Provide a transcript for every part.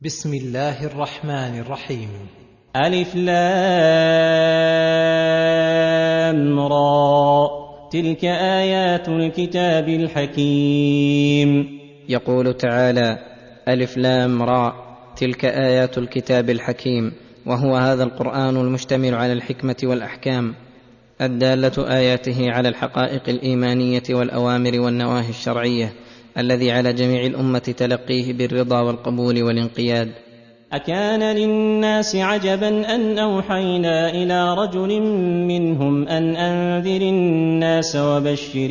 بسم الله الرحمن الرحيم. ألف لام را تلك آيات الكتاب الحكيم. يقول تعالى: ألف لام را تلك آيات الكتاب الحكيم، وهو هذا القرآن المشتمل على الحكمة والأحكام الدالة آياته على الحقائق الإيمانية والأوامر والنواهي الشرعية، الذي على جميع الأمة تلقيه بالرضا والقبول والانقياد. أكان للناس عجبا أن أوحينا إلى رجل منهم أن أنذر الناس وبشر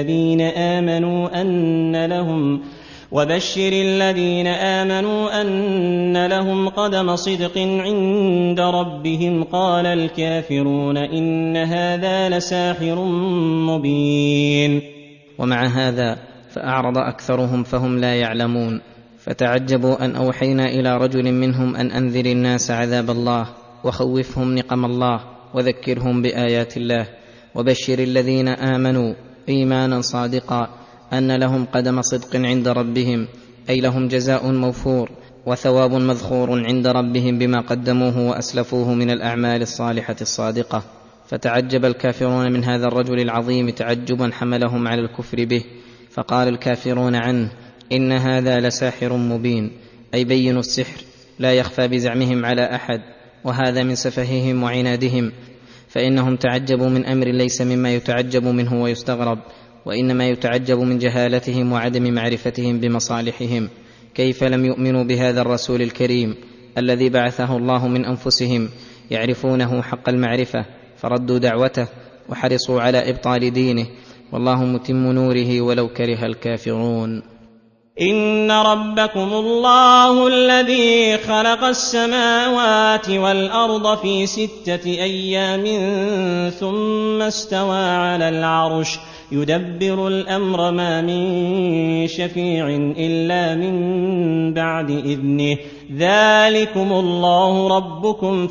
الذين آمنوا أن لهم قدم صدق عند ربهم. قال الكافرون إن هذا لساحر مبين. ومع هذا فأعرض أكثرهم فهم لا يعلمون، فتعجبوا أن أوحينا إلى رجل منهم أن أنذر الناس عذاب الله وخوفهم نقم الله وذكرهم بآيات الله وبشر الذين آمنوا إيمانا صادقا أن لهم قدم صدق عند ربهم، أي لهم جزاء موفور وثواب مذخور عند ربهم بما قدموه وأسلفوه من الأعمال الصالحة الصادقة. فتعجب الكافرون من هذا الرجل العظيم تعجبا حملهم على الكفر به، فقال الكافرون عنه: إن هذا لساحر مبين، أي بين السحر لا يخفى بزعمهم على أحد، وهذا من سفههم وعنادهم، فإنهم تعجبوا من أمر ليس مما يتعجب منه ويستغرب، وإنما يتعجب من جهالتهم وعدم معرفتهم بمصالحهم. كيف لم يؤمنوا بهذا الرسول الكريم الذي بعثه الله من أنفسهم يعرفونه حق المعرفة، فردوا دعوته وحرصوا على إبطال دينه، والله متم نوره ولو كره الكافرون. إن ربكم الله الذي خلق السماوات والأرض في 6 أيام ثم استوى على العرش يدبر الأمر، ما من شفيع إلا من بعد إذنه، ذلكم الله ربكم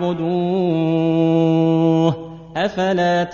فاعبدوه أفلا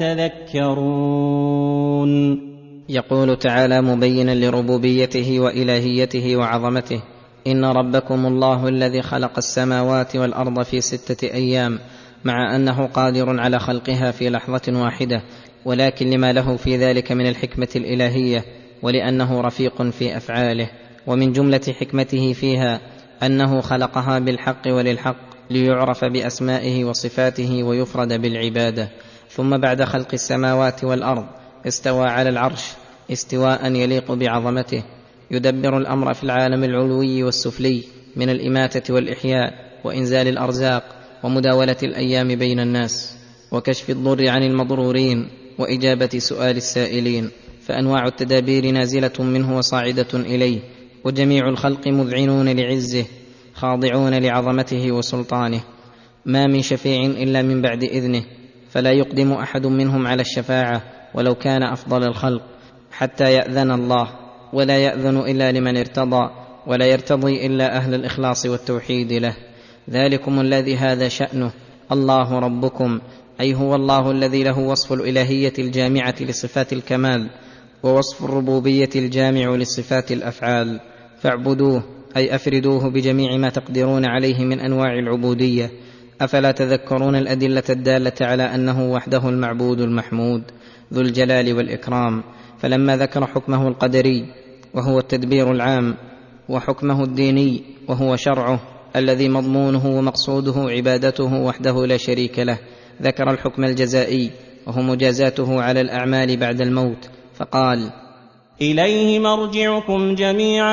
تذكرون. يقول تعالى مبينا لربوبيته وإلهيته وعظمته: إن ربكم الله الذي خلق السماوات والأرض في 6 أيام، مع أنه قادر على خلقها في لحظة واحدة، ولكن لما له في ذلك من الحكمة الإلهية، ولأنه رفيق في أفعاله. ومن جملة حكمته فيها أنه خلقها بالحق وللحق، ليعرف بأسمائه وصفاته ويفرد بالعبادة. ثم بعد خلق السماوات والأرض استوى على العرش استواء يليق بعظمته، يدبر الأمر في العالم العلوي والسفلي من الإماتة والإحياء وإنزال الأرزاق ومداولة الأيام بين الناس وكشف الضر عن المضرورين وإجابة سؤال السائلين، فأنواع التدابير نازلة منه وصاعدة إليه، وجميع الخلق مذعنون لعزه خاضعون لعظمته وسلطانه. ما من شفيع إلا من بعد إذنه، فلا يقدم أحد منهم على الشفاعة ولو كان أفضل الخلق حتى يأذن الله، ولا يأذن إلا لمن ارتضى، ولا يرتضي إلا أهل الإخلاص والتوحيد له. ذلكم الذي هذا شأنه الله ربكم، أي هو الله الذي له وصف الإلهية الجامعة لصفات الكمال، ووصف الربوبية الجامع لصفات الأفعال، فاعبدوه أي أفردوه بجميع ما تقدرون عليه من أنواع العبودية. أفلا تذكرون الأدلة الدالة على أنه وحده المعبود المحمود ذو الجلال والإكرام؟ فلما ذكر حكمه القدري وهو التدبير العام، وحكمه الديني وهو شرعه الذي مضمونه ومقصوده عبادته وحده لا شريك له، ذكر الحكم الجزائي وهو مجازاته على الأعمال بعد الموت، فقال: إليه مرجعكم جميعا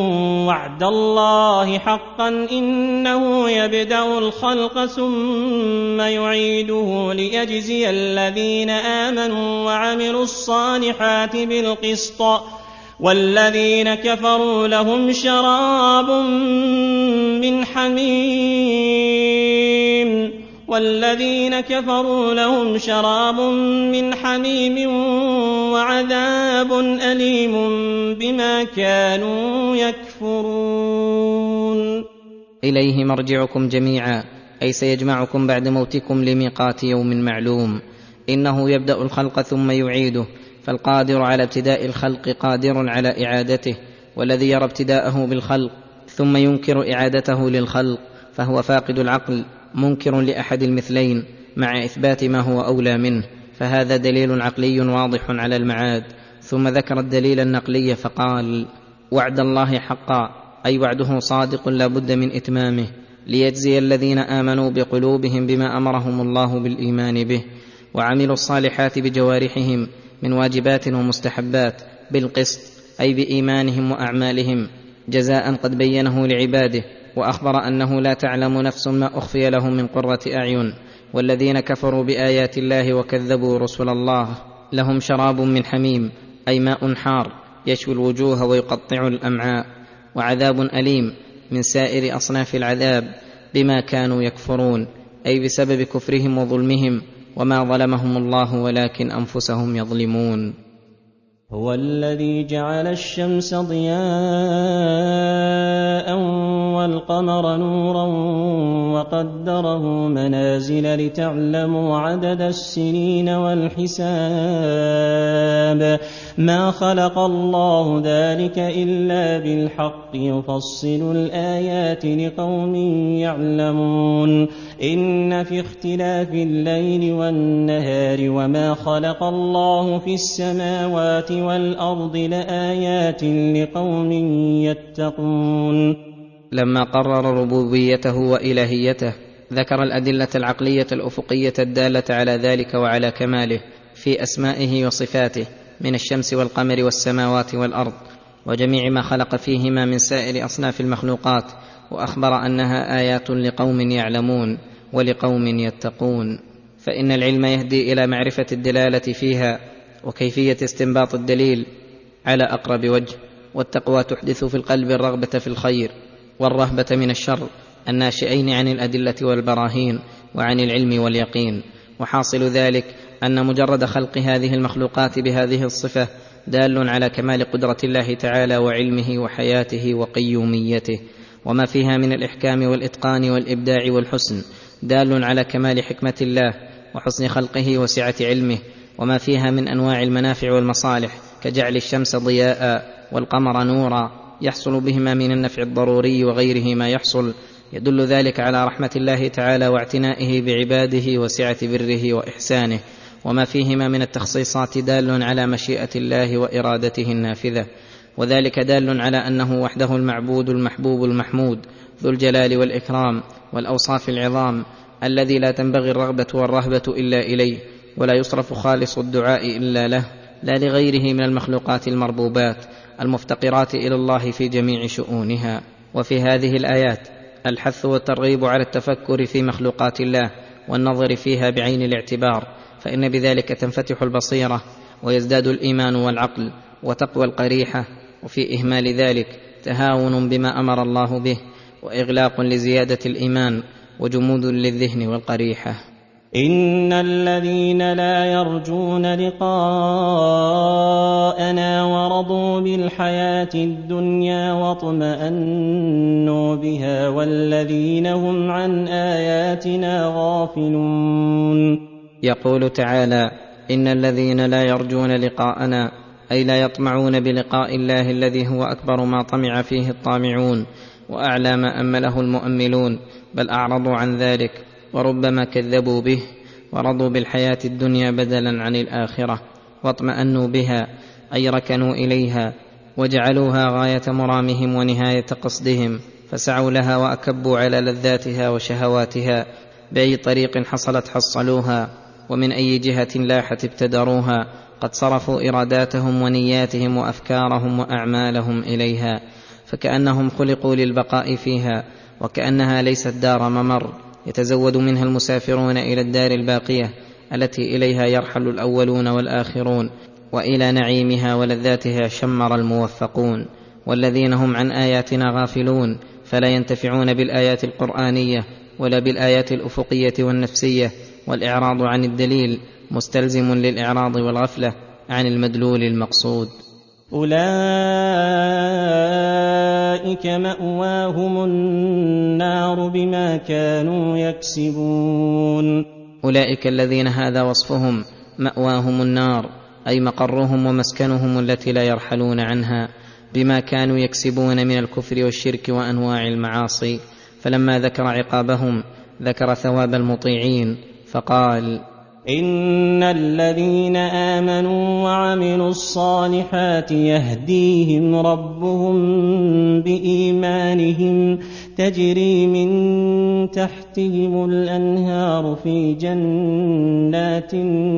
وعد الله حقا إنه يبدأ الخلق ثم يعيده ليجزي الذين آمنوا وعملوا الصالحات بالقسط، والذين كفروا لهم شراب من حميم وعذاب أليم بما كانوا يكفرون. إليه مرجعكم جميعا، أي سيجمعكم بعد موتكم لميقات يوم معلوم. إنه يبدأ الخلق ثم يعيده، فالقادر على ابتداء الخلق قادر على إعادته، والذي يرى ابتداءه بالخلق ثم ينكر إعادته للخلق، فهو فاقد العقل منكر لأحد المثلين مع إثبات ما هو أولى منه، فهذا دليل عقلي واضح على المعاد. ثم ذكر الدليل النقلي فقال: وعد الله حقا، أي وعده صادق لا بد من إتمامه، ليجزي الذين آمنوا بقلوبهم بما أمرهم الله بالإيمان به، وعملوا الصالحات بجوارحهم من واجبات ومستحبات بالقسط، أي بإيمانهم وأعمالهم، جزاء قد بينه لعباده، وأخبر أنه لا تعلم نفس ما أخفي لهم من قرة أعين. والذين كفروا بآيات الله وكذبوا رسل الله لهم شراب من حميم، أي ماء حار يشوي الوجوه ويقطع الأمعاء، وعذاب أليم من سائر أصناف العذاب بما كانوا يكفرون، أي بسبب كفرهم وظلمهم، وما ظلمهم الله ولكن أنفسهم يظلمون. هو الذي جعل الشمس ضياء والقمر نورا وقدره منازل لتعلموا عدد السنين والحساب، ما خلق الله ذلك إلا بالحق يفصل الآيات لقوم يعلمون. إن في اختلاف الليل والنهار وما خلق الله في السماوات والأرض لآيات لقوم يتقون. لما قرر ربوبيته وإلهيته ذكر الأدلة العقلية الأفقية الدالة على ذلك وعلى كماله في أسمائه وصفاته من الشمس والقمر والسماوات والأرض وجميع ما خلق فيهما من سائر أصناف المخلوقات، وأخبر أنها آيات لقوم يعلمون ولقوم يتقون. فإن العلم يهدي إلى معرفة الدلالة فيها وكيفية استنباط الدليل على أقرب وجه، والتقوى تحدث في القلب الرغبة في الخير والرهبة من الشر، الناشئين عن الأدلة والبراهين وعن العلم واليقين. وحاصل ذلك أن مجرد خلق هذه المخلوقات بهذه الصفة دال على كمال قدرة الله تعالى وعلمه وحياته وقيوميته، وما فيها من الإحكام والإتقان والإبداع والحسن دال على كمال حكمة الله وحسن خلقه وسعة علمه، وما فيها من أنواع المنافع والمصالح كجعل الشمس ضياء والقمر نورا يحصل بهما من النفع الضروري وغيره ما يحصل، يدل ذلك على رحمة الله تعالى واعتنائه بعباده وسعة بره وإحسانه، وما فيهما من التخصيصات دال على مشيئة الله وإرادته النافذة، وذلك دال على أنه وحده المعبود المحبوب المحمود ذو الجلال والإكرام والأوصاف العظام، الذي لا تنبغي الرغبة والرهبة إلا إليه، ولا يصرف خالص الدعاء إلا له، لا لغيره من المخلوقات المربوبات المفتقرات إلى الله في جميع شؤونها. وفي هذه الآيات الحث والترغيب على التفكر في مخلوقات الله والنظر فيها بعين الاعتبار، فإن بذلك تنفتح البصيرة ويزداد الإيمان والعقل وتقوى القريحة، وفي إهمال ذلك تهاون بما أمر الله به وإغلاق لزيادة الإيمان وجمود للذهن والقريحة. إن الذين لا يرجون لقاءنا ورضوا بالحياة الدنيا واطمأنوا بها والذين هم عن آياتنا غافلون. يقول تعالى: إن الذين لا يرجون لقاءنا، أي لا يطمعون بلقاء الله الذي هو أكبر ما طمع فيه الطامعون وأعلى ما أمله المؤملون، بل أعرضوا عن ذلك وربما كذبوا به ورضوا بالحياة الدنيا بدلا عن الآخرة، واطمأنوا بها أي ركنوا إليها وجعلوها غاية مرامهم ونهاية قصدهم، فسعوا لها وأكبوا على لذاتها وشهواتها، بأي طريق حصلت حصلوها، ومن أي جهة لاحت ابتدروها، قد صرفوا إراداتهم ونياتهم وأفكارهم وأعمالهم إليها، فكأنهم خلقوا للبقاء فيها، وكأنها ليست دار ممر يتزود منها المسافرون إلى الدار الباقية التي إليها يرحل الأولون والآخرون، وإلى نعيمها ولذاتها شمر الموفقون. والذين هم عن آياتنا غافلون فلا ينتفعون بالآيات القرآنية ولا بالآيات الأفقية والنفسية، والإعراض عن الدليل مستلزم للإعراض والغفلة عن المدلول المقصود. أولئك مأواهم النار بما كانوا يكسبون. أولئك الذين هذا وصفهم مأواهم النار، أي مقرهم ومسكنهم التي لا يرحلون عنها، بما كانوا يكسبون من الكفر والشرك وأنواع المعاصي، فلما ذكر عقابهم ذكر ثواب المطيعين فقال: إن الذين آمنوا وعملوا الصالحات يهديهم ربهم بإيمانهم تجري من تحتهم الأنهار في جنات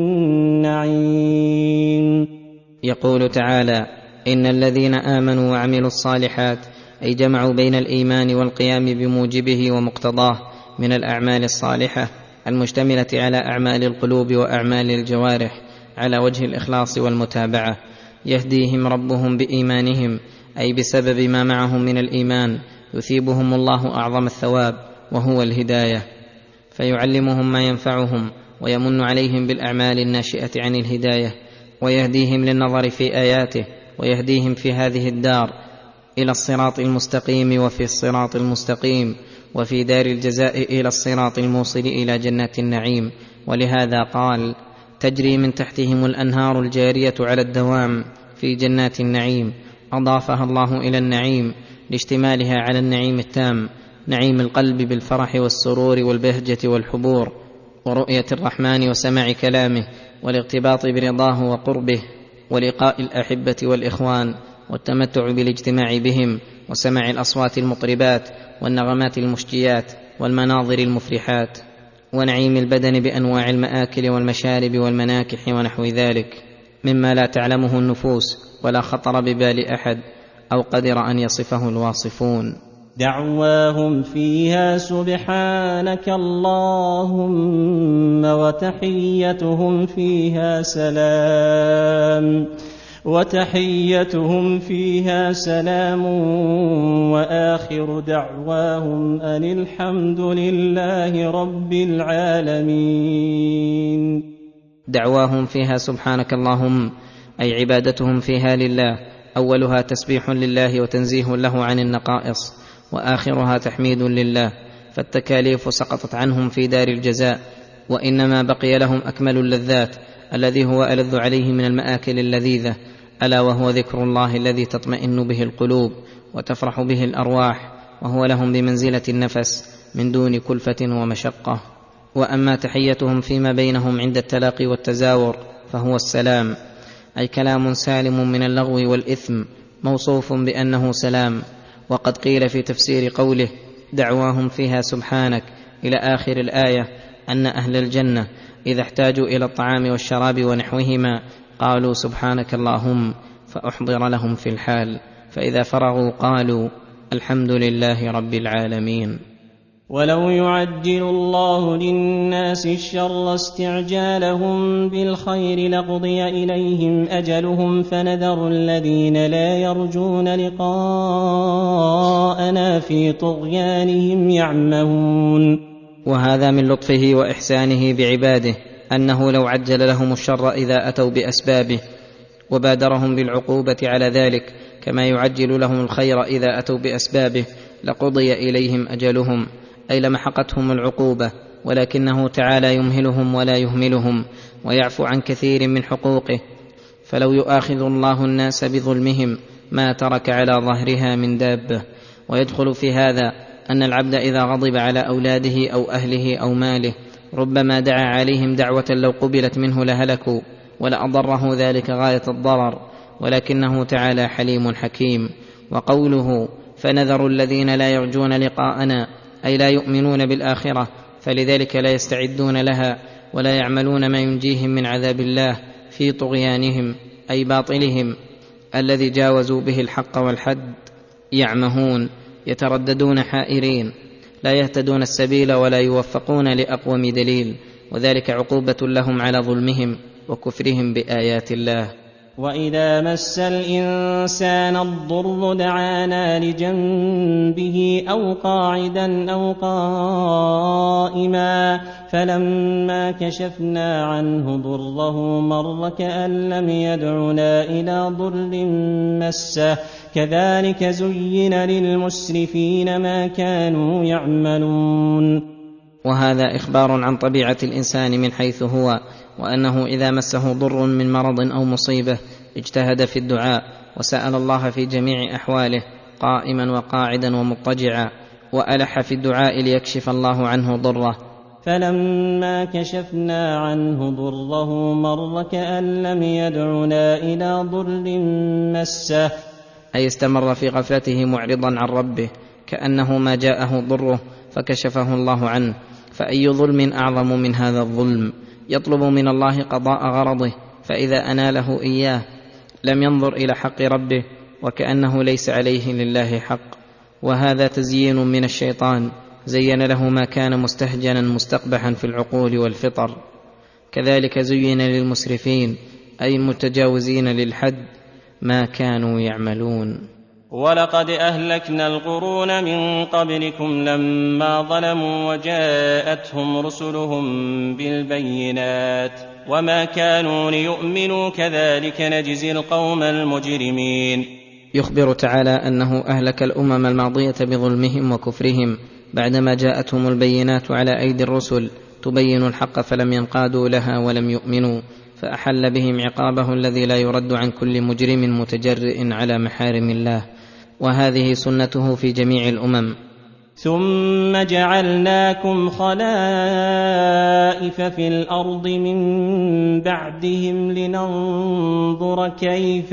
النعيم. يقول تعالى: إن الذين آمنوا وعملوا الصالحات، أي جمعوا بين الإيمان والقيام بموجبه ومقتضاه من الأعمال الصالحة المشتملة على أعمال القلوب وأعمال الجوارح على وجه الإخلاص والمتابعة، يهديهم ربهم بإيمانهم، أي بسبب ما معهم من الإيمان يثيبهم الله أعظم الثواب وهو الهداية، فيعلمهم ما ينفعهم ويمن عليهم بالأعمال الناشئة عن الهداية، ويهديهم للنظر في آياته، ويهديهم في هذه الدار إلى الصراط المستقيم وفي الصراط المستقيم، وفي دار الجزاء إلى الصراط الموصل إلى جنات النعيم. ولهذا قال: تجري من تحتهم الأنهار الجارية على الدوام في جنات النعيم، أضافها الله إلى النعيم لاشتمالها على النعيم التام، نعيم القلب بالفرح والسرور والبهجة والحبور ورؤية الرحمن وسماع كلامه والارتباط برضاه وقربه ولقاء الأحبة والإخوان والتمتع بالاجتماع بهم وسماع الأصوات المطربات والنغمات المشجيات والمناظر المفرحات، ونعيم البدن بأنواع المآكل والمشارب والمناكح ونحو ذلك مما لا تعلمه النفوس ولا خطر ببال أحد أو قدر أن يصفه الواصفون. دعواهم فيها سبحانك اللهم وتحيتهم فيها سلام وآخر دعواهم أن الحمد لله رب العالمين. دعواهم فيها سبحانك اللهم، أي عبادتهم فيها لله، أولها تسبيح لله وتنزيه له عن النقائص، وآخرها تحميد لله، فالتكاليف سقطت عنهم في دار الجزاء، وإنما بقي لهم أكمل اللذات الذي هو ألذ عليه من المآكل اللذيذة، ألا وهو ذكر الله الذي تطمئن به القلوب وتفرح به الأرواح، وهو لهم بمنزلة النفس من دون كلفة ومشقة. وأما تحيتهم فيما بينهم عند التلاقي والتزاور فهو السلام، أي كلام سالم من اللغو والإثم موصوف بأنه سلام. وقد قيل في تفسير قوله دعواهم فيها سبحانك إلى آخر الآية أن أهل الجنة إذا احتاجوا إلى الطعام والشراب ونحوهما قالوا سبحانك اللهم، فأحضر لهم في الحال، فإذا فرغوا قالوا الحمد لله رب العالمين. ولو يعجل الله للناس الشر استعجالهم بالخير لقضي إليهم أجلهم، فنذر الذين لا يرجون لقاءنا في طغيانهم يعمهون. وهذا من لطفه وإحسانه بعباده، أنه لو عجل لهم الشر إذا أتوا بأسبابه وبادرهم بالعقوبة على ذلك كما يعجل لهم الخير إذا أتوا بأسبابه لقضي إليهم أجلهم، أي لمحقتهم العقوبة، ولكنه تعالى يمهلهم ولا يهملهم ويعفو عن كثير من حقوقه. فلو يؤاخذ الله الناس بظلمهم ما ترك على ظهرها من دابة. ويدخل في هذا أن العبد إذا غضب على أولاده أو أهله أو ماله ربما دعا عليهم دعوة لو قبلت منه لهلكوا ولأضره ذلك غاية الضرر، ولكنه تعالى حليم حكيم. وقوله فنذر الذين لا يرجون لقاءنا، أي لا يؤمنون بالآخرة، فلذلك لا يستعدون لها ولا يعملون ما ينجيهم من عذاب الله في طغيانهم، أي باطلهم الذي جاوزوا به الحق والحد، يعمهون يترددون حائرين لا يهتدون السبيل ولا يوفقون لأقوم دليل، وذلك عقوبة لهم على ظلمهم وكفرهم بآيات الله. وإذا مس الإنسان الضر دعانا لجنبه أو قاعدا أو قائما، فلما كشفنا عنه ضره مر كأن لم يدعنا إلى ضر مسه، كذلك زين للمسرفين ما كانوا يعملون. وهذا إخبار عن طبيعة الإنسان من حيث هو، وأنه إذا مسه ضر من مرض أو مصيبة اجتهد في الدعاء وسأل الله في جميع أحواله قائما وقاعدا ومضطجعا، وألح في الدعاء ليكشف الله عنه ضره. فلما كشفنا عنه ضره مر كأن لم يدعنا إلى ضر مسه، أي استمر في غفلته معرضا عن ربه كأنه ما جاءه ضره فكشفه الله عنه. فأي ظلم أعظم من هذا الظلم؟ يطلب من الله قضاء غرضه، فإذا أناله إياه لم ينظر إلى حق ربه وكأنه ليس عليه لله حق. وهذا تزيين من الشيطان، زين له ما كان مستهجنا مستقبحا في العقول والفطر. كذلك زين للمسرفين أي المتجاوزين للحد ما كانوا يعملون. ولقد أهلكنا القرون من قبلكم لما ظلموا وجاءتهم رسلهم بالبينات وما كانوا ليؤمنوا كذلك نجزي القوم المجرمين. يخبر تعالى أنه أهلك الأمم الماضية بظلمهم وكفرهم بعدما جاءتهم البينات على أيدي الرسل تبين الحق فلم ينقادوا لها ولم يؤمنوا، فأحل بهم عقابه الذي لا يرد عن كل مجرم متجرئ على محارم الله، وهذه سنته في جميع الأمم. ثم جعلناكم خلائف في الأرض من بعدهم لننظر كيف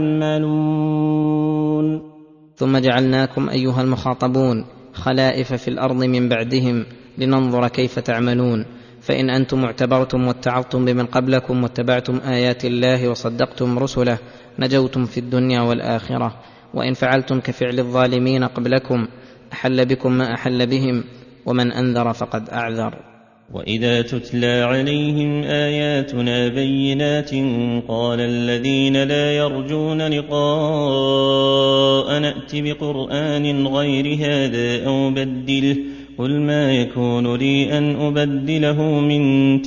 تعملون. ثم جعلناكم أيها المخاطبون خلائف في الأرض من بعدهم لننظر كيف تعملون. فإن أنتم اعتبرتم واتعظتم بمن قبلكم واتبعتم آيات الله وصدقتم رسله نجوتم في الدنيا والآخرة، وإن فعلتم كفعل الظالمين قبلكم أحل بكم ما أحل بهم، ومن أنذر فقد أعذر. وإذا تتلى عليهم آياتنا بينات قال الذين لا يرجون لقاء نأت بقرآن غير هذا أو بدله قل ما يكون لي أن أبدله من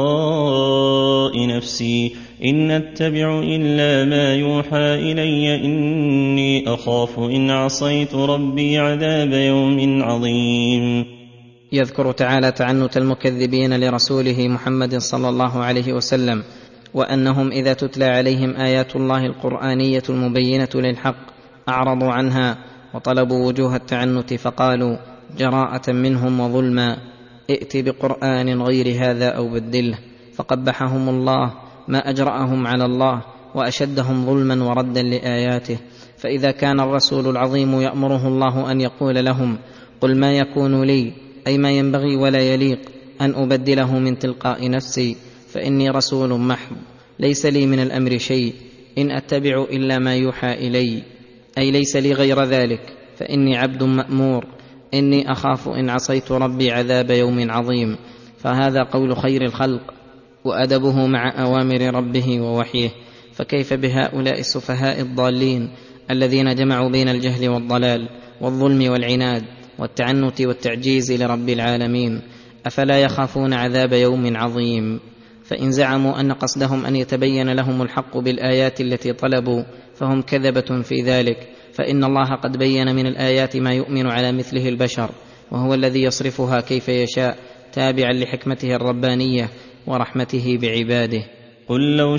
تلقاء نفسي إن أتبع إلا ما يوحى إلي إني أخاف إن عصيت ربي عذاب يوم عظيم. يذكر تعالى تعنت المكذبين لرسوله محمد صلى الله عليه وسلم، وأنهم إذا تتلى عليهم آيات الله القرآنية المبينة للحق أعرضوا عنها وطلبوا وجوه التعنت، فقالوا جراءة منهم وظلما ائت بقرآن غير هذا أو بدله، فقبحهم الله ما أجرأهم على الله وأشدهم ظلما وردا لآياته. فإذا كان الرسول العظيم يأمره الله أن يقول لهم قل ما يكون لي أي ما ينبغي ولا يليق أن أبدله من تلقاء نفسي فإني رسول محض ليس لي من الأمر شيء إن أتبع إلا ما يوحى إلي، أي ليس لي غير ذلك فإني عبد مأمور إني أخاف إن عصيت ربي عذاب يوم عظيم. فهذا قول خير الخلق وأدبه مع أوامر ربه ووحيه، فكيف بهؤلاء السفهاء الضالين الذين جمعوا بين الجهل والضلال والظلم والعناد والتعنت والتعجيز لرب العالمين؟ أفلا يخافون عذاب يوم عظيم؟ فإن زعموا أن قصدهم أن يتبين لهم الحق بالآيات التي طلبوا فهم كذبة في ذلك، فإن الله قد بين من الآيات ما يؤمن على مثله البشر، وهو الذي يصرفها كيف يشاء تابعا لحكمته الربانية ورحمته بعباده. قل لو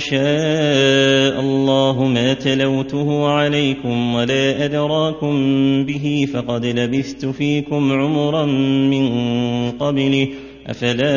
شاء الله ما تلوته عليكم ولا أدراكم به فقد لبثت فيكم عمرا من قبله أفلا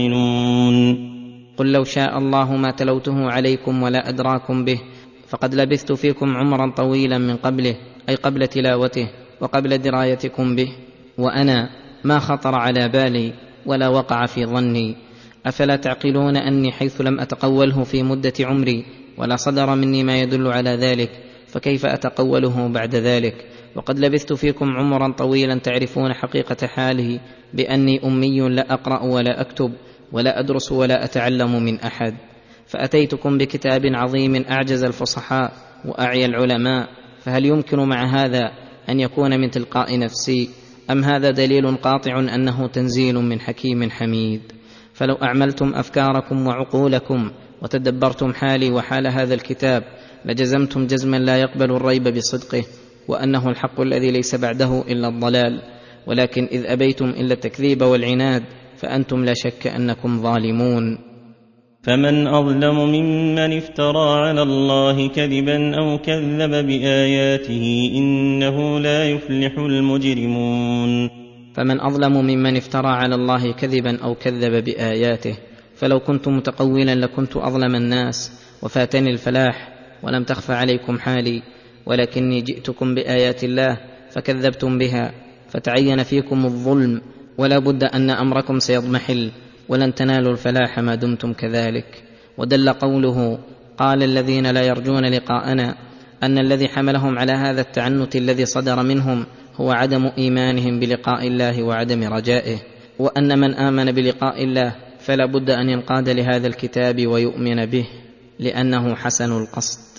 تعقلون. قل لو شاء الله ما تلوته عليكم ولا أدراكم به فقد لبثت فيكم عمرا طويلا من قبله، أي قبل تلاوته وقبل درايتكم به، وأنا ما خطر على بالي ولا وقع في ظني. أفلا تعقلون أني حيث لم أتقوله في مدة عمري ولا صدر مني ما يدل على ذلك فكيف أتقوله بعد ذلك؟ وقد لبثت فيكم عمرا طويلا تعرفون حقيقة حاله بأني أمي لا أقرأ ولا أكتب ولا أدرس ولا أتعلم من أحد، فأتيتكم بكتاب عظيم أعجز الفصحاء وأعيا العلماء، فهل يمكن مع هذا أن يكون من تلقاء نفسي؟ أم هذا دليل قاطع أنه تنزيل من حكيم حميد؟ فلو أعملتم أفكاركم وعقولكم وتدبرتم حالي وحال هذا الكتاب لجزمتم جزما لا يقبل الريب بصدقه، وأنه الحق الذي ليس بعده إلا الضلال، ولكن إذ أبيتم إلا التكذيب والعناد فأنتم لا شك أنكم ظالمون. فمن أظلم ممن افترى على الله كذبا أو كذب بآياته إنه لا يفلح المجرمون. فمن أظلم ممن افترى على الله كذبا أو كذب بآياته. فلو كنت متقولا لكنت أظلم الناس وفاتني الفلاح، ولم تخف عليكم حالي، ولكني جئتكم بآيات الله فكذبتم بها، فتعين فيكم الظلم، ولا بد أن أمركم سيضمحل، ولن تنالوا الفلاح ما دمتم كذلك. ودل قوله قال الذين لا يرجون لقاءنا أن الذي حملهم على هذا التعنت الذي صدر منهم هو عدم إيمانهم بلقاء الله وعدم رجائه، وأن من آمن بلقاء الله فلا بد أن ينقاد لهذا الكتاب ويؤمن به لأنه حسن القصد.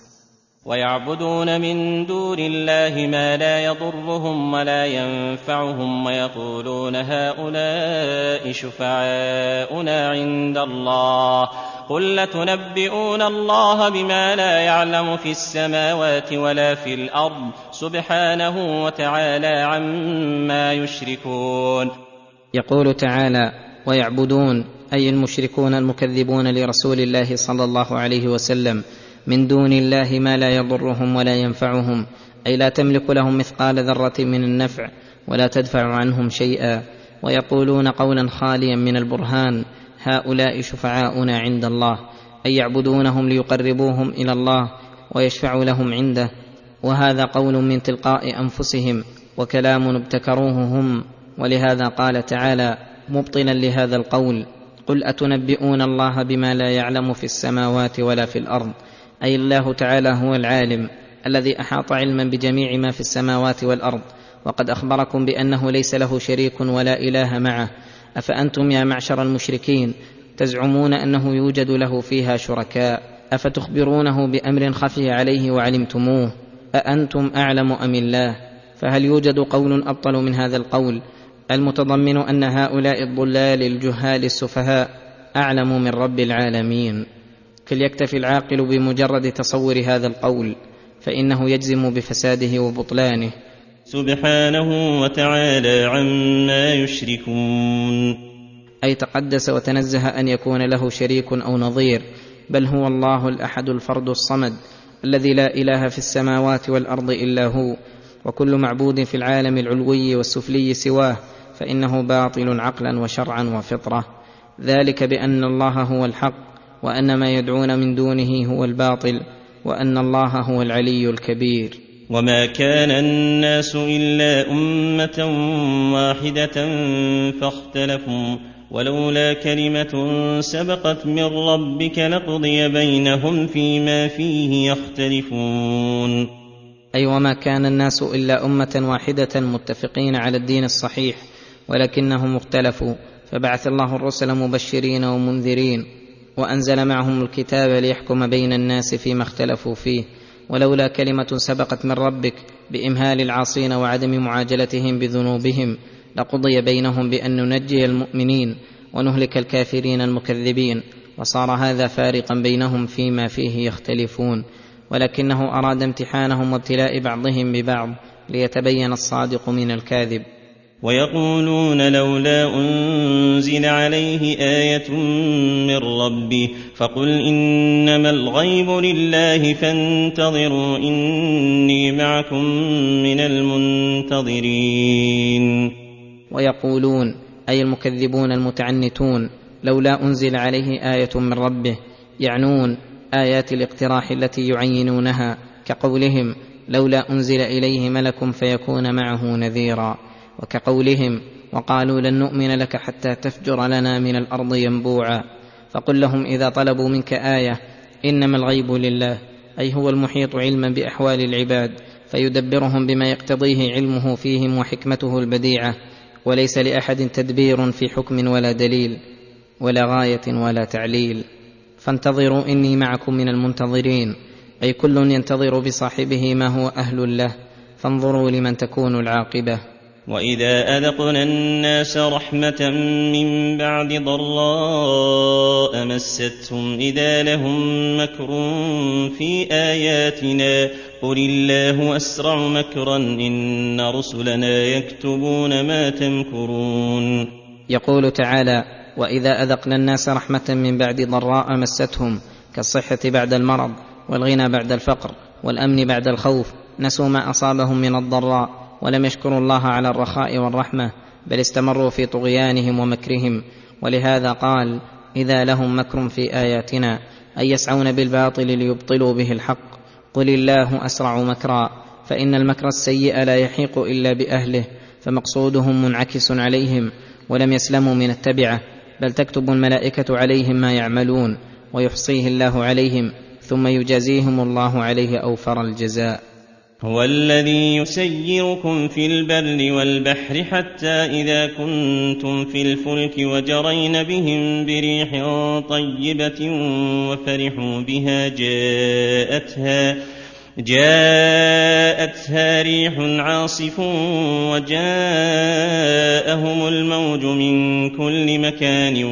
ويعبدون من دون الله ما لا يضرهم ولا ينفعهم ويقولون هؤلاء شفعاؤنا عند الله قل لتنبئون الله بما لا يعلم في السماوات ولا في الأرض سبحانه وتعالى عما يشركون. يقول تعالى ويعبدون أي المشركون المكذبون لرسول الله صلى الله عليه وسلم من دون الله ما لا يضرهم ولا ينفعهم، أي لا تملك لهم مثقال ذرة من النفع ولا تدفع عنهم شيئا، ويقولون قولا خاليا من البرهان هؤلاء شفعاؤنا عند الله، أي يعبدونهم ليقربوهم إلى الله ويشفعوا لهم عنده، وهذا قول من تلقاء أنفسهم وكلام ابتكروه هم. ولهذا قال تعالى مبطلا لهذا القول قل أتنبئون الله بما لا يعلم في السماوات ولا في الأرض، أي الله تعالى هو العالم الذي أحاط علما بجميع ما في السماوات والأرض، وقد أخبركم بأنه ليس له شريك ولا إله معه. أفأنتم يا معشر المشركين تزعمون أنه يوجد له فيها شركاء؟ أفتخبرونه بأمر خفي عليه وعلمتموه؟ أأنتم أعلم أم الله؟ فهل يوجد قول أبطل من هذا القول المتضمن أن هؤلاء الضلال الجهال السفهاء أعلم من رب العالمين؟ فليكتفي العاقل بمجرد تصور هذا القول، فإنه يجزم بفساده وبطلانه سبحانه وتعالى عما يشركون، أي تقدس وتنزه أن يكون له شريك أو نظير، بل هو الله الأحد الفرد الصمد الذي لا إله في السماوات والأرض إلا هو، وكل معبود في العالم العلوي والسفلي سواه فإنه باطل عقلا وشرعا وفطرة، ذلك بأن الله هو الحق وأن ما يدعون من دونه هو الباطل وأن الله هو العلي الكبير. وما كان الناس إلا أمة واحدة فاختلفوا ولولا كلمة سبقت من ربك لقضي بينهم فيما فيه يختلفون. أي وما كان الناس إلا أمة واحدة متفقين على الدين الصحيح ولكنهم اختلفوا، فبعث الله الرسل مبشرين ومنذرين وأنزل معهم الكتاب ليحكم بين الناس فيما اختلفوا فيه، ولولا كلمة سبقت من ربك بإمهال العاصين وعدم معاجلتهم بذنوبهم لقضي بينهم بأن ننجي المؤمنين ونهلك الكافرين المكذبين، وصار هذا فارقا بينهم فيما فيه يختلفون، ولكنه أراد امتحانهم وابتلاء بعضهم ببعض ليتبين الصادق من الكاذب. ويقولون لولا أنزل عليه آية من ربه فقل إنما الغيب لله فانتظروا إني معكم من المنتظرين. ويقولون أي المكذبون المتعنتون لولا أنزل عليه آية من ربه، يعنون آيات الاقتراح التي يعينونها كقولهم لولا أنزل إليه ملك فيكون معه نذيرا، وكقولهم وقالوا لن نؤمن لك حتى تفجر لنا من الأرض ينبوعا. فقل لهم إذا طلبوا منك آية إنما الغيب لله، أي هو المحيط علما بأحوال العباد فيدبرهم بما يقتضيه علمه فيهم وحكمته البديعة، وليس لأحد تدبير في حكم ولا دليل ولا غاية ولا تعليل. فانتظروا إني معكم من المنتظرين، أي كل ينتظر بصاحبه ما هو أهل له، فانظروا لمن تكون العاقبة. وإذا أذقنا الناس رحمة من بعد ضراء مستهم إذا لهم مكر في آياتنا قل الله أسرع مكرا إن رسلنا يكتبون ما تمكرون. يقول تعالى وإذا أذقنا الناس رحمة من بعد ضراء مستهم كالصحة بعد المرض والغنى بعد الفقر والأمن بعد الخوف نسوا ما أصابهم من الضراء ولم يشكروا الله على الرخاء والرحمة، بل استمروا في طغيانهم ومكرهم. ولهذا قال: إذا لهم مكر في آياتنا أي يسعون بالباطل ليبطلوا به الحق، قل الله أسرع مكرا، فإن المكر السيء لا يحيق إلا بأهله، فمقصودهم منعكس عليهم ولم يسلموا من التبعة، بل تكتب الملائكة عليهم ما يعملون ويحصيه الله عليهم ثم يجازيهم الله عليه أوفر الجزاء. هو الذي يسيركم في البر والبحر حتى إذا كنتم في الفلك وجرين بهم بريح طيبة وفرحوا بها جاءتها ريح عاصف وجاءهم الموج من كل مكان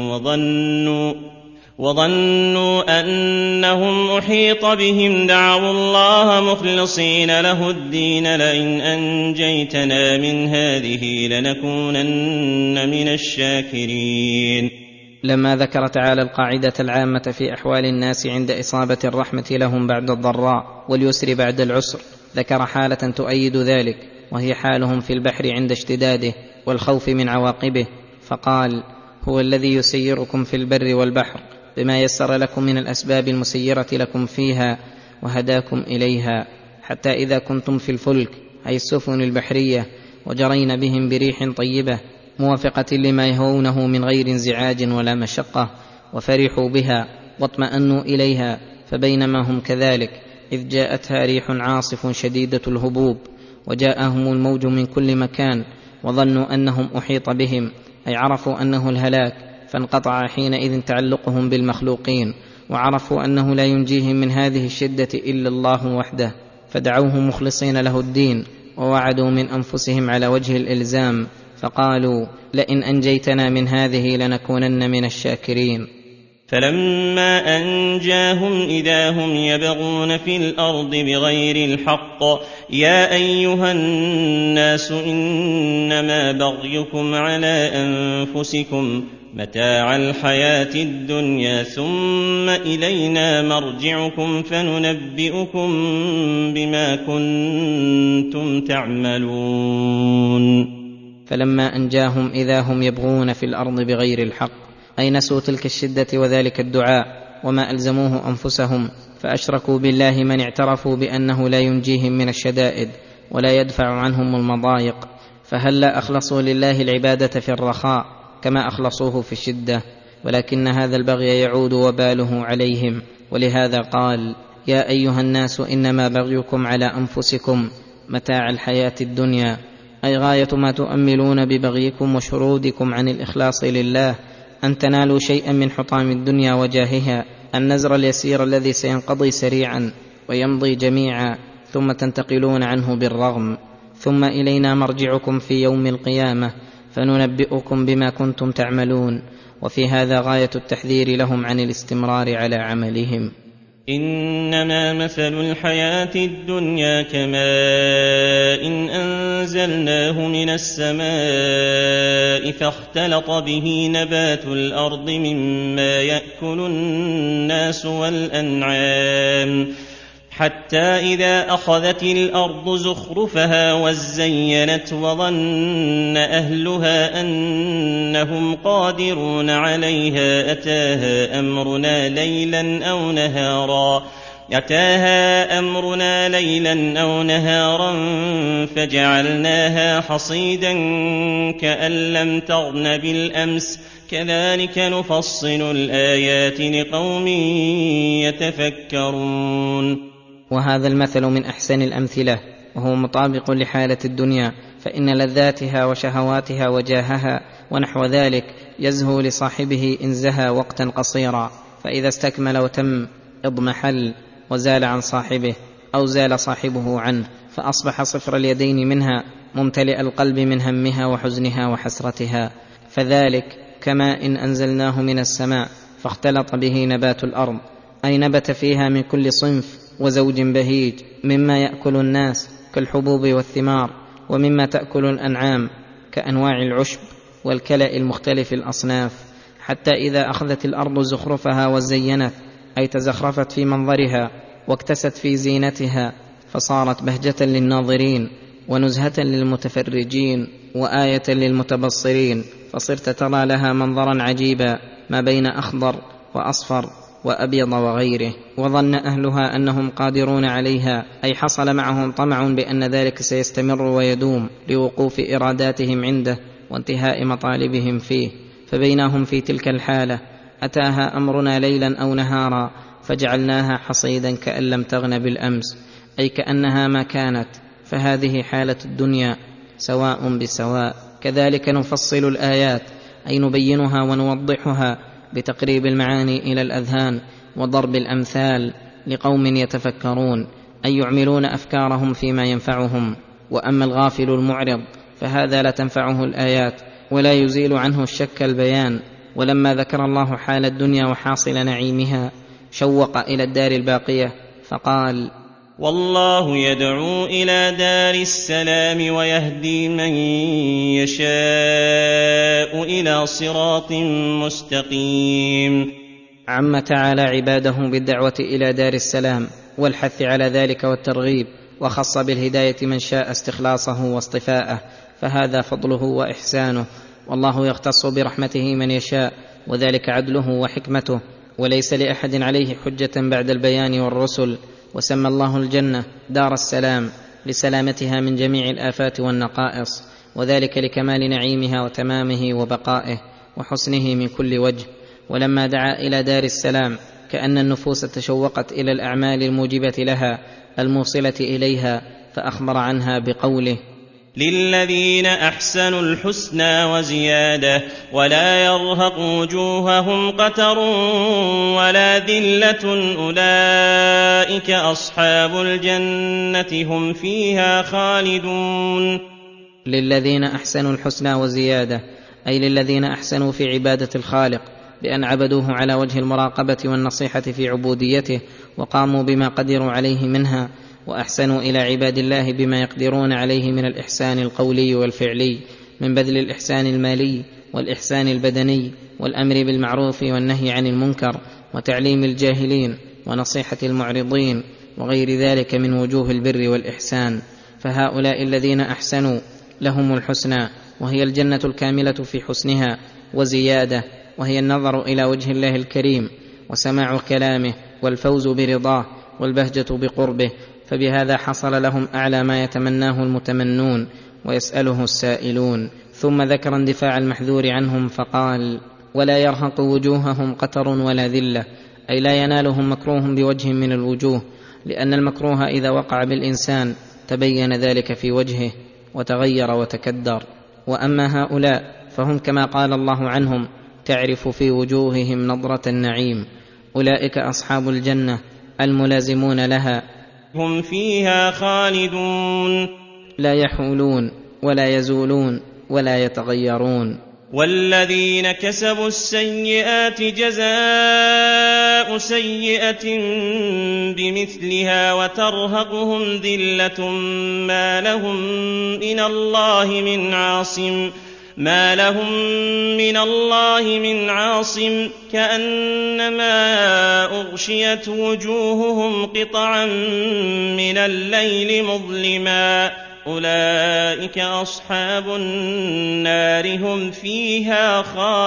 وظنوا أنهم أحيط بهم دعوا الله مخلصين له الدين لئن أنجيتنا من هذه لنكونن من الشاكرين. لما ذكر تعالى القاعدة العامة في أحوال الناس عند إصابة الرحمة لهم بعد الضراء واليسر بعد العسر، ذكر حالة تؤيد ذلك، وهي حالهم في البحر عند اشتداده والخوف من عواقبه، فقال: هو الذي يسيركم في البر والبحر بما يسر لكم من الأسباب المسيرة لكم فيها وهداكم إليها، حتى إذا كنتم في الفلك أي السفن البحرية وجرين بهم بريح طيبة موافقة لما يهونه من غير انزعاج ولا مشقة، وفرحوا بها واطمأنوا إليها، فبينما هم كذلك إذ جاءتها ريح عاصف شديدة الهبوب وجاءهم الموج من كل مكان وظنوا أنهم أحيط بهم، أي عرفوا أنه الهلاك، فانقطع حينئذ تعلقهم بالمخلوقين، وعرفوا أنه لا ينجيهم من هذه الشدة إلا الله وحده، فدعوه مخلصين له الدين ووعدوا من أنفسهم على وجه الإلزام، فقالوا: لئن أنجيتنا من هذه لنكونن من الشاكرين. فلما أنجاهم إذا هم يبغون في الأرض بغير الحق يا أيها الناس إنما بغيكم على أنفسكم متاع الحياة الدنيا ثم إلينا مرجعكم فننبئكم بما كنتم تعملون. فلما أنجاهم إذا هم يبغون في الأرض بغير الحق، أي نسوا تلك الشدة وذلك الدعاء وما ألزموه أنفسهم، فأشركوا بالله من اعترفوا بأنه لا ينجيهم من الشدائد ولا يدفع عنهم المضايق، فهلا أخلصوا لله العبادة في الرخاء كما أخلصوه في الشدة، ولكن هذا البغي يعود وباله عليهم. ولهذا قال: يا أيها الناس إنما بغيكم على أنفسكم متاع الحياة الدنيا، أي غاية ما تؤملون ببغيكم وشرودكم عن الإخلاص لله أن تنالوا شيئا من حطام الدنيا وجاهها، النزر اليسير الذي سينقضي سريعا ويمضي جميعا، ثم تنتقلون عنه بالرغم، ثم إلينا مرجعكم في يوم القيامة فننبئكم بما كنتم تعملون. وفي هذا غاية التحذير لهم عن الاستمرار على عملهم. إنما مثل الحياة الدنيا كماء إن أنزلناه من السماء فاختلط به نبات الأرض مما يأكل الناس والأنعام حتى إذا أخذت الأرض زخرفها وزينت وظن أهلها أنهم قادرون عليها أتاها أمرنا ليلا أو نهارا فجعلناها حصيدا كأن لم تغن بالأمس كذلك نفصل الآيات لقوم يتفكرون. وهذا المثل من أحسن الأمثلة، وهو مطابق لحالة الدنيا، فإن لذاتها وشهواتها وجاهها ونحو ذلك يزهو لصاحبه إن زهى وقتا قصيرا، فإذا استكمل وتم اضمحل وزال عن صاحبه أو زال صاحبه عنه، فأصبح صفر اليدين منها ممتلئ القلب من همها وحزنها وحسرتها. فذلك كما إن أنزلناه من السماء فاختلط به نبات الأرض، أي نبت فيها من كل صنف وزوج بهيج مما يأكل الناس كالحبوب والثمار، ومما تأكل الأنعام كأنواع العشب والكلأ المختلف الأصناف، حتى إذا أخذت الأرض زخرفها وزينت، أي تزخرفت في منظرها واكتست في زينتها، فصارت بهجة للناظرين ونزهة للمتفرجين وآية للمتبصرين، فصرت ترى لها منظرا عجيبا ما بين أخضر وأصفر وأبيض وغيره. وظن أهلها أنهم قادرون عليها، أي حصل معهم طمع بأن ذلك سيستمر ويدوم لوقوف إراداتهم عنده وانتهاء مطالبهم فيه. فبينهم في تلك الحالة أتاها أمرنا ليلا أو نهارا فجعلناها حصيدا كأن لم تغن بالأمس، أي كأنها ما كانت. فهذه حالة الدنيا سواء بسواء. كذلك نفصل الآيات، أي نبينها ونوضحها بتقريب المعاني إلى الأذهان وضرب الأمثال لقوم يتفكرون، أي يعملون أفكارهم فيما ينفعهم. وأما الغافل المعرض فهذا لا تنفعه الآيات ولا يزيل عنه الشك البيان. ولما ذكر الله حال الدنيا وحاصل نعيمها شوق إلى الدار الباقية فقال: والله يدعو إلى دار السلام ويهدي من يشاء إلى صراط مستقيم. عم تعالى عباده بالدعوة إلى دار السلام والحث على ذلك والترغيب، وخص بالهداية من شاء استخلاصه واصطفاءه، فهذا فضله وإحسانه. والله يختص برحمته من يشاء، وذلك عدله وحكمته، وليس لأحد عليه حجة بعد البيان والرسل. وسمى الله الجنة دار السلام لسلامتها من جميع الآفات والنقائص، وذلك لكمال نعيمها وتمامه وبقائه وحسنه من كل وجه. ولما دعا إلى دار السلام كأن النفوس تشوقت إلى الأعمال الموجبة لها الموصلة إليها، فأخبر عنها بقوله: للذين أحسنوا الحسنى وزيادة ولا يرهق وجوههم قتر ولا ذلة أولئك أصحاب الجنة هم فيها خالدون. للذين أحسنوا الحسنى وزيادة، أي للذين أحسنوا في عبادة الخالق بأن عبدوه على وجه المراقبة والنصيحة في عبوديته، وقاموا بما قدروا عليه منها، وأحسنوا إلى عباد الله بما يقدرون عليه من الإحسان القولي والفعلي، من بذل الإحسان المالي والإحسان البدني والأمر بالمعروف والنهي عن المنكر وتعليم الجاهلين ونصيحة المعرضين وغير ذلك من وجوه البر والإحسان. فهؤلاء الذين أحسنوا لهم الحسنى، وهي الجنة الكاملة في حسنها، وزيادة، وهي النظر إلى وجه الله الكريم وسماع كلامه والفوز برضاه والبهجة بقربه. فبهذا حصل لهم أعلى ما يتمناه المتمنون ويسأله السائلون. ثم ذكر اندفاع المحذور عنهم فقال: ولا يرهق وجوههم قتر ولا ذلة، أي لا ينالهم مكروه بوجه من الوجوه، لأن المكروه إذا وقع بالإنسان تبين ذلك في وجهه وتغير وتكدر. وأما هؤلاء فهم كما قال الله عنهم: تعرف في وجوههم نضرة النعيم. أولئك أصحاب الجنة الملازمون لها، هم فيها خالدون، لا يحولون ولا يزولون ولا يتغيرون. والذين كسبوا السيئات جزاء سيئة بمثلها وترهقهم ذلة ما لهم من الله من عاصم كأنما أغشيت وجوههم قطعا من الليل مظلما. أولئك أصحاب النار هم فيها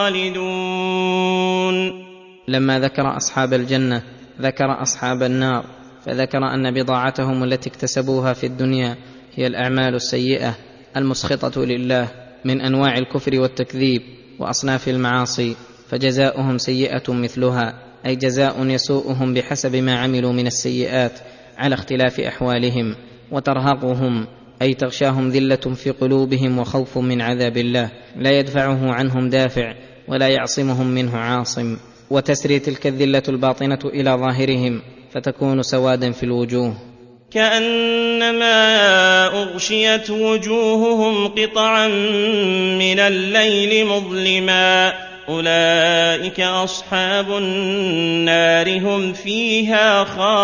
خالدون. لما ذكر أصحاب الجنة ذكر أصحاب النار، فذكر أن بضاعتهم التي اكتسبوها في الدنيا هي الأعمال السيئة المسخطة لله من أنواع الكفر والتكذيب وأصناف المعاصي، فجزاؤهم سيئة مثلها، أي جزاء يسوءهم بحسب ما عملوا من السيئات على اختلاف أحوالهم. وترهقهم، أي تغشاهم ذلة في قلوبهم وخوف من عذاب الله لا يدفعه عنهم دافع ولا يعصمهم منه عاصم. وتسري تلك الذلة الباطنة إلى ظاهرهم فتكون سوادا في الوجوه، كأنما أغشيت وجوههم قطعا من الليل مظلما. أولئك أصحاب النار هم فيها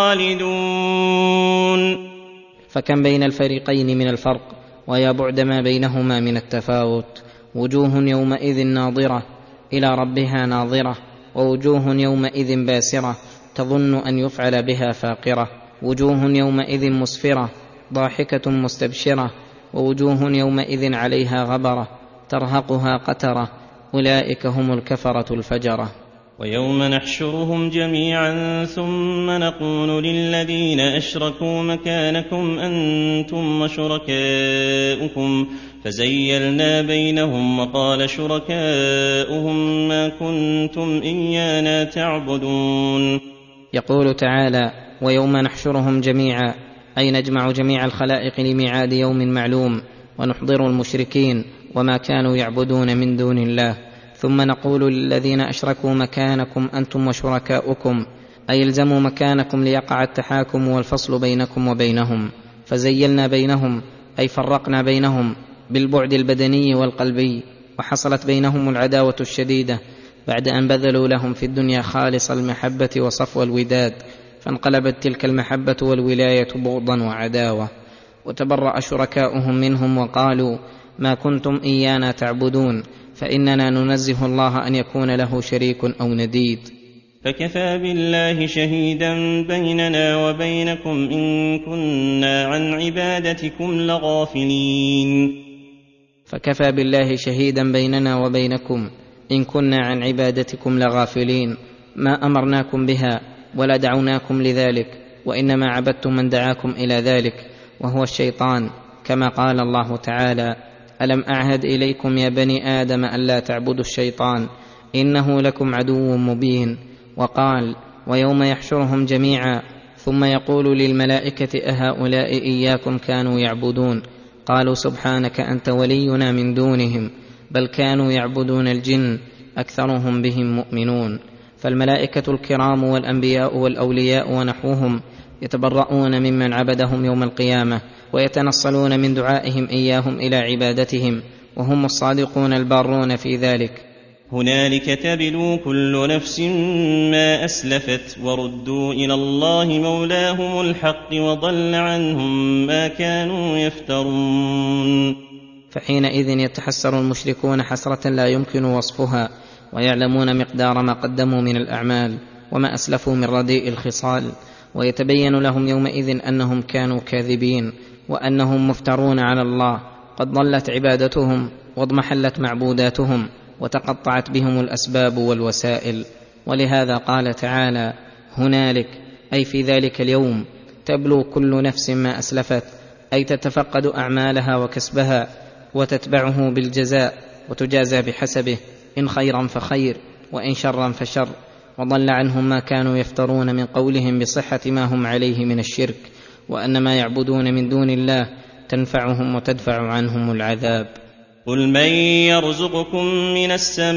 خالدون. فكم بين الفريقين من الفرق، ويا بعد ما بينهما من التفاوت. وجوه يومئذ ناظرة، إلى ربها ناظرة، ووجوه يومئذ باسرة تظن أن يفعل بها فاقرة، وجوه يومئذ مسفرة ضاحكة مستبشرة، ووجوه يومئذ عليها غبرة ترهقها قترة، أولئك هم الكفرة الفجرة. ويوم نحشرهم جميعا ثم نقول للذين أشركوا مكانكم أنتم وشركاؤكم فزيلنا بينهم، وقال شركاؤهم ما كنتم إيانا تعبدون. يقول تعالى: ويوم نحشرهم جميعا، أي نجمع جميع الخلائق لميعاد يوم معلوم، ونحضر المشركين وما كانوا يعبدون من دون الله، ثم نقول للذين أشركوا مكانكم أنتم وشركاؤكم، أي الزموا مكانكم ليقع التحاكم والفصل بينكم وبينهم. فزيلنا بينهم أي فرقنا بينهم بالبعد البدني والقلبي، وحصلت بينهم العداوة الشديدة بعد أن بذلوا لهم في الدنيا خالص المحبة وصفو الوداد، فانقلبت تلك المحبة والولاية بغضا وعداوة، وتبرأ شركاؤهم منهم وقالوا ما كنتم إيانا تعبدون، فإننا ننزه الله أن يكون له شريك أو نديد. فكفى بالله شهيدا بيننا وبينكم إن كنا عن عبادتكم لغافلين. فكفى بالله شهيدا بيننا وبينكم إن كنا عن عبادتكم لغافلين، ما أمرناكم بها ولا دعوناكم لذلك، وإنما عبدتم من دعاكم إلى ذلك وهو الشيطان، كما قال الله تعالى: ألم أعهد إليكم يا بني آدم ألا تعبدوا الشيطان إنه لكم عدو مبين. وقال: ويوم يحشرهم جميعا ثم يقول للملائكة أهؤلاء إياكم كانوا يعبدون؟ قالوا سبحانك أنت ولينا من دونهم بل كانوا يعبدون الجن أكثرهم بهم مؤمنون. فالملائكة الكرام والأنبياء والأولياء ونحوهم يتبرؤون ممن عبدهم يوم القيامة، ويتنصلون من دعائهم إياهم إلى عبادتهم، وهم الصادقون البارون في ذلك. هنالك تبلو كل نفس ما أسلفت وردوا إلى الله مولاهم الحق وضل عنهم ما كانوا يفترون. فحينئذ يتحسر المشركون حسرة لا يمكن وصفها، ويعلمون مقدار ما قدموا من الأعمال وما أسلفوا من رديء الخصال، ويتبين لهم يومئذ أنهم كانوا كاذبين، وأنهم مفترون على الله، قد ضلت عبادتهم واضمحلت معبوداتهم، وتقطعت بهم الأسباب والوسائل. ولهذا قال تعالى: هنالك، أي في ذلك اليوم، تبلو كل نفس ما أسلفت، أي تتفقد أعمالها وكسبها وتتبعه بالجزاء وتجازى بحسبه، إن خيرا فخير وإن شرا فشر، وضل عنهم ما كانوا يفترون من قولهم بصحة ما هم عليه من الشرك، وأن ما يعبدون من دون الله تنفعهم وتدفع عنهم العذاب. قل من يرزقكم من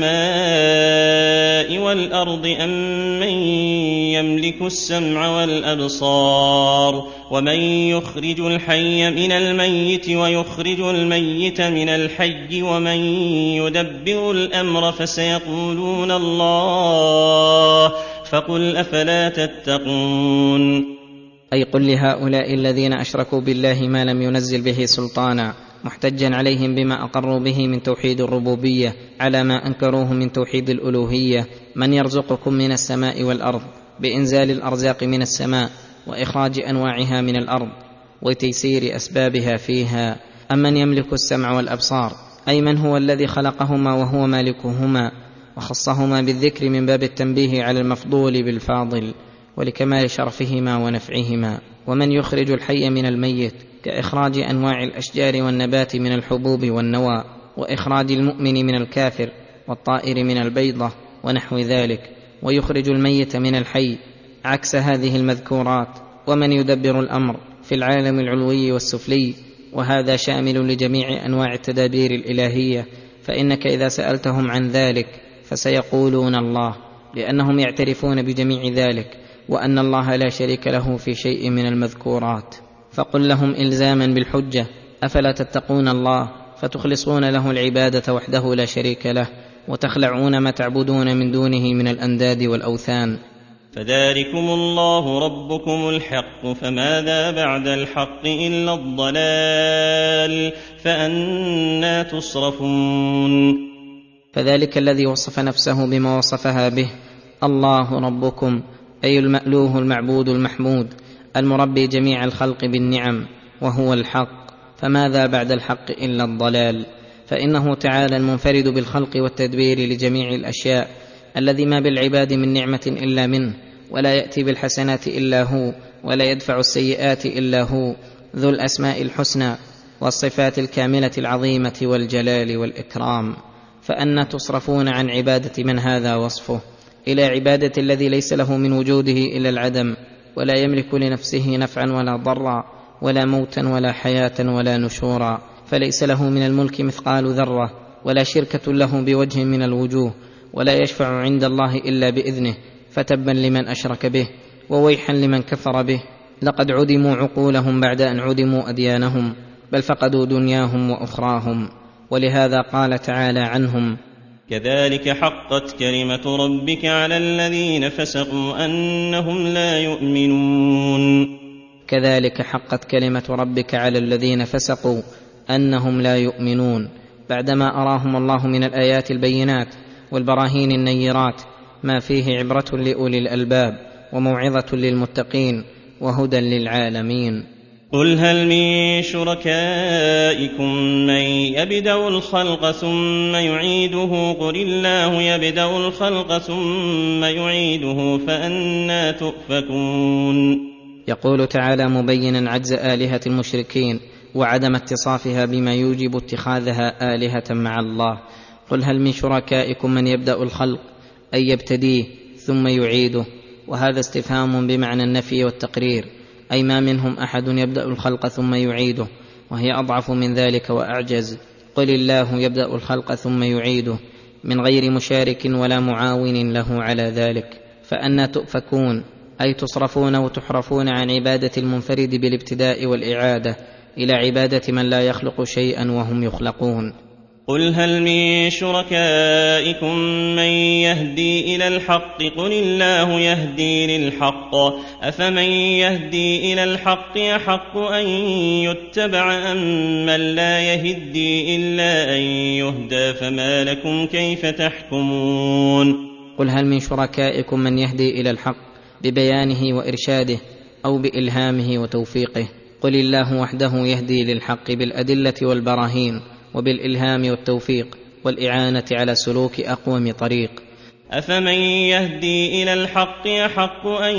السماء والأرض أم من يملك السمع والأبصار ومن يخرج الحي من الميت ويخرج الميت من الحي ومن يدبر الأمر فسيقولون الله فقل أفلا تتقون. أي قل لهؤلاء الذين أشركوا بالله ما لم ينزل به سلطانا، محتجا عليهم بما أقروا به من توحيد الربوبية على ما أنكروه من توحيد الألوهية: من يرزقكم من السماء والأرض، بإنزال الأرزاق من السماء وإخراج أنواعها من الأرض وتيسير أسبابها فيها، أم من يملك السمع والأبصار، أي من هو الذي خلقهما وهو مالكهما، وخصهما بالذكر من باب التنبيه على المفضول بالفاضل ولكمال شرفهما ونفعهما. ومن يخرج الحي من الميت، كإخراج أنواع الأشجار والنبات من الحبوب والنوى، وإخراج المؤمن من الكافر والطائر من البيضة ونحو ذلك، ويخرج الميت من الحي، عكس هذه المذكورات. ومن يدبر الأمر في العالم العلوي والسفلي، وهذا شامل لجميع أنواع التدابير الإلهية، فإنك إذا سألتهم عن ذلك فسيقولون الله، لأنهم يعترفون بجميع ذلك، وأن الله لا شريك له في شيء من المذكورات. فقل لهم إلزاما بالحجة: أفلا تتقون الله فتخلصون له العبادة وحده لا شريك له، وتخلعون ما تعبدون من دونه من الأنداد والأوثان. فذلكم الله ربكم الحق، فماذا بعد الحق إلا الضلال، فأنى تصرفون. فذلك الذي وصف نفسه بما وصفها به: الله ربكم، أي المألوه المعبود المحمود المربي جميع الخلق بالنعم، وهو الحق، فماذا بعد الحق إلا الضلال؟ فإنه تعالى المنفرد بالخلق والتدبير لجميع الأشياء، الذي ما بالعباد من نعمة إلا منه، ولا يأتي بالحسنات إلا هو، ولا يدفع السيئات إلا هو، ذو الأسماء الحسنى والصفات الكاملة العظيمة والجلال والإكرام. فأنى تصرفون عن عبادة من هذا وصفه إلى عبادة الذي ليس له من وجوده إلا العدم، ولا يملك لنفسه نفعا ولا ضرا، ولا موتا ولا حياة ولا نشورا، فليس له من الملك مثقال ذرة، ولا شركة له بوجه من الوجوه، ولا يشفع عند الله إلا بإذنه، فتبا لمن أشرك به، وويحا لمن كفر به. لقد عدموا عقولهم بعد أن عدموا أديانهم، بل فقدوا دنياهم وأخراهم. ولهذا قال تعالى عنهم: كذلك حقت كلمة ربك على الذين فسقوا أنهم لا يؤمنون. كذلك حقت كلمة ربك على الذين فسقوا أنهم لا يؤمنون، بعدما أراهم الله من الآيات البينات والبراهين النيرات ما فيه عبرة لأولي الألباب وموعظة للمتقين وهدى للعالمين. قل هل من شركائكم من يبدأ الخلق ثم يعيده؟ قل الله يبدأ الخلق ثم يعيده فأنى تؤفكون. يقول تعالى مبينا عجز آلهة المشركين وعدم اتصافها بما يوجب اتخاذها آلهة مع الله: قل هل من شركائكم من يبدأ الخلق، أي يبتديه ثم يعيده، وهذا استفهام بمعنى النفي والتقرير، أي ما منهم أحد يبدأ الخلق ثم يعيده، وهي أضعف من ذلك وأعجز. قل الله يبدأ الخلق ثم يعيده، من غير مشارك ولا معاون له على ذلك. فأنى تؤفكون، أي تصرفون وتحرفون عن عبادة المنفرد بالابتداء والإعادة إلى عبادة من لا يخلق شيئا وهم يخلقون. قل هل من شركائكم من يهدي إلى الحق؟ قل الله يهدي للحق، أفمن يهدي إلى الحق أحق أن يتبع أم من لا يهدي إلا أن يهدى؟ فما لكم كيف تحكمون. قل هل من شركائكم من يهدي إلى الحق ببيانه وإرشاده أو بإلهامه وتوفيقه؟ قل الله وحده يهدي للحق بالأدلة والبراهين وبالإلهام والتوفيق والإعانة على سلوك أقوم طريق. أفمن يهدي إلى الحق أحق أن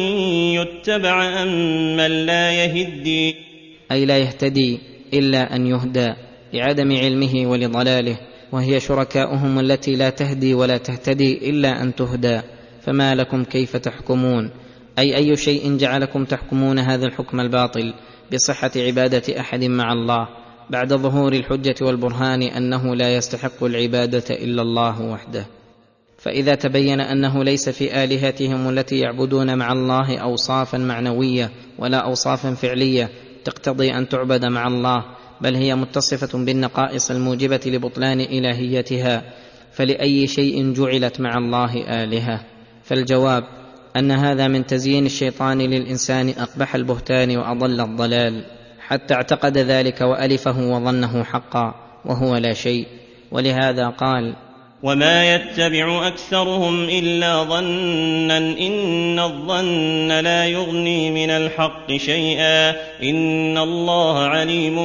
يتبع أم من لا يهدي، أي لا يهتدي إلا أن يهدى لعدم علمه ولضلاله، وهي شركاؤهم التي لا تهدي ولا تهتدي إلا أن تهدى. فما لكم كيف تحكمون، أي شيء جعلكم تحكمون هذا الحكم الباطل بصحة عبادة أحد مع الله بعد ظهور الحجة والبرهان أنه لا يستحق العبادة إلا الله وحده؟ فإذا تبين أنه ليس في آلهتهم التي يعبدون مع الله أوصافا معنوية ولا أوصافا فعلية تقتضي أن تعبد مع الله، بل هي متصفة بالنقائص الموجبة لبطلان إلهيتها، فلأي شيء جعلت مع الله آلهة؟ فالجواب أن هذا من تزيين الشيطان للإنسان أقبح البهتان وأضل الضلال، حتى اعتقد ذلك وألفه وظنه حقا وهو لا شيء. ولهذا قال: وما يتبع أكثرهم إلا ظنا إن الظن لا يغني من الحق شيئا إن الله عليم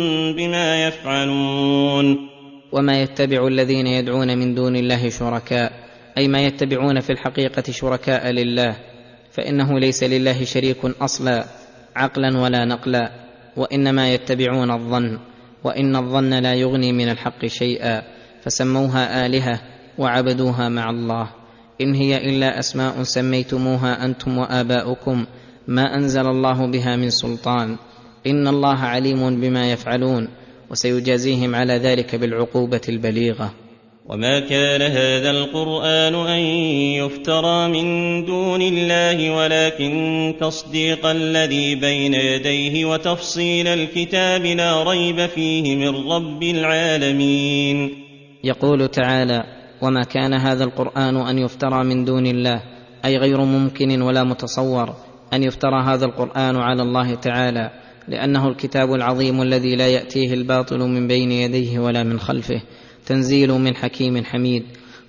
بما يفعلون. وما يتبع الذين يدعون من دون الله شركاء، أي ما يتبعون في الحقيقة شركاء لله، فإنه ليس لله شريك أصلا عقلا ولا نقلا، وإنما يتبعون الظن، وإن الظن لا يغني من الحق شيئا، فسموها آلهة وعبدوها مع الله. إن هي إلا أسماء سميتموها أنتم وآباؤكم ما أنزل الله بها من سلطان، إن الله عليم بما يفعلون، وسيجازيهم على ذلك بالعقوبة البليغة. وما كان هذا القرآن أن يفترى من دون الله ولكن تصديق الذي بين يديه وتفصيل الكتاب لا ريب فيه من رب العالمين. يقول تعالى: وما كان هذا القرآن أن يفترى من دون الله، أي غير ممكن ولا متصور أن يفترى هذا القرآن على الله تعالى، لأنه الكتاب العظيم الذي لا يأتيه الباطل من بين يديه ولا من خلفه، تنزيل من حكيم حميد،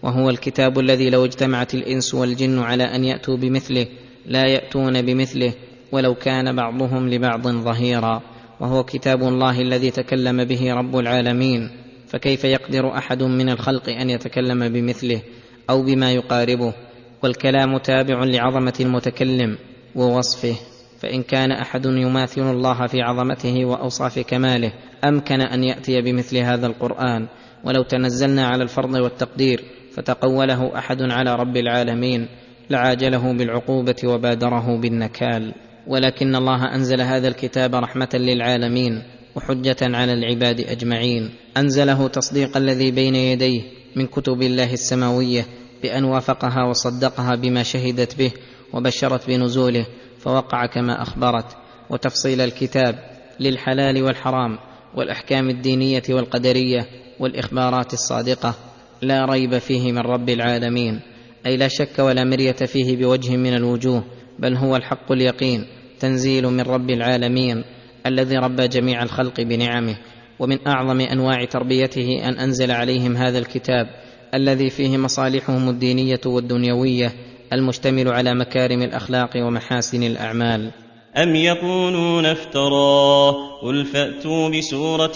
وهو الكتاب الذي لو اجتمعت الإنس والجن على أن يأتوا بمثله لا يأتون بمثله ولو كان بعضهم لبعض ظهيرا، وهو كتاب الله الذي تكلم به رب العالمين، فكيف يقدر أحد من الخلق أن يتكلم بمثله أو بما يقاربه؟ والكلام تابع لعظمة المتكلم ووصفه، فإن كان أحد يماثل الله في عظمته وأوصاف كماله أمكن أن يأتي بمثل هذا القرآن. ولو تنزلنا على الفرض والتقدير فتقوله أحد على رب العالمين لعاجله بالعقوبة وبادره بالنكال، ولكن الله أنزل هذا الكتاب رحمة للعالمين وحجة على العباد أجمعين، أنزله تصديق الذي بين يديه من كتب الله السماوية بأن وافقها وصدقها بما شهدت به وبشرت بنزوله فوقع كما أخبرت، وتفصيل الكتاب للحلال والحرام والأحكام الدينية والقدرية والإخبارات الصادقة لا ريب فيه من رب العالمين، أي لا شك ولا مرية فيه بوجه من الوجوه، بل هو الحق اليقين تنزيل من رب العالمين الذي ربى جميع الخلق بنعمه. ومن أعظم أنواع تربيته أن أنزل عليهم هذا الكتاب الذي فيه مصالحهم الدينية والدنيوية المشتمل على مكارم الأخلاق ومحاسن الأعمال. أم يقولون افتراه قل فأتوا بسورة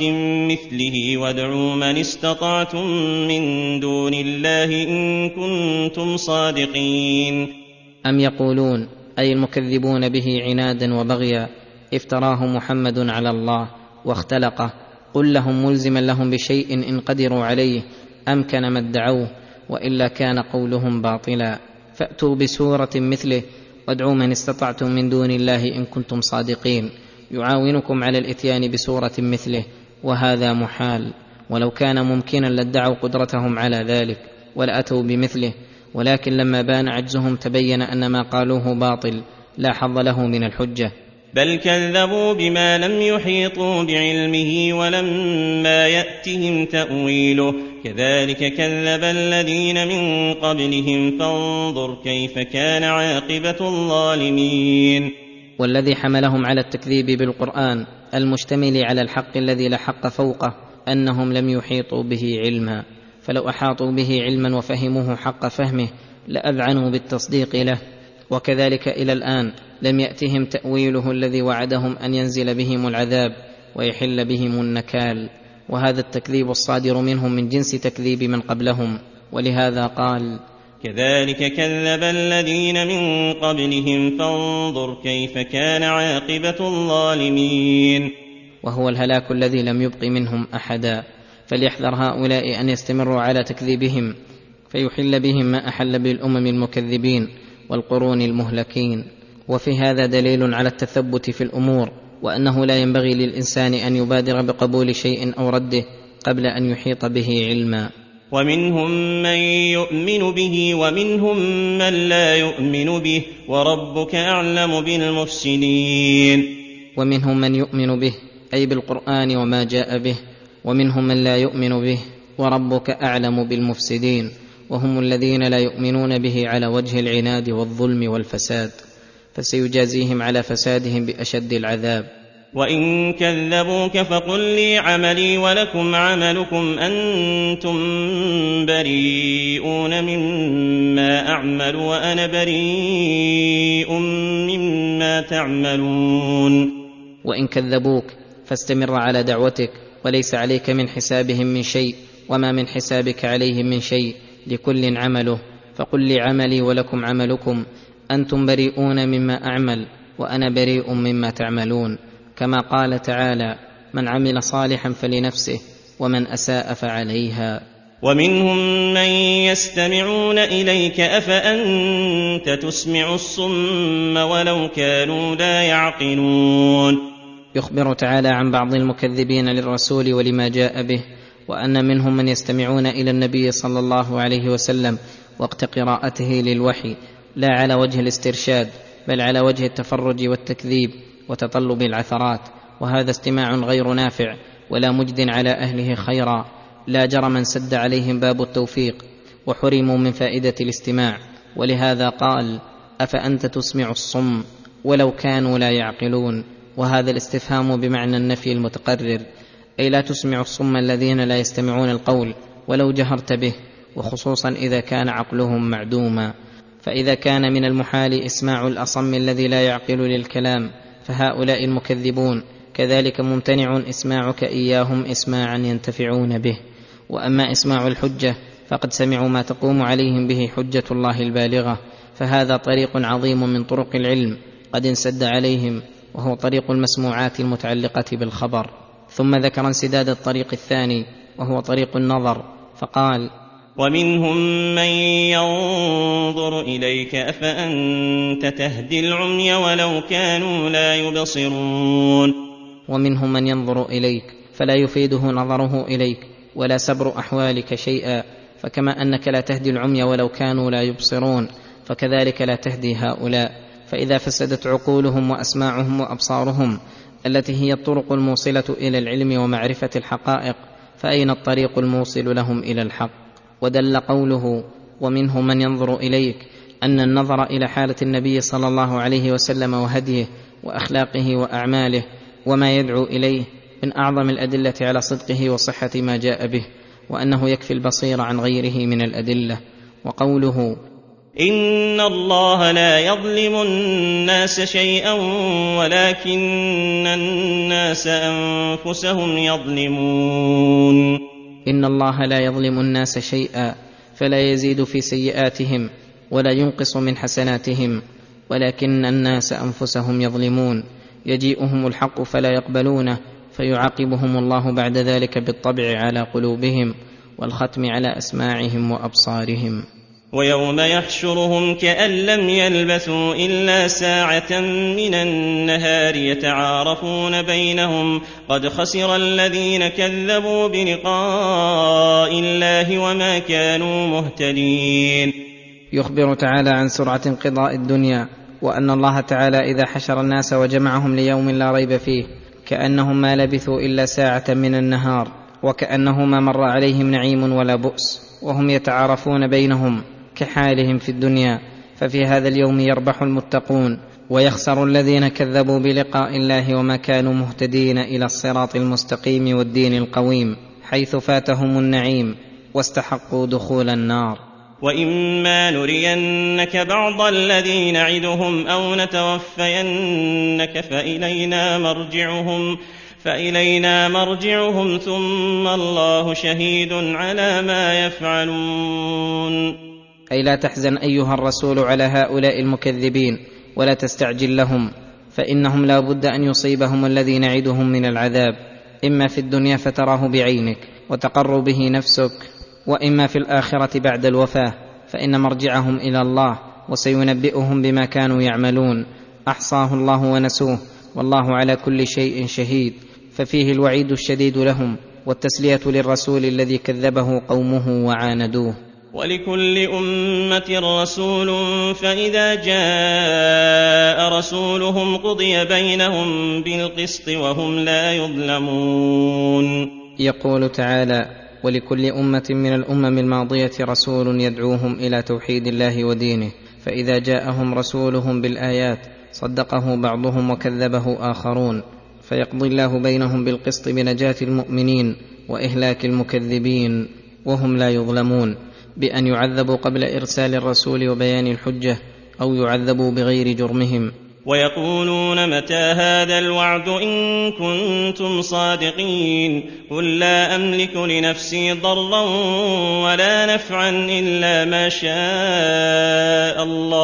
مثله وادعوا من استطعتم من دون الله إن كنتم صادقين. أم يقولون أي المكذبون به عنادا وبغيا افتراه محمد على الله واختلقه، قل لهم ملزما لهم بشيء إن قدروا عليه أمكن ما ادعوه، وإلا كان قولهم باطلا. فأتوا بسورة مثله وادعوا من استطعتم من دون الله إن كنتم صادقين، يعاونكم على الإتيان بسورة مثله، وهذا محال، ولو كان ممكنا لادعوا قدرتهم على ذلك ولأتوا بمثله، ولكن لما بان عجزهم تبين أن ما قالوه باطل لا حظ له من الحجة. بل كذبوا بما لم يحيطوا بعلمه ولما يأتهم تأويله كذلك كذب الذين من قبلهم فانظر كيف كان عاقبة الظالمين. والذي حملهم على التكذيب بالقرآن المشتمل على الحق الذي لا حق فوقه أنهم لم يحيطوا به علما، فلو أحاطوا به علما وفهموه حق فهمه لأذعنوا بالتصديق له، وكذلك إلى الآن لم يأتهم تأويله الذي وعدهم أن ينزل بهم العذاب ويحل بهم النكال، وهذا التكذيب الصادر منهم من جنس تكذيب من قبلهم، ولهذا قال كذلك كذب الذين من قبلهم فانظر كيف كان عاقبة الظالمين. وهو الهلاك الذي لم يبق منهم أحدا، فليحذر هؤلاء أن يستمروا على تكذيبهم فيحل بهم ما أحل بالأمم المكذبين والقرون المهلكين. وفي هذا دليل على التثبت في الأمور، وأنه لا ينبغي للإنسان أن يبادر بقبول شيء أو رده قبل أن يحيط به علما. ومنهم من يؤمن به ومنهم من لا يؤمن به وربك أعلم بالمفسدين. ومنهم من يؤمن به أي بالقرآن وما جاء به، ومنهم من لا يؤمن به وربك أعلم بالمفسدين، وهم الذين لا يؤمنون به على وجه العناد والظلم والفساد، فسيجازيهم على فسادهم بأشد العذاب. وإن كذبوك فقل لي عملي ولكم عملكم أنتم بريئون مما أعمل وأنا بريء مما تعملون. وإن كذبوك فاستمر على دعوتك، وليس عليك من حسابهم من شيء وما من حسابك عليهم من شيء، لكل عمله، فقل لي عملي ولكم عملكم أنتم بريئون مما أعمل وأنا بريء مما تعملون، كما قال تعالى من عمل صالحا فلنفسه ومن أساء فعليها. ومنهم من يستمعون إليك أفأنت تسمع الصم ولو كانوا لا يعقلون. يخبر تعالى عن بعض المكذبين للرسول ولما جاء به، وأن منهم من يستمعون إلى النبي صلى الله عليه وسلم وقت قراءته للوحي لا على وجه الاسترشاد بل على وجه التفرج والتكذيب وتطلب العثرات، وهذا استماع غير نافع ولا مجد على أهله خيرا، لا جرم سد عليهم باب التوفيق وحرموا من فائدة الاستماع. ولهذا قال أفأنت تسمع الصم ولو كانوا لا يعقلون، وهذا الاستفهام بمعنى النفي المتقرر، أي لا تسمع الصم الذين لا يستمعون القول ولو جهرت به وخصوصا إذا كان عقلهم معدوما. فإذا كان من المحال إسماع الأصم الذي لا يعقل للكلام فهؤلاء المكذبون، كذلك ممتنع إسماعك إياهم إسماعا ينتفعون به. وأما إسماع الحجة فقد سمعوا ما تقوم عليهم به حجة الله البالغة، فهذا طريق عظيم من طرق العلم قد انسد عليهم، وهو طريق المسموعات المتعلقة بالخبر. ثم ذكر انسداد الطريق الثاني وهو طريق النظر، فقال: ومنهم من ينظر إليك أفأنت تهدي العمي ولو كانوا لا يبصرون. ومنهم من ينظر إليك فلا يفيده نظره إليك ولا سبر أحوالك شيئا، فكما أنك لا تهدي العمي ولو كانوا لا يبصرون فكذلك لا تهدي هؤلاء. فإذا فسدت عقولهم وأسماعهم وأبصارهم التي هي الطرق الموصلة إلى العلم ومعرفة الحقائق، فأين الطريق الموصل لهم إلى الحق؟ ودل قوله ومنهم من ينظر إليك أن النظر إلى حالة النبي صلى الله عليه وسلم وهديه وأخلاقه وأعماله وما يدعو إليه من أعظم الأدلة على صدقه وصحة ما جاء به، وأنه يكفي البصير عن غيره من الأدلة. وقوله إن الله لا يظلم الناس شيئا ولكن الناس أنفسهم يظلمون. إن الله لا يظلم الناس شيئا، فلا يزيد في سيئاتهم ولا ينقص من حسناتهم، ولكن الناس أنفسهم يظلمون. يجيئهم الحق فلا يقبلونه، فيعاقبهم الله بعد ذلك بالطبع على قلوبهم والختم على أسماعهم وأبصارهم. ويوم يحشرهم كأن لم يلبثوا إلا ساعة من النهار يتعارفون بينهم قد خسر الذين كذبوا بلقاء الله وما كانوا مهتدين. يخبر تعالى عن سرعة انقضاء الدنيا، وأن الله تعالى إذا حشر الناس وجمعهم ليوم لا ريب فيه كأنهم ما لبثوا إلا ساعة من النهار، وكأنه ما مر عليهم نعيم ولا بؤس، وهم يتعارفون بينهم كحالهم في الدنيا. ففي هذا اليوم يربح المتقون ويخسر الذين كذبوا بلقاء الله وما كانوا مهتدين إلى الصراط المستقيم والدين القويم، حيث فاتهم النعيم واستحقوا دخول النار. وإما نرينك بعض الذي نعدهم أو نتوفينك فإلينا مرجعهم ثم الله شهيد على ما يفعلون. أي لا تحزن أيها الرسول على هؤلاء المكذبين ولا تستعجل لهم، فإنهم لا بد أن يصيبهم الذي نعدهم من العذاب، إما في الدنيا فتراه بعينك وتقر به نفسك، وإما في الآخرة بعد الوفاة، فإن مرجعهم إلى الله وسينبئهم بما كانوا يعملون. أحصاه الله ونسوه والله على كل شيء شهيد. ففيه الوعيد الشديد لهم والتسلية للرسول الذي كذبه قومه وعاندوه. ولكل أمة رسول فإذا جاء رسولهم قضي بينهم بالقسط وهم لا يظلمون. يقول تعالى ولكل أمة من الأمم الماضية رسول يدعوهم إلى توحيد الله ودينه، فإذا جاءهم رسولهم بالآيات صدقه بعضهم وكذبه آخرون، فيقضي الله بينهم بالقسط بنجاة المؤمنين وإهلاك المكذبين وهم لا يظلمون، بأن يعذبوا قبل إرسال الرسول وبيان الحجة، أو يعذبوا بغير جرمهم. ويقولون متى هذا الوعد إن كنتم صادقين قل لا أملك لنفسي ضرا ولا نفعا إلا ما شاء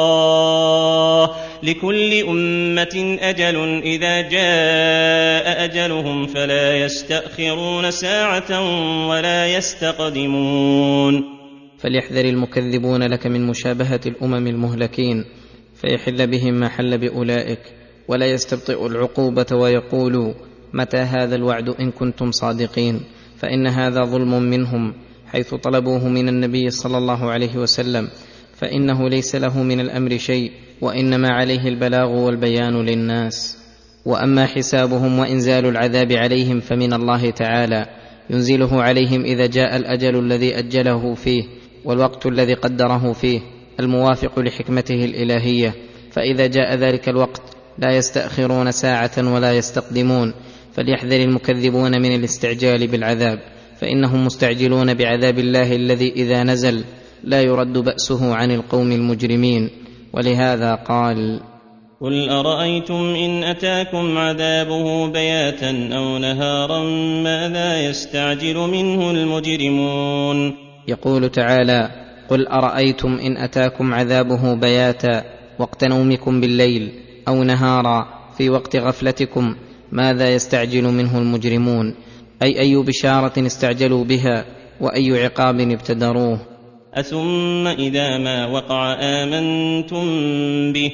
الله لكل أمة أجل إذا جاء أجلهم فلا يستأخرون ساعة ولا يستقدمون. فليحذر المكذبون لك من مشابهة الأمم المهلكين فيحل بهم ما حل بأولئك، ولا يستبطئ العقوبة ويقولوا متى هذا الوعد إن كنتم صادقين، فإن هذا ظلم منهم حيث طلبوه من النبي صلى الله عليه وسلم، فإنه ليس له من الأمر شيء، وإنما عليه البلاغ والبيان للناس. وأما حسابهم وإنزال العذاب عليهم فمن الله تعالى، ينزله عليهم إذا جاء الأجل الذي أجله فيه والوقت الذي قدره فيه الموافق لحكمته الإلهية، فإذا جاء ذلك الوقت لا يستأخرون ساعة ولا يستقدمون. فليحذر المكذبون من الاستعجال بالعذاب، فإنهم مستعجلون بعذاب الله الذي إذا نزل لا يرد بأسه عن القوم المجرمين. ولهذا قال: قل أرأيتم إن أتاكم عذابه بياتا أو نهارا ماذا يستعجل منه المجرمون. يقول تعالى: قل أرأيتم إن أتاكم عذابه بياتا وقت نومكم بالليل أو نهارا في وقت غفلتكم ماذا يستعجل منه المجرمون، أي بشارة استعجلوا بها وأي عقاب ابتدروه. أثم إذا ما وقع آمنتم به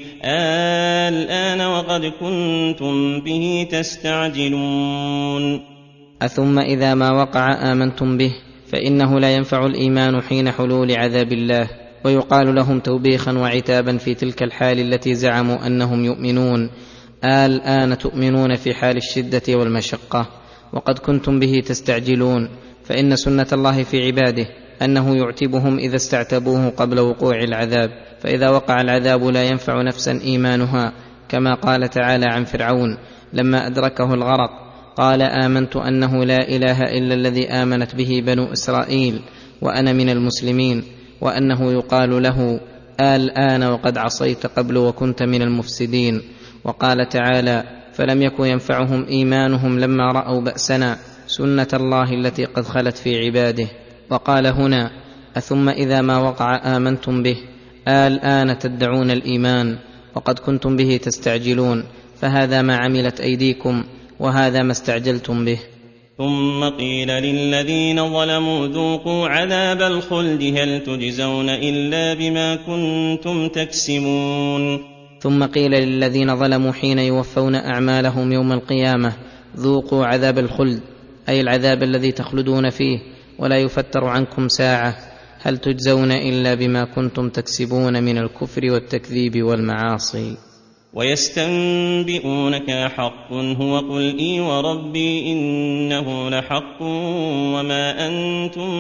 الآن وقد كنتم به تستعجلون. أثم إذا ما وقع آمنتم به، فإنه لا ينفع الإيمان حين حلول عذاب الله، ويقال لهم توبيخا وعتابا في تلك الحال التي زعموا أنهم يؤمنون: الآن تؤمنون في حال الشدة والمشقة وقد كنتم به تستعجلون. فإن سنة الله في عباده أنه يعتبهم إذا استعتبوه قبل وقوع العذاب، فإذا وقع العذاب لا ينفع نفسا إيمانها، كما قال تعالى عن فرعون لما أدركه الغرق قال: آمنت أنه لا إله إلا الذي آمنت به بنو إسرائيل وأنا من المسلمين، وأنه يقال له: الآن وقد عصيت قبل وكنت من المفسدين. وقال تعالى: فلم يكن ينفعهم إيمانهم لما رأوا بأسنا، سنة الله التي قد خلت في عباده. وقال هنا: أثم إذا ما وقع آمنتم به، الآن تدعون الإيمان وقد كنتم به تستعجلون، فهذا ما عملت أيديكم وهذا ما استعجلتم به. ثم قيل للذين ظلموا ذوقوا عذاب الخلد هل تجزون إلا بما كنتم تكسبون. ثم قيل للذين ظلموا حين يوفون أعمالهم يوم القيامة: ذوقوا عذاب الخلد، أي العذاب الذي تخلدون فيه ولا يفتر عنكم ساعة، هل تجزون إلا بما كنتم تكسبون من الكفر والتكذيب والمعاصي. ويستنبئونك حق هو، قل إي وربي إنه لحق وما أنتم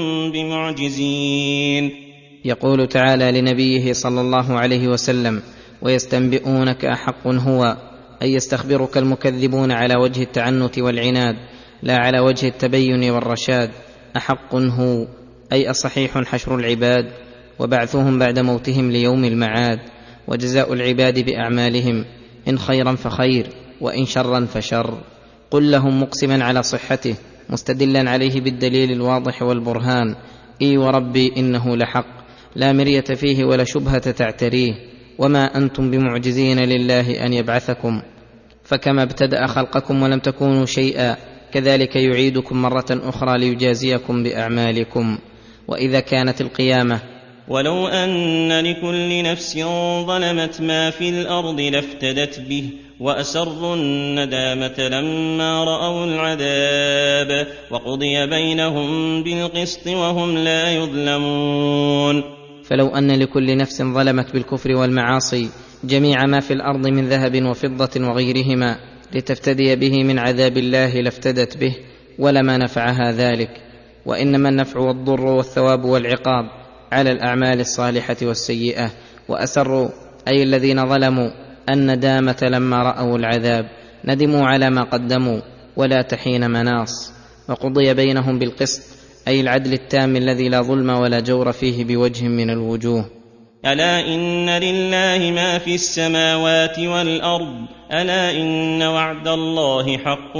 بمعجزين. يقول تعالى لنبيه صلى الله عليه وسلم: ويستنبئونك أحق هو، أي يستخبرك المكذبون على وجه التعنت والعناد لا على وجه التبين والرشاد. أحق هو أي أصحيح حشر العباد وبعثهم بعد موتهم ليوم المعاد، وجزاء العباد بأعمالهم، إن خيرا فخير وإن شرا فشر. قل لهم مقسما على صحته مستدلا عليه بالدليل الواضح والبرهان: إي وربي إنه لحق، لا مرية فيه ولا شبهة تعتريه، وما أنتم بمعجزين لله أن يبعثكم، فكما ابتدأ خلقكم ولم تكونوا شيئا كذلك يعيدكم مرة أخرى ليجازيكم بأعمالكم. وإذا كانت القيامة: ولو أن لكل نفس ظلمت ما في الأرض لافتدت به وأسروا الندامة لما رأوا العذاب وقضي بينهم بالقسط وهم لا يظلمون. فلو أن لكل نفس ظلمت بالكفر والمعاصي جميع ما في الأرض من ذهب وفضة وغيرهما لتفتدي به من عذاب الله لافتدت به، ولما نفعها ذلك. وإنما النفع والضر والثواب والعقاب على الأعمال الصالحة والسيئة. وأسروا أي الذين ظلموا الندامة لما رأوا العذاب، ندموا على ما قدموا ولا تحين مناص. وقضي بينهم بالقسط أي العدل التام الذي لا ظلم ولا جور فيه بوجه من الوجوه. ألا إن لله ما في السماوات والأرض ألا إن وعد الله حق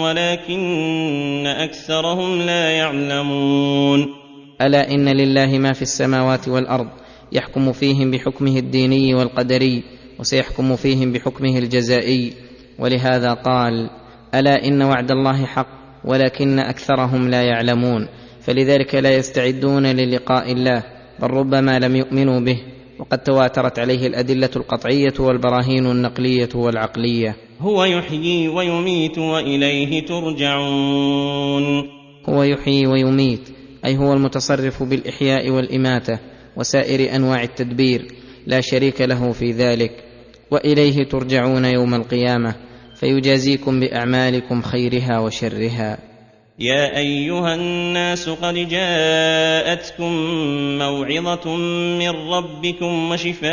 ولكن أكثرهم لا يعلمون. ألا إن لله ما في السماوات والأرض، يحكم فيهم بحكمه الديني والقدري، وسيحكم فيهم بحكمه الجزائي. ولهذا قال: ألا إن وعد الله حق ولكن أكثرهم لا يعلمون. فلذلك لا يستعدون للقاء الله، بل ربما لم يؤمنوا به، وقد تواترت عليه الأدلة القطعية والبراهين النقلية والعقلية. هو يحيي ويميت وإليه ترجعون. هو يحيي ويميت أي هو المتصرف بالإحياء والإماتة وسائر أنواع التدبير، لا شريك له في ذلك. وإليه ترجعون يوم القيامة فيجازيكم بأعمالكم خيرها وشرها. يا أيها الناس قد جاءتكم موعظة من ربكم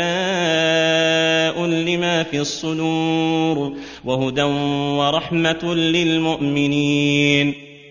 وشفاء لما في الصدور وهدى ورحمة للمؤمنين.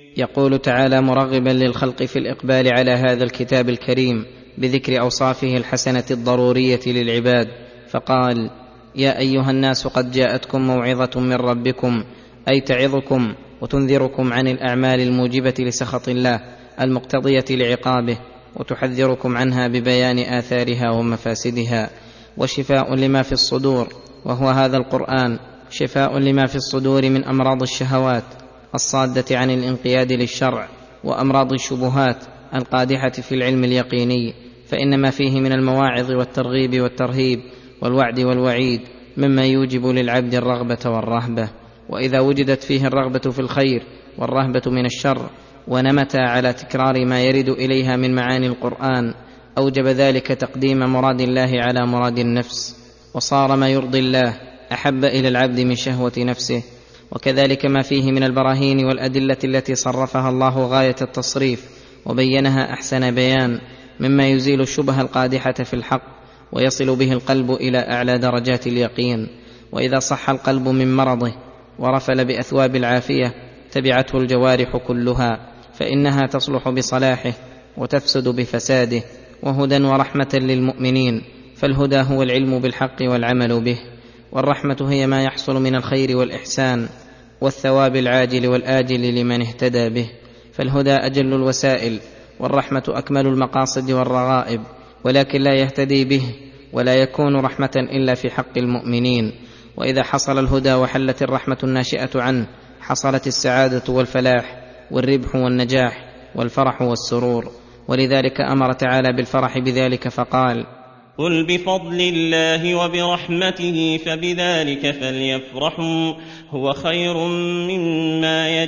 يقول تعالى مرغبا للخلق في الإقبال على هذا الكتاب الكريم بذكر أوصافه الحسنة الضرورية للعباد، فقال: يا أيها الناس قد جاءتكم موعظة من ربكم، أي تعظكم وتنذركم عن الأعمال الموجبة لسخط الله المقتضية لعقابه، وتحذركم عنها ببيان آثارها ومفاسدها، وشفاء لما في الصدور، وهو هذا القرآن شفاء لما في الصدور من أمراض الشهوات الصادة عن الانقياد للشرع، وأمراض الشبهات القادحة في العلم اليقيني، فإن ما فيه من المواعظ والترغيب والترهيب والوعد والوعيد مما يوجب للعبد الرغبة والرهبة. وإذا وجدت فيه الرغبة في الخير والرهبة من الشر ونمتا على تكرار ما يرد إليها من معاني القرآن، أوجب ذلك تقديم مراد الله على مراد النفس، وصار ما يرضي الله أحب إلى العبد من شهوة نفسه. وكذلك ما فيه من البراهين والأدلة التي صرفها الله غاية التصريف وبينها أحسن بيان مما يزيل الشبهة القادحة في الحق ويصل به القلب إلى أعلى درجات اليقين. وإذا صح القلب من مرضه ورفل بأثواب العافية تبعته الجوارح كلها، فإنها تصلح بصلاحه وتفسد بفساده، وهدى ورحمة للمؤمنين. فالهدى هو العلم بالحق والعمل به، والرحمة هي ما يحصل من الخير والإحسان والثواب العاجل والآجل لمن اهتدى به. فالهدى أجل الوسائل، والرحمة أكمل المقاصد والرغائب، ولكن لا يهتدي به ولا يكون رحمة إلا في حق المؤمنين. وإذا حصل الهدى وحلت الرحمة الناشئة عنه حصلت السعادة والفلاح والربح والنجاح والفرح والسرور. ولذلك أمر تعالى بالفرح بذلك فقال: قل بفضل الله وبرحمته فبذلك فليفرحوا هو خير مما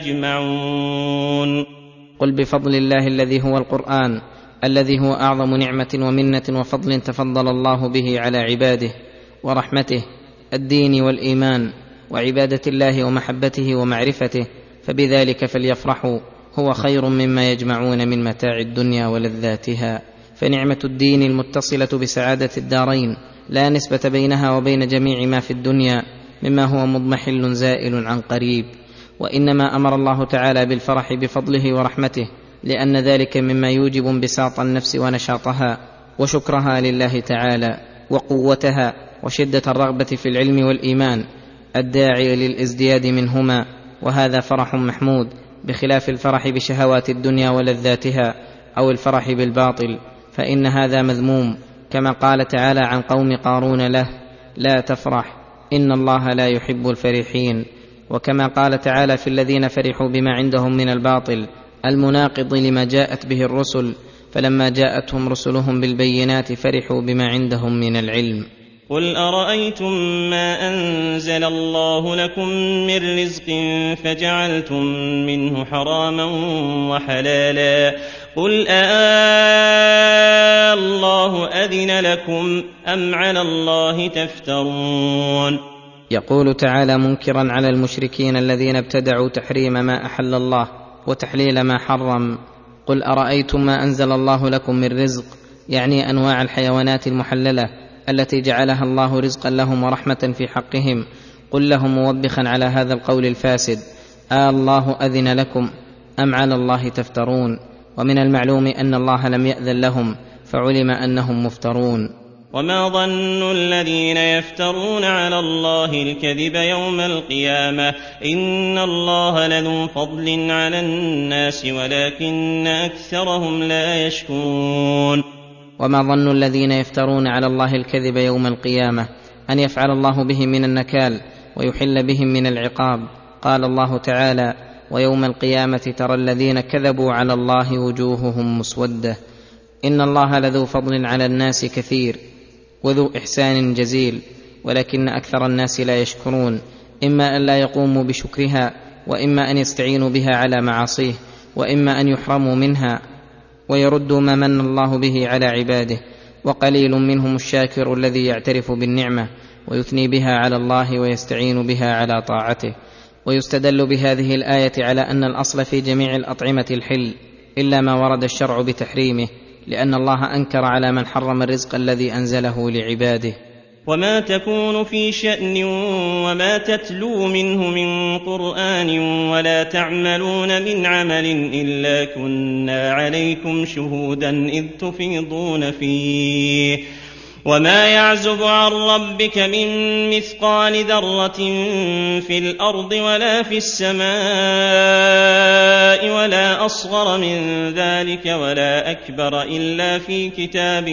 يجمعون. قل بفضل الله الذي هو القرآن، الذي هو أعظم نعمة ومنة وفضل تفضل الله به على عباده، ورحمته الدين والإيمان وعبادة الله ومحبته ومعرفته، فبذلك فليفرحوا هو خير مما يجمعون من متاع الدنيا ولذاتها. فنعمة الدين المتصلة بسعادة الدارين لا نسبة بينها وبين جميع ما في الدنيا مما هو مضمحل زائل عن قريب. وإنما أمر الله تعالى بالفرح بفضله ورحمته لأن ذلك مما يوجب انبساط النفس ونشاطها وشكرها لله تعالى وقوتها وشدة الرغبة في العلم والإيمان الداعي للازدياد منهما، وهذا فرح محمود بخلاف الفرح بشهوات الدنيا ولذاتها أو الفرح بالباطل، فإن هذا مذموم، كما قال تعالى عن قوم قارون له: لا تفرح إن الله لا يحب الفرحين. وكما قال تعالى في الذين فرحوا بما عندهم من الباطل المناقض لما جاءت به الرسل: فلما جاءتهم رسلهم بالبينات فرحوا بما عندهم من العلم. قل أرأيتم ما أنزل الله لكم من رزق فجعلتم منه حراما وحلالا قل الله أذن لكم أم على الله تفترون. يقول تعالى منكرا على المشركين الذين ابتدعوا تحريم ما أحل الله وتحليل ما حرم: قل أرأيتم ما أنزل الله لكم من رزق، يعني أنواع الحيوانات المحللة التي جعلها الله رزقا لهم ورحمة في حقهم. قل لهم موبخا على هذا القول الفاسد: الله أذن لكم أم على الله تفترون؟ ومن المعلوم أن الله لم يأذن لهم، فعلم أنهم مفترون. وما ظن الذين يفترون على الله الكذب يوم القيامة إن الله لذو فضل على الناس ولكن أكثرهم لا يشكرون. وما ظن الذين يفترون على الله الكذب يوم القيامة أن يفعل الله بهم من النكال ويحل بهم من العقاب. قال الله تعالى: ويوم القيامة ترى الذين كذبوا على الله وجوههم مسودة. إن الله لذو فضل على الناس كثير وذو إحسان جزيل، ولكن أكثر الناس لا يشكرون، إما أن لا يقوموا بشكرها، وإما أن يستعينوا بها على معاصيه، وإما أن يحرموا منها ويردوا ما من الله به على عباده. وقليل منهم الشاكر الذي يعترف بالنعمة ويثني بها على الله ويستعين بها على طاعته. ويستدل بهذه الآية على أن الأصل في جميع الأطعمة الحل إلا ما ورد الشرع بتحريمه، لأن الله أنكر على من حرم الرزق الذي أنزله لعباده. وما تكون في شأن وما تتلو منه من قرآن ولا تعملون من عمل إلا كنا عليكم شهودا إذ تفيضون فيه وما يعزب عن ربك من مثقال ذرة في الأرض ولا في السماء ولا أصغر من ذلك ولا أكبر إلا في كتاب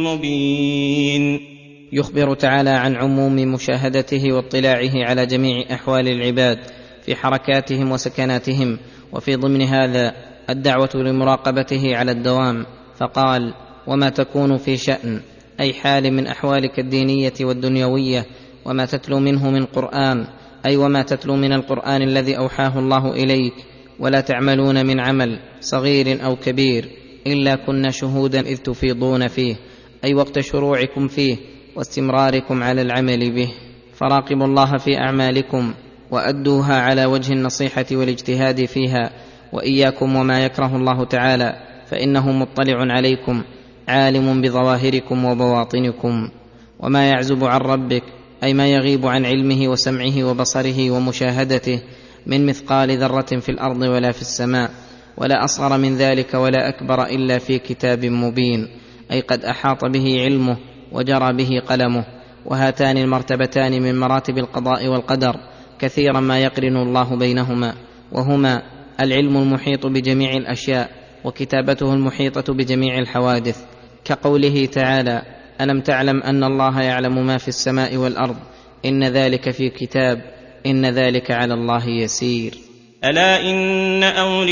مبين. يخبر تعالى عن عموم مشاهدته واطلاعه على جميع أحوال العباد في حركاتهم وسكناتهم، وفي ضمن هذا الدعوة لمراقبته على الدوام، فقال: وما تكون في شأن، أي حال من أحوالك الدينية والدنيوية، وما تتلو منه من قرآن، أي وما تتلو من القرآن الذي أوحاه الله إليك، ولا تعملون من عمل صغير أو كبير إلا كنا شهودا إذ تفيضون فيه، أي وقت شروعكم فيه واستمراركم على العمل به. فراقبوا الله في أعمالكم وأدوها على وجه النصيحة والاجتهاد فيها، وإياكم وما يكره الله تعالى، فإنه مطلع عليكم عالم بظواهركم وبواطنكم. وما يعزب عن ربك، أي ما يغيب عن علمه وسمعه وبصره ومشاهدته من مثقال ذرة في الأرض ولا في السماء، ولا أصغر من ذلك ولا أكبر إلا في كتاب مبين، أي قد أحاط به علمه وجرى به قلمه. وهاتان المرتبتان من مراتب القضاء والقدر كثيرا ما يقرن الله بينهما، وهما العلم المحيط بجميع الأشياء وكتابته المحيطة بجميع الحوادث، كقوله تعالى: ألم تعلم أن الله يعلم ما في السماء والأرض إن ذلك في كتاب إن ذلك على الله يسير. ألا إن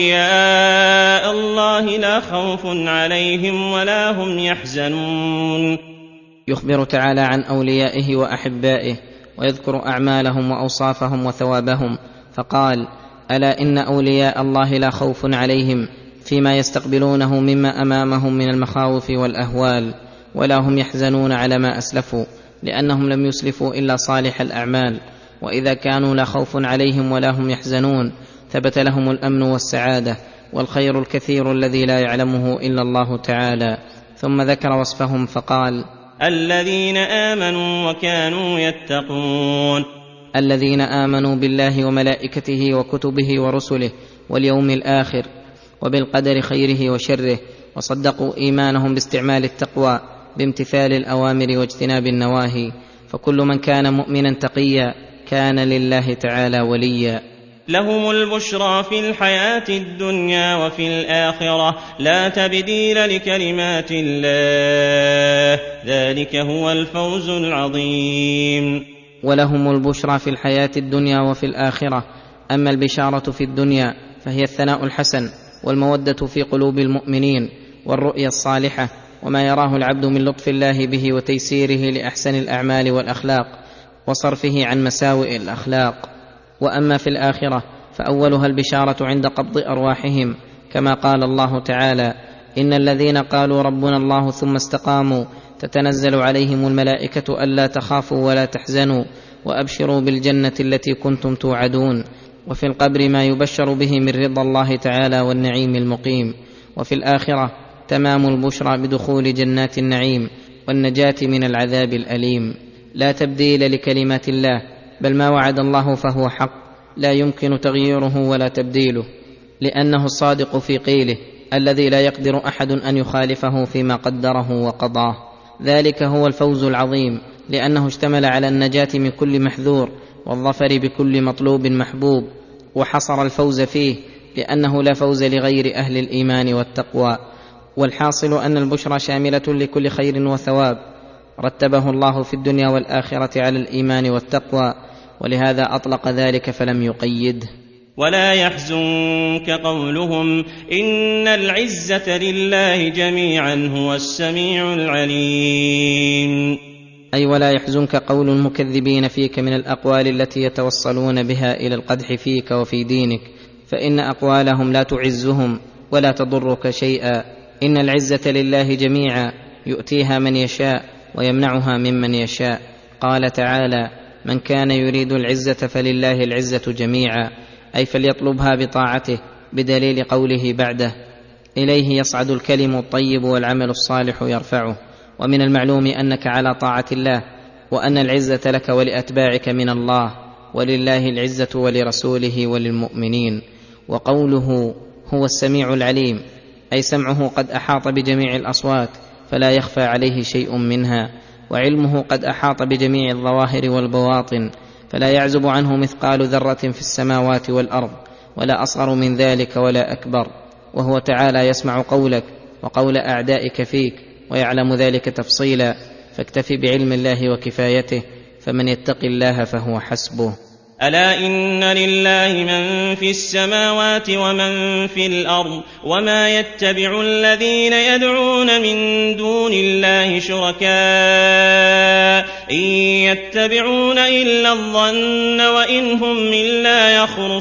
أولياء الله لا خوف عليهم ولا هم يحزنون. يخبر تعالى عن أوليائه وأحبائه ويذكر أعمالهم وأوصافهم وثوابهم، فقال: ألا إن أولياء الله لا خوف عليهم فيما يستقبلونه مما أمامهم من المخاوف والأهوال، ولا هم يحزنون على ما أسلفوا، لأنهم لم يسلفوا إلا صالح الأعمال. وإذا كانوا لا خوف عليهم ولا هم يحزنون ثبت لهم الأمن والسعادة والخير الكثير الذي لا يعلمه إلا الله تعالى. ثم ذكر وصفهم فقال: الذين آمنوا وكانوا يتقون. الذين آمنوا بالله وملائكته وكتبه ورسله واليوم الآخر وبالقدر خيره وشره، وصدقوا إيمانهم باستعمال التقوى بامتثال الأوامر واجتناب النواهي. فكل من كان مؤمنا تقيا كان لله تعالى وليا. لهم البشرى في الحياة الدنيا وفي الآخرة لا تبديل لكلمات الله ذلك هو الفوز العظيم. ولهم البشرى في الحياة الدنيا وفي الآخرة. أما البشارة في الدنيا فهي الثناء الحسن والمودة في قلوب المؤمنين والرؤيا الصالحة، وما يراه العبد من لطف الله به وتيسيره لأحسن الأعمال والأخلاق وصرفه عن مساوئ الأخلاق. وأما في الآخرة فأولها البشارة عند قبض أرواحهم، كما قال الله تعالى: إن الذين قالوا ربنا الله ثم استقاموا تتنزل عليهم الملائكة ألا تخافوا ولا تحزنوا وأبشروا بالجنة التي كنتم توعدون. وفي القبر ما يبشر به من رضا الله تعالى والنعيم المقيم. وفي الآخرة تمام البشرى بدخول جنات النعيم والنجاة من العذاب الأليم. لا تبديل لكلمات الله، بل ما وعد الله فهو حق لا يمكن تغييره ولا تبديله، لأنه الصادق في قيله الذي لا يقدر أحد أن يخالفه فيما قدره وقضاه. ذلك هو الفوز العظيم، لأنه اشتمل على النجاة من كل محذور والظفر بكل مطلوب محبوب، وحصر الفوز فيه لأنه لا فوز لغير أهل الإيمان والتقوى. والحاصل أن البشرى شاملة لكل خير وثواب رتبه الله في الدنيا والآخرة على الإيمان والتقوى، ولهذا أطلق ذلك فلم يقيده. ولا يحزنك قولهم إن العزة لله جميعا هو السميع العليم. أي ولا يحزنك قول المكذبين فيك من الأقوال التي يتوصلون بها إلى القدح فيك وفي دينك، فإن أقوالهم لا تعزهم ولا تضرك شيئا. إن العزة لله جميعا يؤتيها من يشاء ويمنعها ممن يشاء. قال تعالى: من كان يريد العزة فلله العزة جميعا، أي فليطلبها بطاعته، بدليل قوله بعده: إليه يصعد الكلم الطيب والعمل الصالح يرفعه. ومن المعلوم أنك على طاعة الله وأن العزة لك ولأتباعك من الله، ولله العزة ولرسوله وللمؤمنين. وقوله هو السميع العليم أي سمعه قد أحاط بجميع الأصوات فلا يخفى عليه شيء منها، وعلمه قد أحاط بجميع الظواهر والبواطن فلا يعزب عنه مثقال ذرة في السماوات والأرض، ولا أصغر من ذلك ولا أكبر. وهو تعالى يسمع قولك وقول أعدائك فيك ويعلم ذلك تفصيلا، فاكتفي بعلم الله وكفايته، فمن يتق الله فهو حسبه. ألا إن لله من في السماوات ومن في الأرض وما يتبع الذين يدعون من دون الله شركاء إن يتبعون إلا الظن وإن هم إلا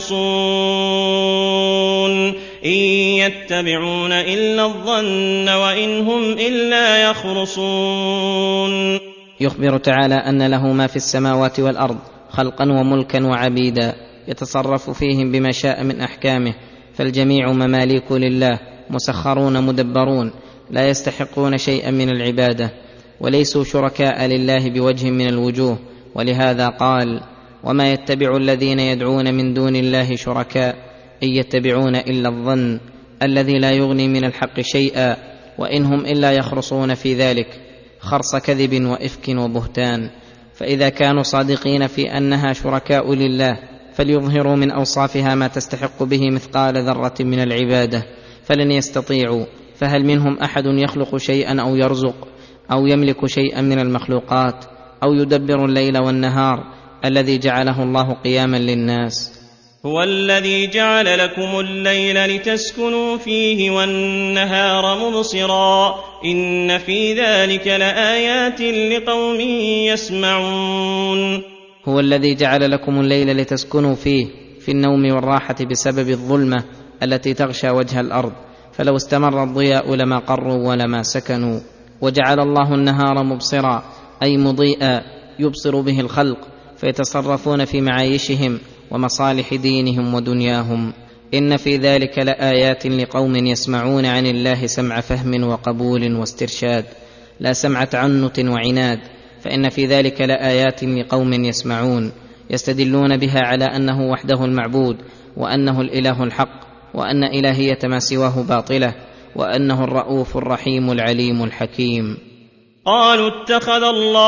يخرصون. يخبر تعالى أن له ما في السماوات والأرض خلقا وملكا وعبيدا يتصرف فيهم بما شاء من أحكامه، فالجميع مماليك لله مسخرون مدبرون لا يستحقون شيئا من العبادة وليسوا شركاء لله بوجه من الوجوه. ولهذا قال وما يتبع الذين يدعون من دون الله شركاء إن يتبعون إلا الظن الذي لا يغني من الحق شيئا وإن هم إلا يخرصون في ذلك خرص كذب وإفك وبهتان. فإذا كانوا صادقين في أنها شركاء لله فليظهروا من أوصافها ما تستحق به مثقال ذرة من العبادة، فلن يستطيعوا. فهل منهم أحد يخلق شيئا أو يرزق أو يملك شيئا من المخلوقات أو يدبر الليل والنهار الذي جعله الله قياما للناس؟ هو الذي جعل لكم الليل لتسكنوا فيه والنهار مبصرا إن في ذلك لآيات لقوم يسمعون. هو الذي جعل لكم الليل لتسكنوا فيه في النوم والراحة بسبب الظلمة التي تغشى وجه الأرض، فلو استمر الضياء لما قروا ولما سكنوا. وجعل الله النهار مبصرا أي مضيئا يبصر به الخلق فيتصرفون في معايشهم ومصالح دينهم ودنياهم. إن في ذلك لآيات لقوم يسمعون عن الله سمع فهم وقبول واسترشاد لا سمع تعنت وعناد، فإن في ذلك لآيات لقوم يسمعون يستدلون بها على أنه وحده المعبود وأنه الإله الحق وأن إلهية ما سواه باطلة وأنه الرؤوف الرحيم العليم الحكيم. قالوا اتخذ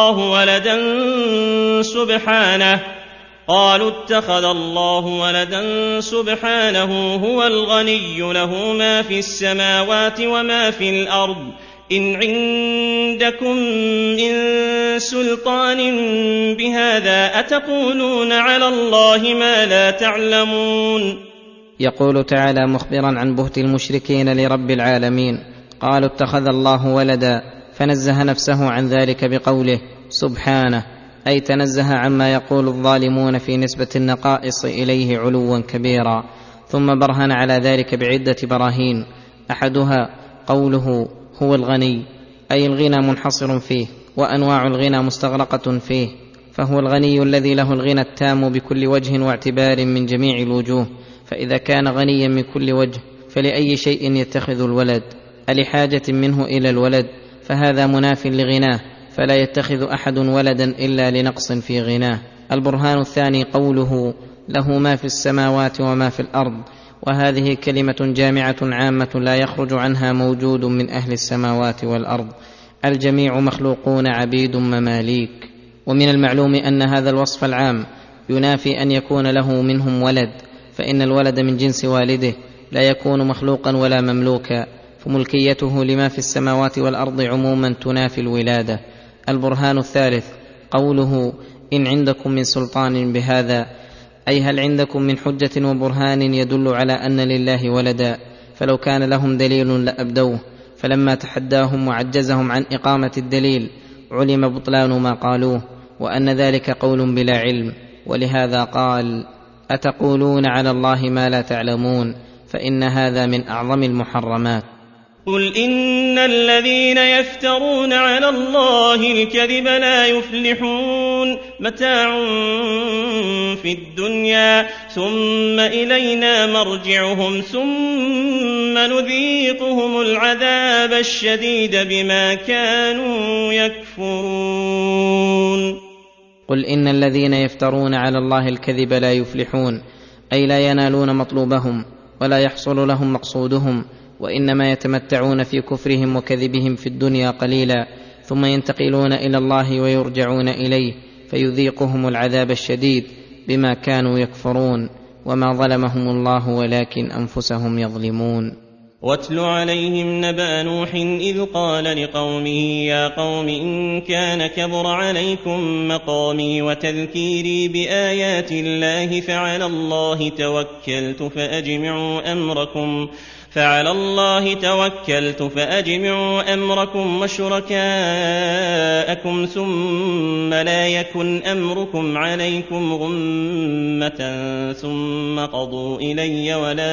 الله ولدا سبحانه هو الغني له ما في السماوات وما في الأرض إن عندكم من سلطان بهذا أتقولون على الله ما لا تعلمون. يقول تعالى مخبرا عن بهت المشركين لرب العالمين قالوا اتخذ الله ولدا، فنزه نفسه عن ذلك بقوله سبحانه أي تنزه عما يقول الظالمون في نسبة النقائص إليه علوا كبيرا. ثم برهن على ذلك بعدة براهين، أحدها قوله هو الغني أي الغنى منحصر فيه وأنواع الغنى مستغرقة فيه، فهو الغني الذي له الغنى التام بكل وجه واعتبار من جميع الوجوه. فإذا كان غنيا من كل وجه فلأي شيء يتخذ الولد؟ ألحاجة منه إلى الولد؟ فهذا مناف لغناه، فلا يتخذ أحد ولدا إلا لنقص في غناه. البرهان الثاني قوله له ما في السماوات وما في الأرض، وهذه كلمة جامعة عامة لا يخرج عنها موجود من أهل السماوات والأرض، الجميع مخلوقون عبيد مماليك. ومن المعلوم أن هذا الوصف العام ينافي أن يكون له منهم ولد، فإن الولد من جنس والده لا يكون مخلوقا ولا مملوكا، فملكيته لما في السماوات والأرض عموما تنافي الولادة. البرهان الثالث قوله إن عندكم من سلطان بهذا، أي هل عندكم من حجة وبرهان يدل على أن لله ولدا؟ فلو كان لهم دليل لأبدوه، فلما تحداهم وعجزهم عن إقامة الدليل علم بطلان ما قالوه وأن ذلك قول بلا علم. ولهذا قال أتقولون على الله ما لا تعلمون، فإن هذا من أعظم المحرمات. قل إن الذين يفترون على الله الكذب لا يفلحون، متاع في الدنيا ثم إلينا مرجعهم ثم نذيقهم العذاب الشديد بما كانوا يكفرون. قل إن الذين يفترون على الله الكذب لا يفلحون، أي لا ينالون مطلوبهم ولا يحصل لهم مقصودهم، وإنما يتمتعون في كفرهم وكذبهم في الدنيا قليلا، ثم ينتقلون إلى الله ويرجعون إليه فيذيقهم العذاب الشديد بما كانوا يكفرون، وما ظلمهم الله ولكن أنفسهم يظلمون. واتل عليهم نبأ نوح إذ قال لقومه يا قوم إن كان كبر عليكم مقامي وتذكيري بآيات الله فعلى الله توكلت فأجمعوا أمركم وشركاءكم ثم لا يكن أمركم عليكم غمة ثم قضوا إلي ولا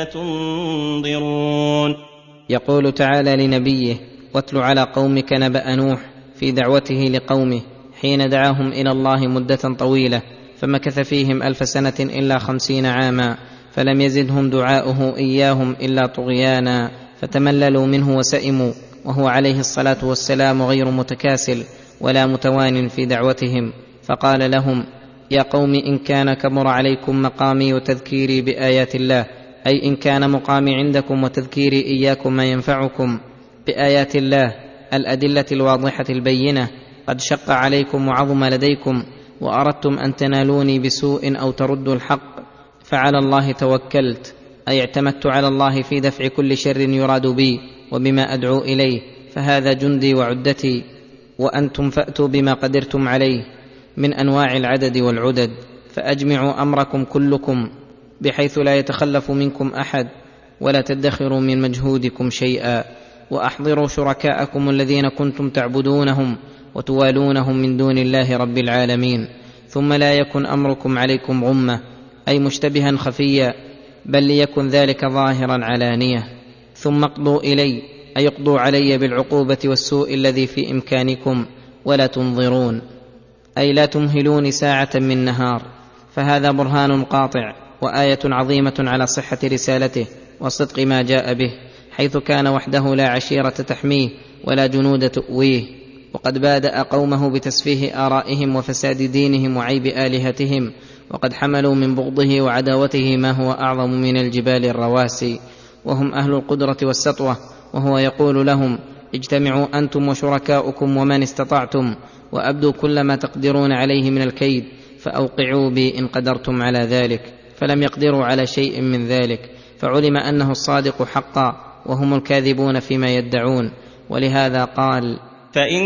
تنظرون. يقول تعالى لنبيه: واتل على قومك نبأ نوح، في دعوته لقومه حين دعاهم إلى الله مدة طويلة، فمكث فيهم 1000 سنة إلا 50 عاما، فلم يزدهم دعاؤه إياهم إلا طغيانا، فتمللوا منه وسئموا، وهو عليه الصلاة والسلام غير متكاسل ولا متوان في دعوتهم، فقال لهم: يا قوم إن كان كبر عليكم مقامي وتذكيري بآيات الله، أي إن كان مقامي عندكم وتذكيري إياكم ما ينفعكم بآيات الله الأدلة الواضحة البينة قد شق عليكم وعظم لديكم، وأردتم أن تنالوني بسوء أو تردوا الحق، فعلى الله توكلت، أي اعتمدت على الله في دفع كل شر يراد بي وبما أدعو إليه، فهذا جندي وعدتي، وأنتم فأتوا بما قدرتم عليه من أنواع العدد والعدد، فأجمعوا أمركم كلكم بحيث لا يتخلف منكم أحد، ولا تدخروا من مجهودكم شيئا، وأحضروا شركاءكم الذين كنتم تعبدونهم وتوالونهم من دون الله رب العالمين، ثم لا يكن أمركم عليكم غمة، أي مشتبها خفيا، بل ليكن ذلك ظاهرا علانية، ثم اقضوا إلي، أي اقضوا علي بالعقوبة والسوء الذي في إمكانكم، ولا تنظرون، أي لا تمهلون ساعة من نهار، فهذا برهان قاطع وآية عظيمة على صحة رسالته وصدق ما جاء به، حيث كان وحده لا عشيرة تحميه ولا جنود تؤويه، وقد بادأ قومه بتسفيه آرائهم وفساد دينهم وعيب آلهتهم، وقد حملوا من بغضه وعداوته ما هو أعظم من الجبال الرواسي، وهم أهل القدرة والسطوة، وهو يقول لهم: اجتمعوا أنتم وشركاؤكم ومن استطعتم، وأبدوا كل ما تقدرون عليه من الكيد، فأوقعوا بي إن قدرتم على ذلك، فلم يقدروا على شيء من ذلك، فعلم أنه الصادق حقا وهم الكاذبون فيما يدعون، ولهذا قال: فإن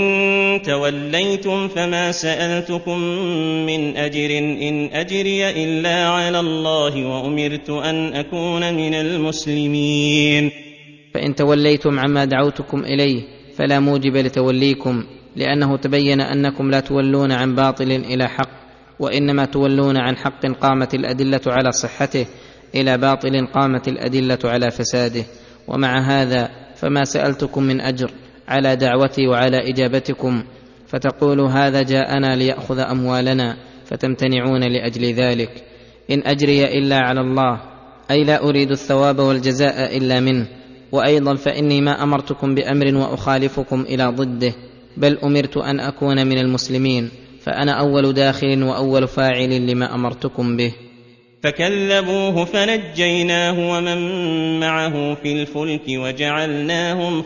توليتم فما سألتكم من أجر إن أجري إلا على الله وأمرت أن أكون من المسلمين. فإن توليتم عما دعوتكم إليه فلا موجب لتوليكم، لأنه تبين أنكم لا تولون عن باطل إلى حق، وإنما تولون عن حق قامت الأدلة على صحته إلى باطل قامت الأدلة على فساده. ومع هذا فما سألتكم من أجر على دعوتي وعلى إجابتكم، فتقول هذا جاءنا ليأخذ أموالنا، فتمتنعون لأجل ذلك. إن أجري إلا على الله، أي لا أريد الثواب والجزاء إلا منه. وأيضا فإني ما أمرتكم بأمر وأخالفكم إلى ضده، بل أمرت أن أكون من المسلمين، فأنا أول داخل وأول فاعل لما أمرتكم به. فكذبوه فنجيناه ومن معه في الفلك وجعلناهم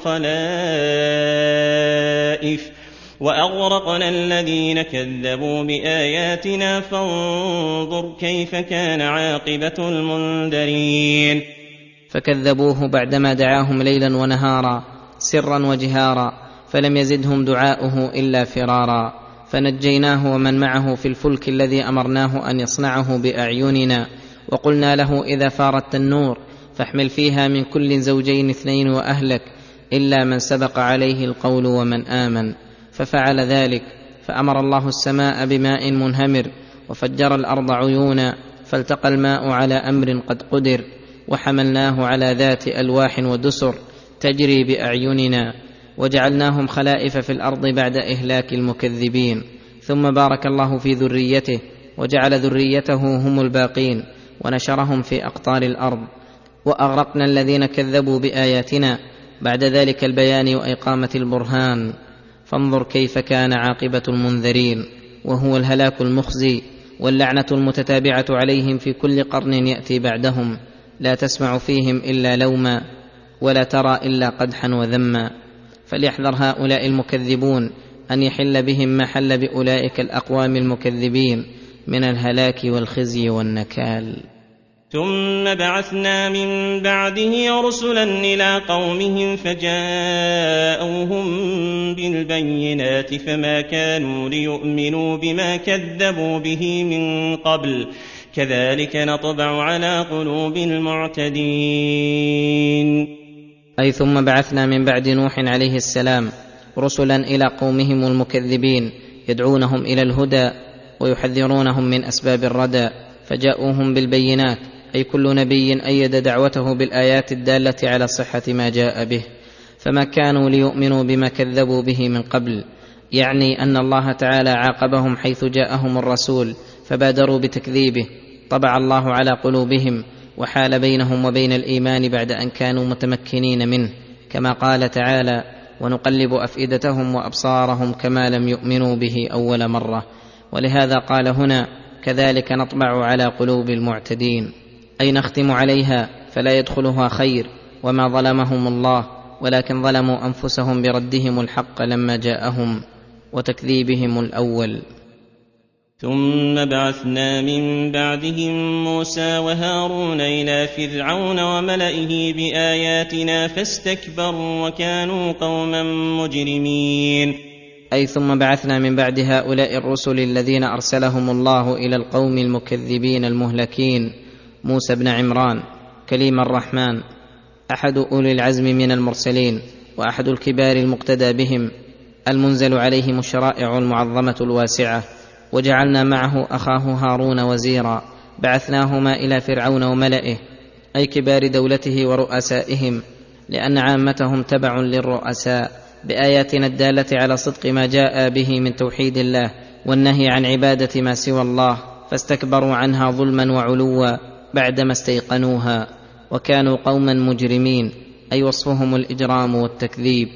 خلائف وأغرقنا الذين كذبوا بآياتنا، فانظر كيف كان عاقبة المنذرين. فكذبوه بعدما دعاهم ليلا ونهارا سرا وجهارا، فلم يزدهم دعاؤه إلا فرارا، فنجيناه ومن معه في الفلك الذي أمرناه أن يصنعه بأعيننا، وقلنا له إذا فارت النور فاحمل فيها من كل زوجين 2 وأهلك إلا من سبق عليه القول ومن آمن، ففعل ذلك. فأمر الله السماء بماء منهمر، وفجر الأرض عيونا، فالتقى الماء على أمر قد قدر، وحملناه على ذات ألواح ودسر تجري بأعيننا، وجعلناهم خلائف في الأرض بعد إهلاك المكذبين. ثم بارك الله في ذريته وجعل ذريته هم الباقين، ونشرهم في أقطار الأرض، وأغرقنا الذين كذبوا بآياتنا بعد ذلك البيان وإقامة البرهان. فانظر كيف كان عاقبة المنذرين. وهو الهلاك المخزي واللعنة المتتابعة عليهم في كل قرن يأتي بعدهم، لا تسمع فيهم إلا لوما ولا ترى إلا قدحا وذما. فليحذر هؤلاء المكذبون أن يحل بهم ما حل بأولئك الأقوام المكذبين من الهلاك والخزي والنكال. ثم بعثنا من بعده رسلا إلى قومهم فجاءوهم بالبينات فما كانوا ليؤمنوا بما كذبوا به من قبل كذلك نطبع على قلوب المعتدين. أي ثم بعثنا من بعد نوح عليه السلام رسلا إلى قومهم المكذبين يدعونهم إلى الهدى ويحذرونهم من أسباب الردى، فجاءوهم بالبينات، أي كل نبي أيد دعوته بالآيات الدالة على صحة ما جاء به، فما كانوا ليؤمنوا بما كذبوا به من قبل، يعني أن الله تعالى عاقبهم حيث جاءهم الرسول فبادروا بتكذيبه، طبع الله على قلوبهم وحال بينهم وبين الإيمان بعد أن كانوا متمكنين منه، كما قال تعالى: ونقلب أفئدتهم وأبصارهم كما لم يؤمنوا به أول مرة. ولهذا قال هنا: كذلك نطبع على قلوب المعتدين، أي نختم عليها فلا يدخلها خير. وما ظلمهم الله ولكن ظلموا أنفسهم بردهم الحق لما جاءهم وتكذيبهم الأول. ثم بعثنا من بعدهم موسى وهارون إلى فرعون وملئه بآياتنا فاستكبروا وكانوا قوما مجرمين. أي ثم بعثنا من بعد هؤلاء الرسل الذين أرسلهم الله إلى القوم المكذبين المهلكين موسى بن عمران كليم الرحمن، أحد أولي العزم من المرسلين وأحد الكبار المقتدى بهم، المنزل عليهم الشرائع المعظمة الواسعة، وجعلنا معه أخاه هارون وزيرا، بعثناهما إلى فرعون وملئه، أي كبار دولته ورؤسائهم، لأن عامتهم تبع للرؤساء، بآياتنا الدالة على صدق ما جاء به من توحيد الله والنهي عن عبادة ما سوى الله، فاستكبروا عنها ظلما وعلوا بعدما استيقنوها، وكانوا قوما مجرمين، أي وصفهم الإجرام والتكذيب.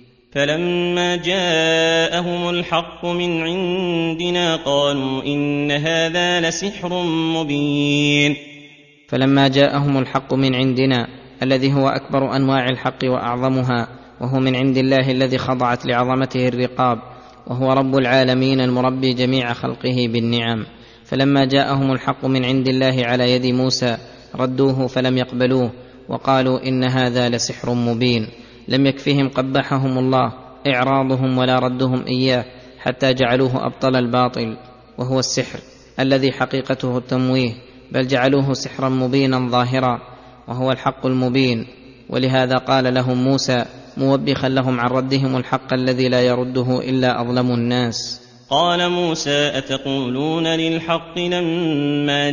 فلما جاءهم الحق من عندنا قالوا إن هذا لسحر مبين. فلما جاءهم الحق من عندنا الذي هو أكبر أنواع الحق وأعظمها، وهو من عند الله الذي خضعت لعظمته الرقاب، وهو رب العالمين المربي جميع خلقه بالنعم. فلما جاءهم الحق من عند الله على يد موسى ردوه فلم يقبلوه وقالوا إن هذا لسحر مبين. لم يكفهم قبحهم الله إعراضهم ولا ردهم إياه، حتى جعلوه أبطل الباطل وهو السحر الذي حقيقته التمويه، بل جعلوه سحرا مبينا ظاهرا وهو الحق المبين. ولهذا قال لهم موسى موبخا لهم عن ردهم الحق الذي لا يرده إلا أظلم الناس: قال موسى أتقولون للحق لما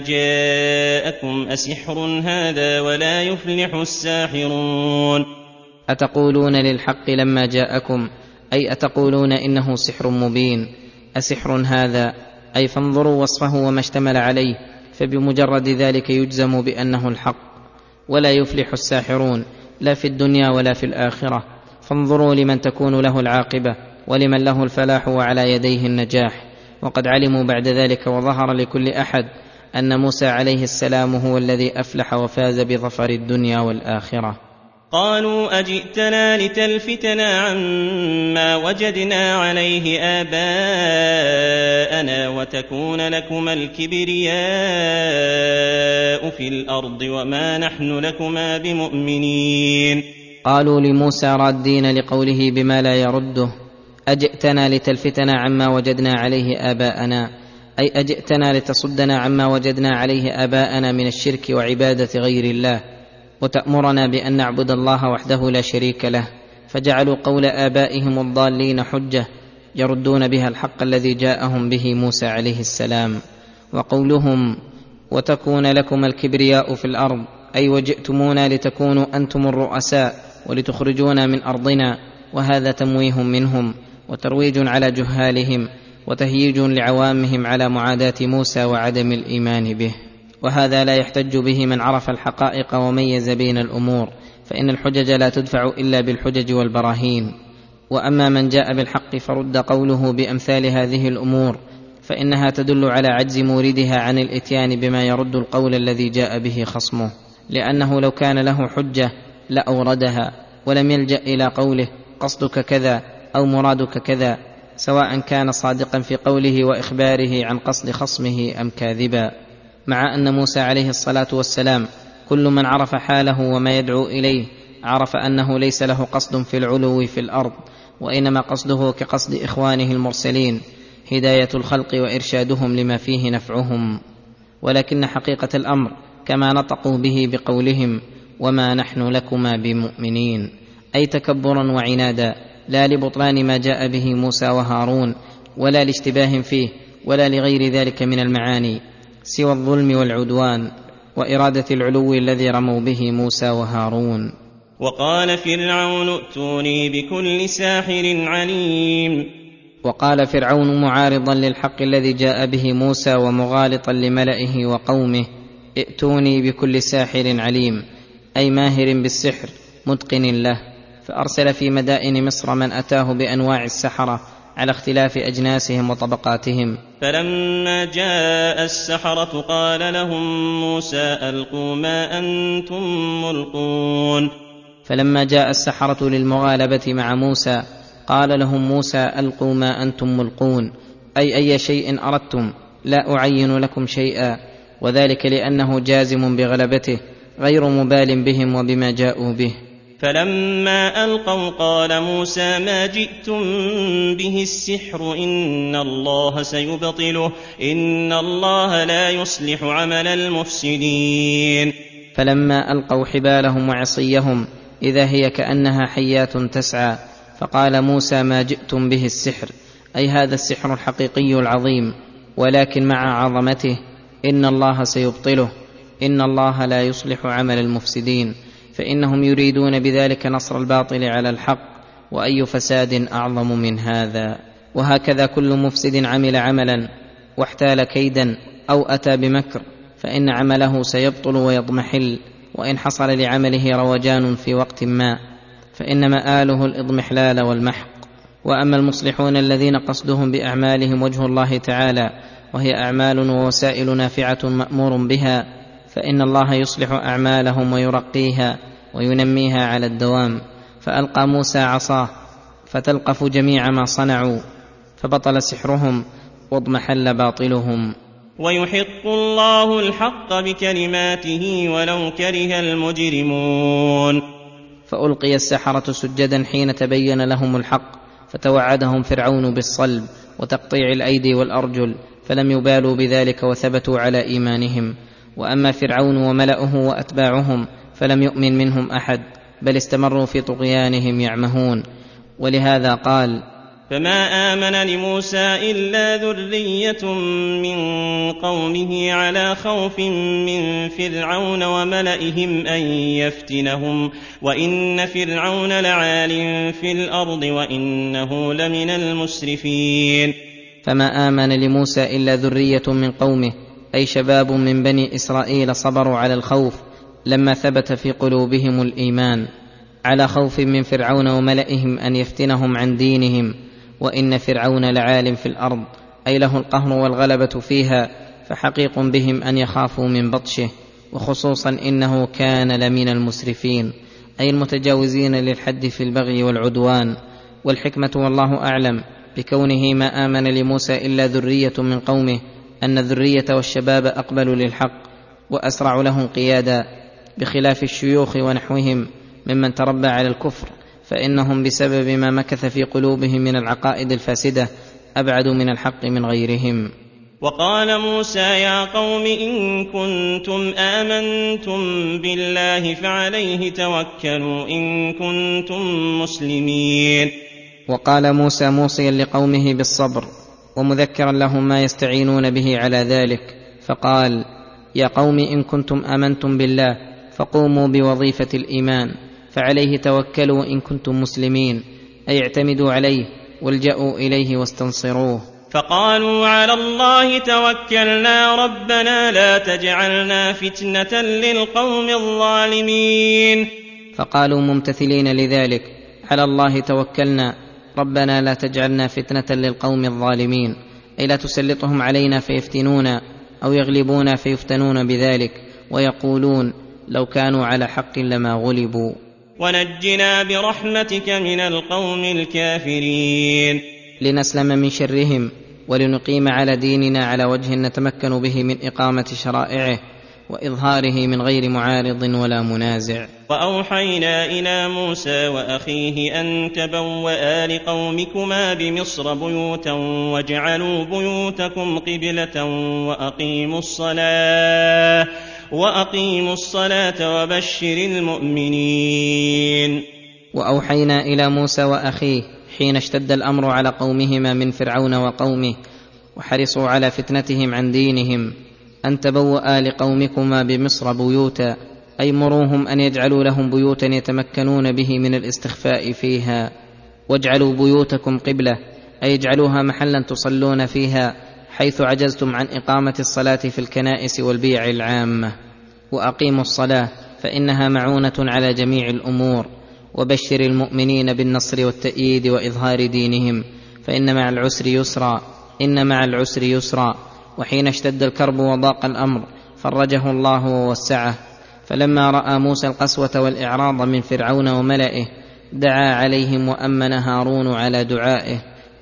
جاءكم أسحر هذا ولا يفلح الساحرون. أتقولون للحق لما جاءكم، أي أتقولون إنه سحر مبين. أسحر هذا، أي فانظروا وصفه وما اشتمل عليه، فبمجرد ذلك يجزم بأنه الحق. ولا يفلح الساحرون لا في الدنيا ولا في الآخرة، فانظروا لمن تكون له العاقبة ولمن له الفلاح وعلى يديه النجاح. وقد علموا بعد ذلك وظهر لكل أحد أن موسى عليه السلام هو الذي أفلح وفاز بظفر الدنيا والآخرة. قالوا أجئتنا لتلفتنا عما وجدنا عليه آباءنا وتكون لكما الكبرياء في الأرض وما نحن لكما بمؤمنين. قالوا لموسى رادين لقوله بما لا يرده: أجئتنا لتلفتنا عما وجدنا عليه آباءنا، أي أجئتنا لتصدنا عما وجدنا عليه آباءنا من الشرك وعبادة غير الله، وتأمرنا بأن نعبد الله وحده لا شريك له. فجعلوا قول آبائهم الضالين حجة يردون بها الحق الذي جاءهم به موسى عليه السلام. وقولهم وتكون لكم الكبرياء في الأرض، أي وجئتمونا لتكونوا أنتم الرؤساء ولتخرجونا من أرضنا، وهذا تمويه منهم وترويج على جهالهم وتهييج لعوامهم على معاداة موسى وعدم الإيمان به. وهذا لا يحتج به من عرف الحقائق وميز بين الأمور، فإن الحجج لا تدفع إلا بالحجج والبراهين. وأما من جاء بالحق فرد قوله بأمثال هذه الأمور فإنها تدل على عجز موردها عن الإتيان بما يرد القول الذي جاء به خصمه، لأنه لو كان له حجة لأوردها ولم يلجأ إلى قوله قصدك كذا أو مرادك كذا، سواء كان صادقا في قوله وإخباره عن قصد خصمه أم كاذبا. مع أن موسى عليه الصلاة والسلام كل من عرف حاله وما يدعو إليه عرف أنه ليس له قصد في العلو في الأرض، وإنما قصده كقصد إخوانه المرسلين، هداية الخلق وإرشادهم لما فيه نفعهم. ولكن حقيقة الأمر كما نطقوا به بقولهم وما نحن لكما بمؤمنين، أي تكبرا وعنادا، لا لبطلان ما جاء به موسى وهارون ولا لاشتباه فيه ولا لغير ذلك من المعاني سوى الظلم والعدوان وإرادة العلو الذي رموا به موسى وهارون. وقال فرعون ائتوني بكل ساحر عليم. وقال فرعون معارضا للحق الذي جاء به موسى ومغالطا لملئه وقومه ائتوني بكل ساحر عليم، أي ماهر بالسحر متقن له، فأرسل في مدائن مصر من أتاه بأنواع السحرة على اختلاف أجناسهم وطبقاتهم. فلما جاء السحرة قال لهم موسى ألقوا ما أنتم ملقون. فلما جاء السحرة للمغالبة مع موسى قال لهم موسى ألقوا ما أنتم ملقون، أي شيء أردتم لا أعين لكم شيئا، وذلك لأنه جازم بغلبته غير مبال بهم وبما جاءوا به. فلما ألقوا قال موسى ما جئتم به السحر إن الله سيبطله إن الله لا يصلح عمل المفسدين. فلما ألقوا حبالهم وعصيهم إذا هي كأنها حيات تسعى، فقال موسى ما جئتم به السحر، أي هذا السحر الحقيقي العظيم، ولكن مع عظمته إن الله سيبطله إن الله لا يصلح عمل المفسدين، فإنهم يريدون بذلك نصر الباطل على الحق، وأي فساد أعظم من هذا. وهكذا كل مفسد عمل عملا واحتال كيدا أو أتى بمكر فإن عمله سيبطل ويضمحل، وإن حصل لعمله روجان في وقت ما فإن مآله الإضمحلال والمحق. وأما المصلحون الذين قصدهم بأعمالهم وجه الله تعالى وهي أعمال ووسائل نافعة مأمور بها، فإن الله يصلح أعمالهم ويرقيها وينميها على الدوام. فألقى موسى عصاه فتلقف جميع ما صنعوا فبطل سحرهم واضمحل باطلهم. ويحق الله الحق بكلماته ولو كره المجرمون. فألقي السحرة سجدا حين تبين لهم الحق، فتوعدهم فرعون بالصلب وتقطيع الأيدي والأرجل، فلم يبالوا بذلك وثبتوا على إيمانهم. وأما فرعون وملأه وأتباعهم فلم يؤمن منهم أحد، بل استمروا في طغيانهم يعمهون. ولهذا قال فما آمن لموسى إلا ذرية من قومه على خوف من فرعون وملئهم أن يفتنهم وإن فرعون لعال في الأرض وإنه لمن المسرفين. فما آمن لموسى إلا ذرية من قومه، أي شباب من بني إسرائيل صبروا على الخوف لما ثبت في قلوبهم الإيمان، على خوف من فرعون وملئهم أن يفتنهم عن دينهم، وإن فرعون لعال في الأرض، أي له القهر والغلبة فيها، فحقيق بهم أن يخافوا من بطشه، وخصوصا إنه كان لمن المسرفين، أي المتجاوزين للحد في البغي والعدوان. والحكمة والله أعلم بكونه ما آمن لموسى إلا ذرية من قومه أن الذرية والشباب أقبلوا للحق وأسرع له انقيادا، بخلاف الشيوخ ونحوهم ممن تربى على الكفر، فإنهم بسبب ما مكث في قلوبهم من العقائد الفاسدة أبعدوا من الحق من غيرهم. وقال موسى يا قوم إن كنتم آمنتم بالله فعليه توكلوا إن كنتم مسلمين. وقال موسى موصيا لقومه بالصبر ومذكرا لهم ما يستعينون به على ذلك، فقال يا قوم إن كنتم آمنتم بالله فقوموا بوظيفة الإيمان، فعليه توكلوا إن كنتم مسلمين، أي اعتمدوا عليه والجأوا إليه واستنصروه. فقالوا على الله توكلنا ربنا لا تجعلنا فتنة للقوم الظالمين. فقالوا ممتثلين لذلك على الله توكلنا ربنا لا تجعلنا فتنة للقوم الظالمين، أي لا تسلطهم علينا فيفتنونا أو يغلبونا فيفتنون بذلك، ويقولون لو كانوا على حق لما غلبوا. ونجنا برحمتك من القوم الكافرين. لنسلم من شرهم ولنقيم على ديننا على وجه نتمكن به من إقامة شرائعه وإظهاره من غير معارض ولا منازع. وأوحينا إلى موسى وأخيه أن تبوأ لقومكما بمصر بيوتا واجعلوا بيوتكم قبلة وأقيموا الصلاة وبشر المؤمنين. وأوحينا إلى موسى وأخيه حين اشتد الأمر على قومهما من فرعون وقومه وحرصوا على فتنتهم عن دينهم أن تبوأ لقومكما بمصر بيوتا، أي مروهم أن يجعلوا لهم بيوتا يتمكنون به من الاستخفاء فيها. واجعلوا بيوتكم قبلة، أي اجعلوها محلا تصلون فيها حيث عجزتم عن إقامة الصلاة في الكنائس والبيع العامة. وأقيموا الصلاة فإنها معونة على جميع الأمور. وبشر المؤمنين بالنصر والتأييد وإظهار دينهم، فإن مع العسر يسرا، إن مع العسر يسرا. وحين اشتد الكرب وضاق الأمر فرجه الله ووسعه. فلما رأى موسى القسوة والإعراض من فرعون وملئه دعا عليهم وأمن هارون على دعائه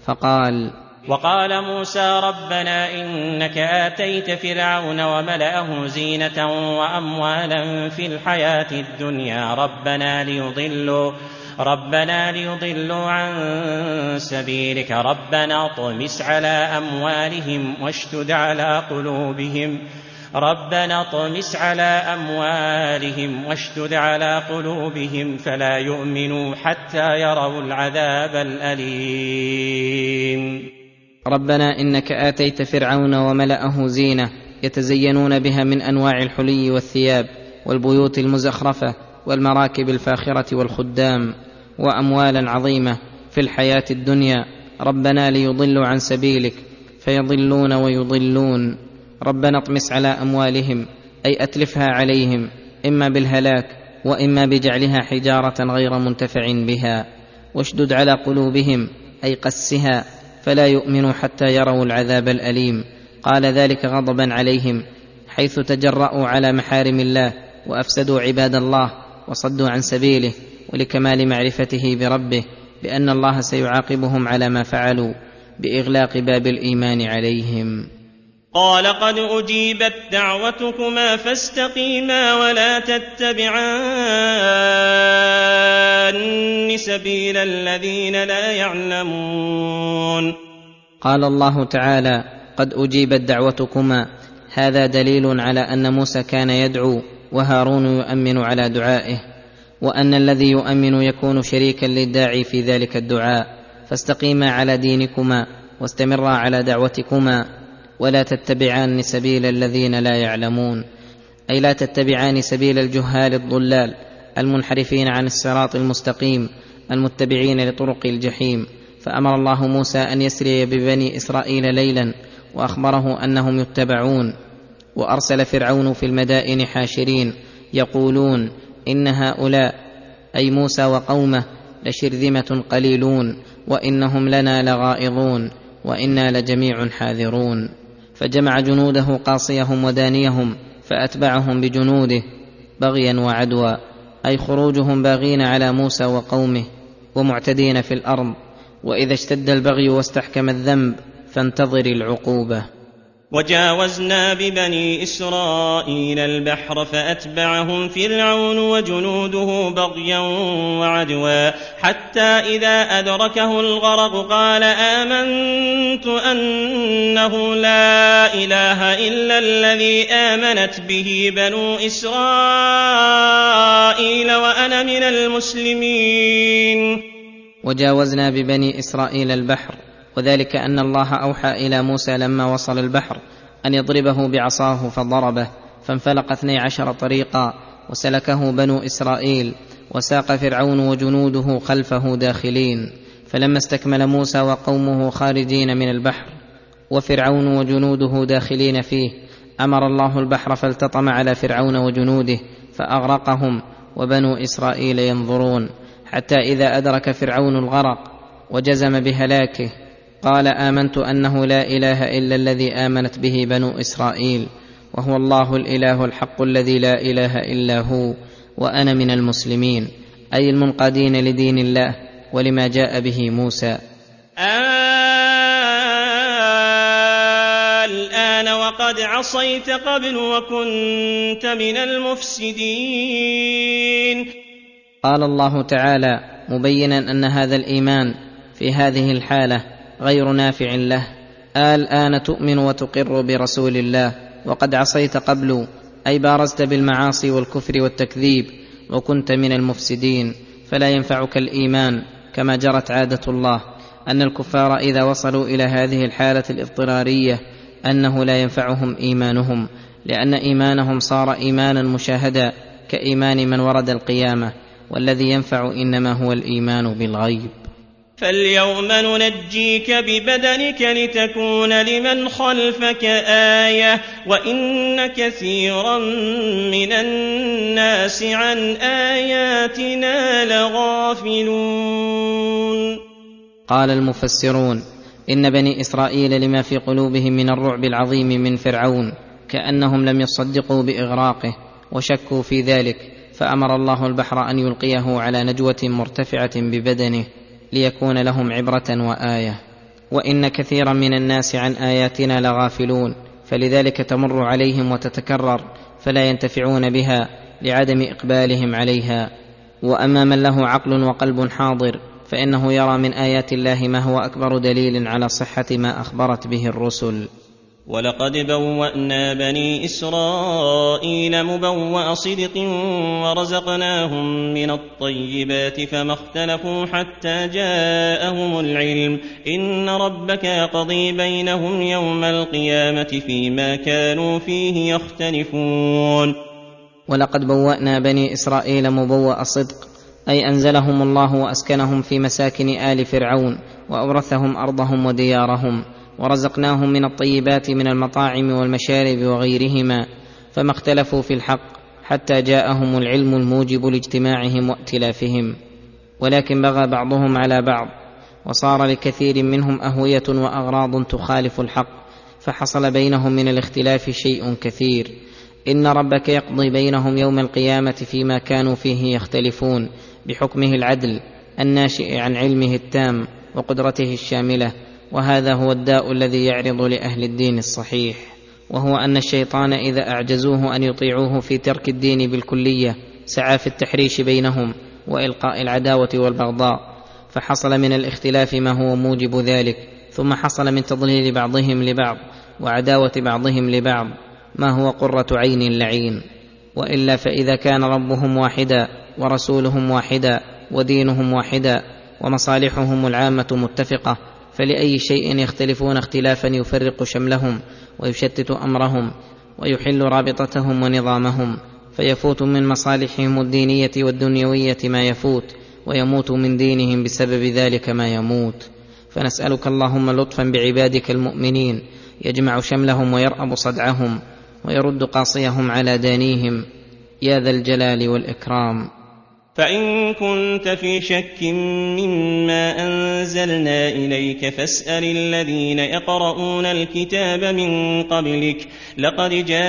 وقال موسى ربنا إنك آتيت فرعون وملأه زينة وأموالا في الحياة الدنيا ربنا ليضلوا عن سبيلك ربنا اطمس على أموالهم واشتد على قلوبهم فلا يؤمنوا حتى يروا العذاب الأليم. ربنا إنك آتيت فرعون وملأه زينة يتزينون بها من أنواع الحلي والثياب والبيوت المزخرفة والمراكب الفاخرة والخدام، وأموالا عظيمة في الحياة الدنيا. ربنا ليضلوا عن سبيلك فيضلون ويضلون. ربنا اطمس على أموالهم، أي أتلفها عليهم إما بالهلاك وإما بجعلها حجارة غير منتفع بها. واشدد على قلوبهم، أي قسها فلا يؤمنوا حتى يروا العذاب الأليم. قال ذلك غضبا عليهم حيث تجرأوا على محارم الله وأفسدوا عباد الله وصدوا عن سبيله، ولكمال معرفته بربه بأن الله سيعاقبهم على ما فعلوا بإغلاق باب الإيمان عليهم. قال قد أجيبت دعوتكما فاستقيما ولا تتبعان سبيل الذين لا يعلمون. قال الله تعالى قد أجيبت دعوتكما، هذا دليل على أن موسى كان يدعو وهارون يؤمن على دعائه، وأن الذي يؤمن يكون شريكا للداعي في ذلك الدعاء. فاستقيما على دينكما واستمرا على دعوتكما ولا تتبعان سبيل الذين لا يعلمون، أي لا تتبعان سبيل الجهال الضلال المنحرفين عن الصراط المستقيم المتبعين لطرق الجحيم. فأمر الله موسى أن يسري ببني إسرائيل ليلا وأخبره أنهم يتبعون. وأرسل فرعون في المدائن حاشرين يقولون إن هؤلاء، أي موسى وقومه، لشرذمة قليلون وإنهم لنا لغائظون وإنا لجميع حاذرون. فجمع جنوده قاصيهم ودانيهم فأتبعهم بجنوده بغيا وعدوى، أي خروجهم باغين على موسى وقومه ومعتدين في الأرض. وإذا اشتد البغي واستحكم الذنب فانتظر العقوبة. وجاوزنا ببني إسرائيل البحر فأتبعهم فرعون وجنوده بغيا وعدوا حتى إذا أدركه الغرق قال آمنت أنه لا إله إلا الذي آمنت به بنو إسرائيل وأنا من المسلمين. وجاوزنا ببني إسرائيل البحر، وذلك أن الله أوحى إلى موسى لما وصل البحر أن يضربه بعصاه فضربه فانفلق 12 طريقا وسلكه بنو إسرائيل، وساق فرعون وجنوده خلفه داخلين. فلما استكمل موسى وقومه خارجين من البحر وفرعون وجنوده داخلين فيه أمر الله البحر فالتطم على فرعون وجنوده فأغرقهم وبنو إسرائيل ينظرون، حتى إذا أدرك فرعون الغرق وجزم بهلاكه قال آمنت أنه لا إله إلا الذي آمنت به بنو إسرائيل، وهو الله الإله الحق الذي لا إله إلا هو، وأنا من المسلمين، أي المنقادين لدين الله ولما جاء به موسى. الآن وقد عصيت قبل وكنت من المفسدين. قال الله تعالى مبينا أن هذا الإيمان في هذه الحالة غير نافع له: الآن تؤمن وتقر برسول الله وقد عصيت قبل، أي بارزت بالمعاصي والكفر والتكذيب وكنت من المفسدين، فلا ينفعك الإيمان. كما جرت عادة الله أن الكفار إذا وصلوا إلى هذه الحالة الاضطرارية أنه لا ينفعهم إيمانهم، لأن إيمانهم صار إيمانا مشاهدا كإيمان من ورد القيامة، والذي ينفع إنما هو الإيمان بالغيب. فاليوم ننجيك ببدنك لتكون لمن خلفك آية وإن كثيرا من الناس عن آياتنا لغافلون. قال المفسرون إن بني إسرائيل لما في قلوبهم من الرعب العظيم من فرعون كأنهم لم يصدقوا بإغراقه وشكوا في ذلك، فأمر الله البحر أن يلقيه على نجوة مرتفعة ببدنه ليكون لهم عبرة وآية. وإن كثيرا من الناس عن آياتنا لغافلون، فلذلك تمر عليهم وتتكرر فلا ينتفعون بها لعدم إقبالهم عليها. وأما من له عقل وقلب حاضر فإنه يرى من آيات الله ما هو أكبر دليل على صحة ما أخبرت به الرسل. ولقد بوأنا بني إسرائيل مبوأ صدق ورزقناهم من الطيبات فما اختلفوا حتى جاءهم العلم إن ربك يقضي بينهم يوم القيامة فيما كانوا فيه يختلفون. ولقد بوأنا بني إسرائيل مبوأ صدق، أي أنزلهم الله وأسكنهم في مساكن آل فرعون وأورثهم أرضهم وديارهم، ورزقناهم من الطيبات من المطاعم والمشارب وغيرهما، فما اختلفوا في الحق حتى جاءهم العلم الموجب لاجتماعهم وائتلافهم. ولكن بغى بعضهم على بعض، وصار لكثير منهم أهوية وأغراض تخالف الحق، فحصل بينهم من الاختلاف شيء كثير. إن ربك يقضي بينهم يوم القيامة فيما كانوا فيه يختلفون بحكمه العدل الناشئ عن علمه التام وقدرته الشاملة. وهذا هو الداء الذي يعرض لأهل الدين الصحيح، وهو أن الشيطان إذا أعجزوه أن يطيعوه في ترك الدين بالكلية سعى في التحريش بينهم وإلقاء العداوة والبغضاء، فحصل من الاختلاف ما هو موجب ذلك، ثم حصل من تضليل بعضهم لبعض وعداوة بعضهم لبعض ما هو قرة عين لعين. وإلا فإذا كان ربهم واحدا ورسولهم واحدا ودينهم واحدا ومصالحهم العامة متفقة، فلأي شيء يختلفون اختلافا يفرق شملهم ويشتت أمرهم ويحل رابطتهم ونظامهم، فيفوت من مصالحهم الدينية والدنيوية ما يفوت، ويموت من دينهم بسبب ذلك ما يموت. فنسألك اللهم لطفا بعبادك المؤمنين يجمع شملهم ويرأب صدعهم ويرد قاصيهم على دانيهم يا ذا الجلال والإكرام. فإن كنت في شك مما أنزلنا إليك فاسأل الذين يقرؤون الكتاب من قبلك لقد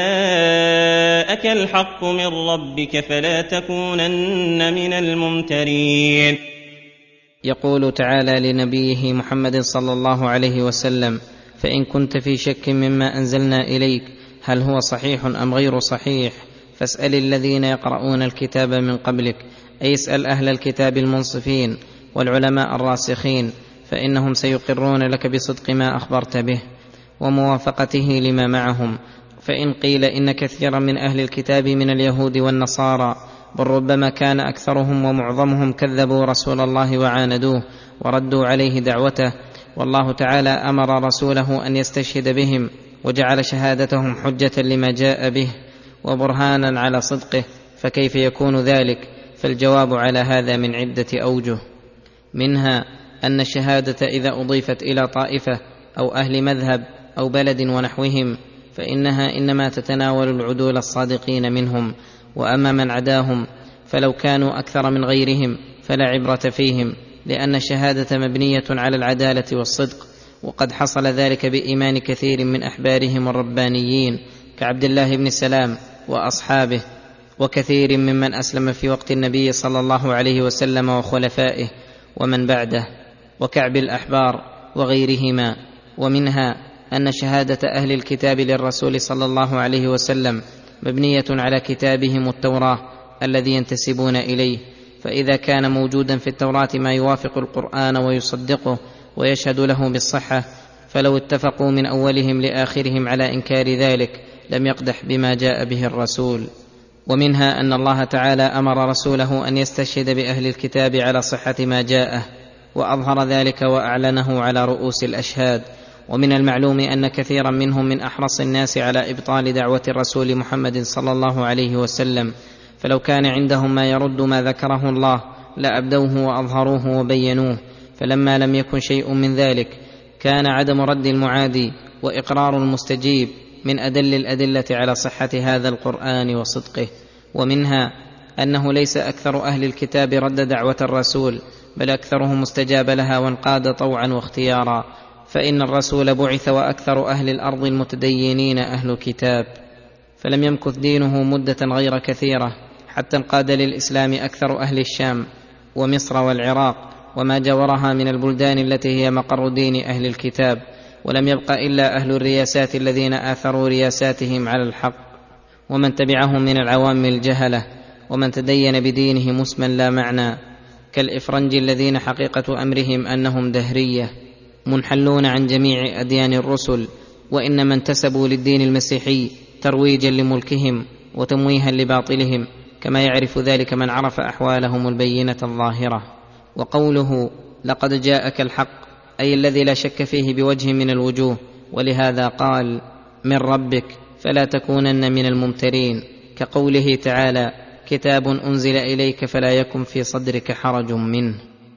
جاءك الحق من ربك فلا تكونن من الممترين. يقول تعالى لنبيه محمد صلى الله عليه وسلم: فإن كنت في شك مما أنزلنا إليك هل هو صحيح أم غير صحيح فاسأل الذين يقرؤون الكتاب من قبلك، أي اسأل أهل الكتاب المنصفين والعلماء الراسخين، فإنهم سيقرون لك بصدق ما أخبرت به وموافقته لما معهم. فإن قيل إن كثيرا من أهل الكتاب من اليهود والنصارى بل ربما كان أكثرهم ومعظمهم كذبوا رسول الله وعاندوه وردوا عليه دعوته، والله تعالى أمر رسوله أن يستشهد بهم وجعل شهادتهم حجة لما جاء به وبرهانا على صدقه، فكيف يكون ذلك؟ فالجواب على هذا من عدة أوجه، منها أن الشهادة إذا أضيفت إلى طائفة أو أهل مذهب أو بلد ونحوهم فإنها إنما تتناول العدول الصادقين منهم، وأما من عداهم فلو كانوا أكثر من غيرهم فلا عبرة فيهم، لأن الشهادة مبنية على العدالة والصدق، وقد حصل ذلك بإيمان كثير من أحبارهم الربانيين كعبد الله بن سلام وأصحابه، وكثير ممن أسلم في وقت النبي صلى الله عليه وسلم وخلفائه ومن بعده، وكعب الأحبار وغيرهما. ومنها أن شهادة أهل الكتاب للرسول صلى الله عليه وسلم مبنية على كتابهم التوراة الذي ينتسبون إليه، فإذا كان موجودا في التوراة ما يوافق القرآن ويصدقه ويشهد له بالصحة، فلو اتفقوا من أولهم لآخرهم على إنكار ذلك لم يقدح بما جاء به الرسول. ومنها أن الله تعالى أمر رسوله أن يستشهد بأهل الكتاب على صحة ما جاءه، وأظهر ذلك وأعلنه على رؤوس الأشهاد. ومن المعلوم أن كثيرا منهم من أحرص الناس على إبطال دعوة الرسول محمد صلى الله عليه وسلم، فلو كان عندهم ما يرد ما ذكره الله لأبدوه وأظهروه وبينوه، فلما لم يكن شيء من ذلك كان عدم رد المعادي وإقرار المستجيب من أدل الأدلة على صحة هذا القرآن وصدقه. ومنها أنه ليس أكثر أهل الكتاب رد دعوة الرسول، بل أكثرهم استجاب لها وانقاد طوعا واختيارا، فإن الرسول بعث وأكثر أهل الأرض المتدينين أهل كتاب، فلم يمكث دينه مدة غير كثيرة حتى انقاد للإسلام أكثر أهل الشام ومصر والعراق وما جاورها من البلدان التي هي مقر دين أهل الكتاب، ولم يبق إلا أهل الرياسات الذين آثروا رياساتهم على الحق، ومن تبعهم من العوام الجهلة، ومن تدين بدينهم اسما لا معنى كالإفرنج الذين حقيقة أمرهم أنهم دهرية منحلون عن جميع أديان الرسل، وإنما انتسبوا للدين المسيحي ترويجا لملكهم وتمويها لباطلهم، كما يعرف ذلك من عرف أحوالهم البينة الظاهرة. وقوله لقد جاءك الحق أي الذي لا شك فيه بوجه من الوجوه، ولهذا قال من ربك فلا تكونن من الممترين، كقوله تعالى كتاب أنزل إليك فلا يكن في صدرك حرج منه.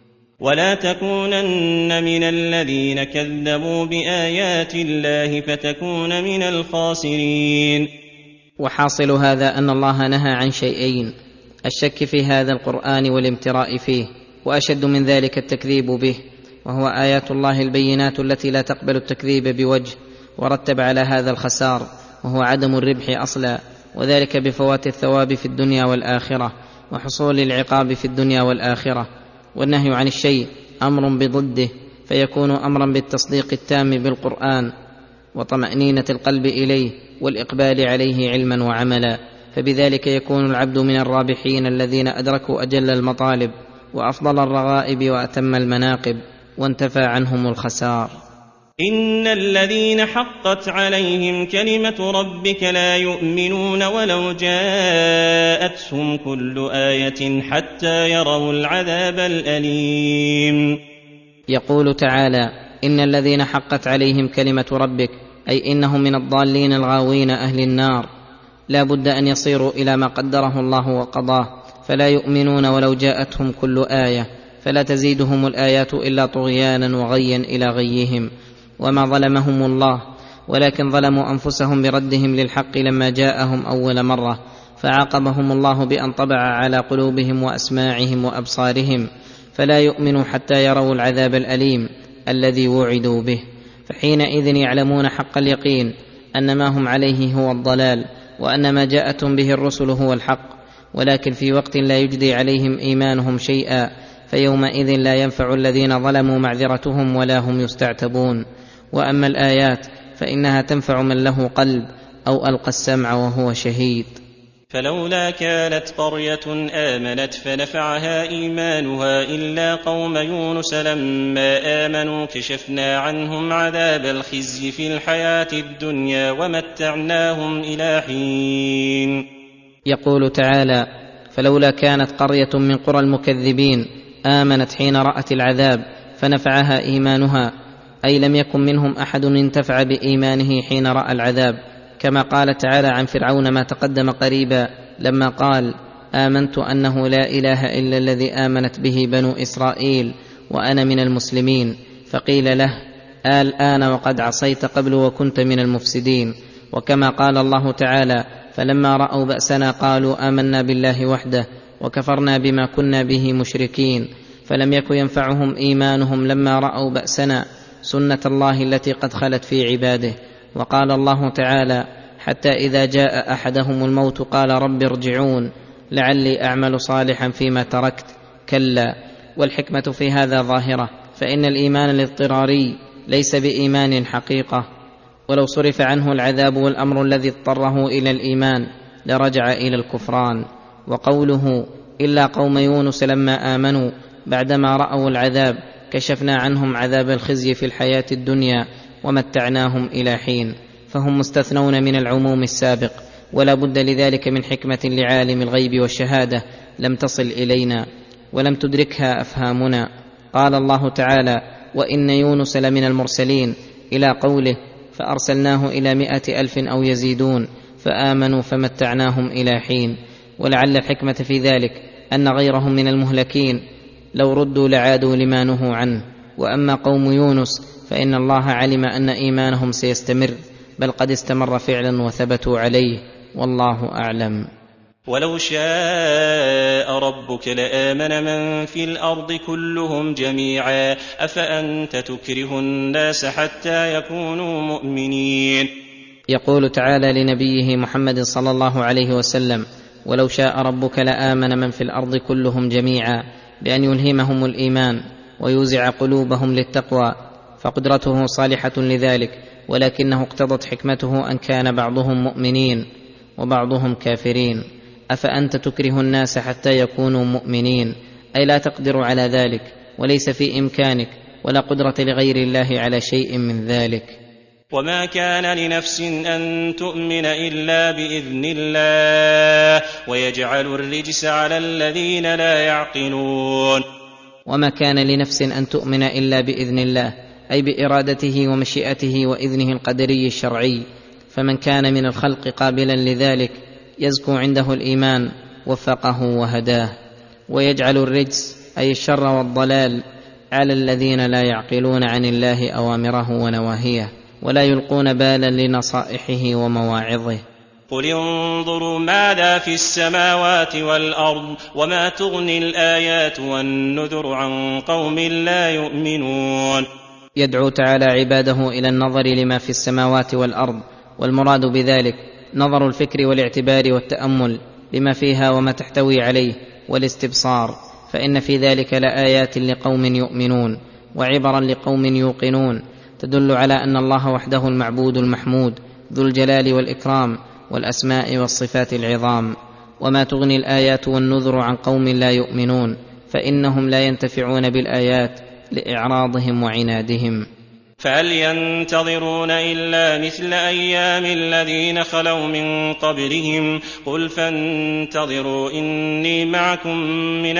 ولا تكونن من الذين كذبوا بآيات الله فتكون من الخاسرين. وحاصل هذا أن الله نهى عن شيئين: الشك في هذا القرآن والامتراء فيه، وأشد من ذلك التكذيب به، وهو آيات الله البينات التي لا تقبل التكذيب بوجه، ورتب على هذا الخسار وهو عدم الربح أصلا، وذلك بفوات الثواب في الدنيا والآخرة وحصول العقاب في الدنيا والآخرة. والنهي عن الشيء أمر بضده، فيكون أمرا بالتصديق التام بالقرآن وطمأنينة القلب إليه والإقبال عليه علما وعملا، فبذلك يكون العبد من الرابحين الذين أدركوا أجل المطالب وأفضل الرغائب وأتم المناقب، وانتفى عنهم الخسار. إن الذين حقت عليهم كلمة ربك لا يؤمنون ولو جاءتهم كل آية حتى يروا العذاب الأليم. يقول تعالى إن الذين حقت عليهم كلمة ربك، أي إنهم من الضالين الغاوين أهل النار، لا بد أن يصيروا إلى ما قدره الله وقضاه، فلا يؤمنون ولو جاءتهم كل آية، فلا تزيدهم الآيات إلا طغيانا وغيا إلى غيهم. وما ظلمهم الله، ولكن ظلموا أنفسهم بردهم للحق لما جاءهم أول مرة، فعاقبهم الله بأن طبع على قلوبهم وأسماعهم وأبصارهم، فلا يؤمنوا حتى يروا العذاب الأليم الذي وعدوا به، فحينئذ يعلمون حق اليقين أن ما هم عليه هو الضلال، وأن ما جاءتهم به الرسل هو الحق، ولكن في وقت لا يجدي عليهم إيمانهم شيئا، فيومئذ لا ينفع الذين ظلموا معذرتهم ولا هم يستعتبون. وأما الآيات فإنها تنفع من له قلب أو ألقى السمع وهو شهيد. فلولا كانت قرية آمنت فنفعها إيمانها إلا قوم يونس لما آمنوا كشفنا عنهم عذاب الخزي في الحياة الدنيا ومتعناهم إلى حين. يقول تعالى فلولا كانت قرية من قرى المكذبين آمنت حين رأت العذاب فنفعها إيمانها، أي لم يكن منهم أحد انتفع بإيمانه حين رأى العذاب، كما قال تعالى عن فرعون ما تقدم قريبا لما قال آمنت أنه لا إله إلا الذي آمنت به بنو إسرائيل وأنا من المسلمين، فقيل له الآن وقد عصيت قبل وكنت من المفسدين. وكما قال الله تعالى فلما رأوا بأسنا قالوا آمنا بالله وحده وكفرنا بما كنا به مشركين، فلم يكن ينفعهم إيمانهم لما رأوا بأسنا، سنة الله التي قد خلت في عباده. وقال الله تعالى: حتى إذا جاء أحدهم الموت قال رب ارجعون لعلي أعمل صالحا فيما تركت، كلا. والحكمة في هذا ظاهرة، فإن الإيمان الاضطراري ليس بإيمان حقيقة، ولو صرف عنه العذاب والأمر الذي اضطره إلى الإيمان لرجع إلى الكفران. وقوله: إلا قوم يونس لما آمنوا بعدما رأوا العذاب كشفنا عنهم عذاب الخزي في الحياة الدنيا ومتعناهم إلى حين، فهم مستثنون من العموم السابق، ولا بد لذلك من حكمة لعالم الغيب والشهادة لم تصل إلينا ولم تدركها أفهامنا. قال الله تعالى: وإن يونس لمن المرسلين، إلى قوله: فأرسلناه إلى 100,000 أو يزيدون فآمنوا فمتعناهم إلى حين. ولعل الحكمة في ذلك أن غيرهم من المهلكين لو ردوا لعادوا لما نهوا عنه. وأما قوم يونس فإن الله علم أن إيمانهم سيستمر، بل قد استمر فعلا وثبتوا عليه، والله أعلم. ولو شاء ربك لآمن من في الأرض كلهم جميعا أفأنت تكره الناس حتى يكونوا مؤمنين. يقول تعالى لنبيه محمد صلى الله عليه وسلم: ولو شاء ربك لآمن من في الأرض كلهم جميعا، بأن يلهمهم الإيمان ويوزع قلوبهم للتقوى، فقدرته صالحة لذلك، ولكنه اقتضت حكمته أن كان بعضهم مؤمنين وبعضهم كافرين. أفأنت تكره الناس حتى يكونوا مؤمنين، أي لا تقدر على ذلك، وليس في إمكانك، ولا قدرة لغير الله على شيء من ذلك. وما كان لنفس أن تؤمن إلا بإذن الله ويجعل الرجس على الذين لا يعقلون. وما كان لنفس أن تؤمن إلا بإذن الله، أي بإرادته ومشيئته وإذنه القدري الشرعي، فمن كان من الخلق قابلا لذلك يزكو عنده الإيمان وفقه وهداه. ويجعل الرجس أي الشر والضلال على الذين لا يعقلون عن الله أوامره ونواهيه، ولا يلقون بالا لنصائحه ومواعظه. قل انظروا ماذا في السماوات والأرض وما تغني الآيات والنذر عن قوم لا يؤمنون. يدعو تعالى عباده إلى النظر لما في السماوات والأرض، والمراد بذلك نظر الفكر والاعتبار والتأمل لما فيها وما تحتوي عليه، والاستبصار، فإن في ذلك لآيات لقوم يؤمنون وعبرا لقوم يوقنون، تدل على أن الله وحده المعبود المحمود ذو الجلال والإكرام والأسماء والصفات العظام. وما تغني الآيات والنذر عن قوم لا يؤمنون، فإنهم لا ينتفعون بالآيات لإعراضهم وعنادهم. فهل ينتظرون إلا مثل أيام الذين خلوا من قبلهم قل فانتظروا إني معكم من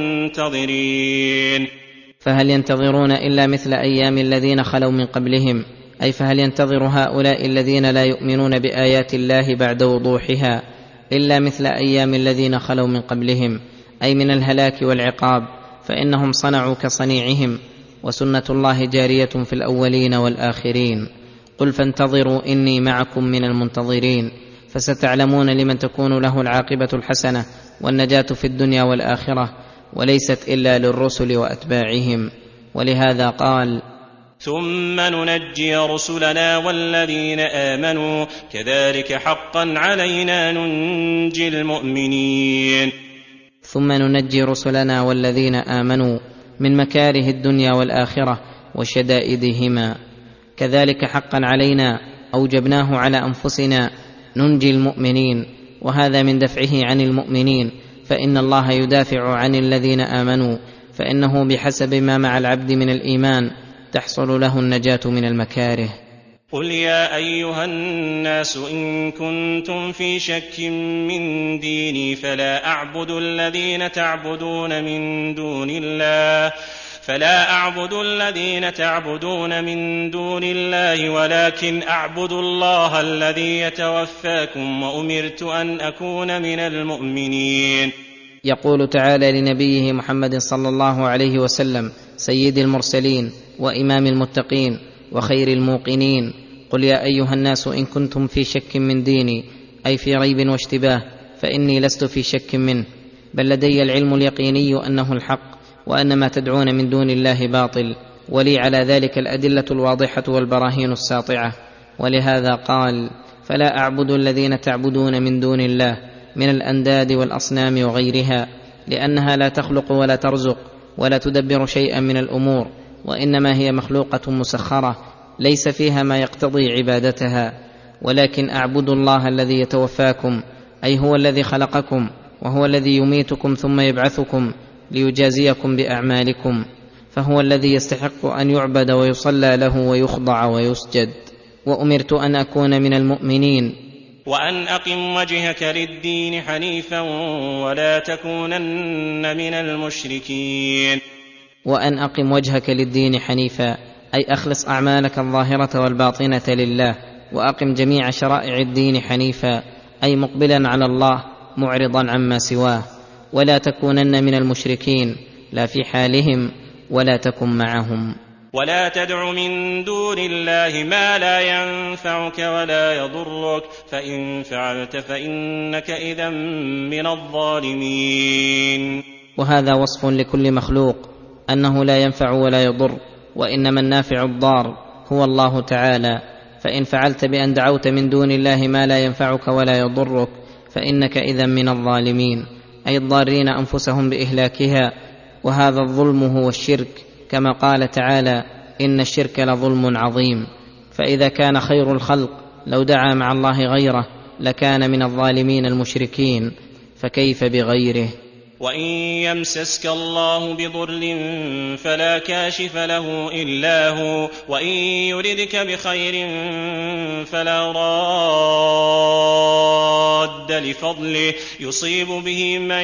المنتظرين. فهل ينتظرون إلا مثل أيام الذين خلوا من قبلهم، أي فهل ينتظر هؤلاء الذين لا يؤمنون بآيات الله بعد وضوحها إلا مثل أيام الذين خلوا من قبلهم، أي من الهلاك والعقاب، فإنهم صنعوا كصنيعهم، وسنة الله جارية في الأولين والآخرين. قل فانتظروا إني معكم من المنتظرين، فستعلمون لمن تكون له العاقبة الحسنة والنجاة في الدنيا والآخرة، وليست إلا للرسل وأتباعهم. ولهذا قال: ثم ننجي رسلنا والذين آمنوا كذلك حقا علينا ننجي المؤمنين. ثم ننجي رسلنا والذين آمنوا من مكاره الدنيا والآخرة وشدائدهما، كذلك حقا علينا أوجبناه على أنفسنا ننجي المؤمنين، وهذا من دفعه عن المؤمنين، فإن الله يدافع عن الذين آمنوا، فإنه بحسب ما مع العبد من الإيمان تحصل له النجاة من المكاره. قل يا أيها الناس إن كنتم في شك من ديني فلا أعبد الذين تعبدون من دون الله ولكن أعبد الله الذي يتوفاكم وأمرت أن أكون من المؤمنين. يقول تعالى لنبيه محمد صلى الله عليه وسلم سيد المرسلين وإمام المتقين وخير الموقنين: قل يا أيها الناس إن كنتم في شك من ديني، أي في ريب واشتباه، فإني لست في شك منه، بل لدي العلم اليقيني أنه الحق، وأن ما تدعون من دون الله باطل، ولي على ذلك الأدلة الواضحة والبراهين الساطعة. ولهذا قال: فلا أعبد الذين تعبدون من دون الله من الأنداد والأصنام وغيرها، لأنها لا تخلق ولا ترزق ولا تدبر شيئا من الأمور، وإنما هي مخلوقة مسخرة ليس فيها ما يقتضي عبادتها. ولكن أعبد الله الذي يتوفاكم، أي هو الذي خلقكم، وهو الذي يميتكم ثم يبعثكم ليجازيكم بأعمالكم، فهو الذي يستحق أن يعبد ويصلى له ويخضع ويسجد. وأمرت أن أكون من المؤمنين. وأن أقم وجهك للدين حنيفا ولا تكونن من المشركين. وأن أقم وجهك للدين حنيفا، أي أخلص أعمالك الظاهرة والباطنة لله، وأقم جميع شرائع الدين حنيفا، أي مقبلا على الله معرضا عما سواه. ولا تكونن من المشركين، لا في حالهم ولا تكن معهم. ولا تدع من دون الله ما لا ينفعك ولا يضرك، فإن فعلت فإنك إذا من الظالمين. وهذا وصف لكل مخلوق أنه لا ينفع ولا يضر، وإنما النافع الضار هو الله تعالى. فإن فعلت بأن دعوت من دون الله ما لا ينفعك ولا يضرك فإنك إذا من الظالمين، أي الضارين أنفسهم بإهلاكها. وهذا الظلم هو الشرك، كما قال تعالى: إن الشرك لظلم عظيم. فإذا كان خير الخلق لو دعا مع الله غيره لكان من الظالمين المشركين، فكيف بغيره؟ وإن يمسسك الله بضر فلا كاشف له إلا هو، وإن يردك بخير فلا راد لفضله، يصيب به من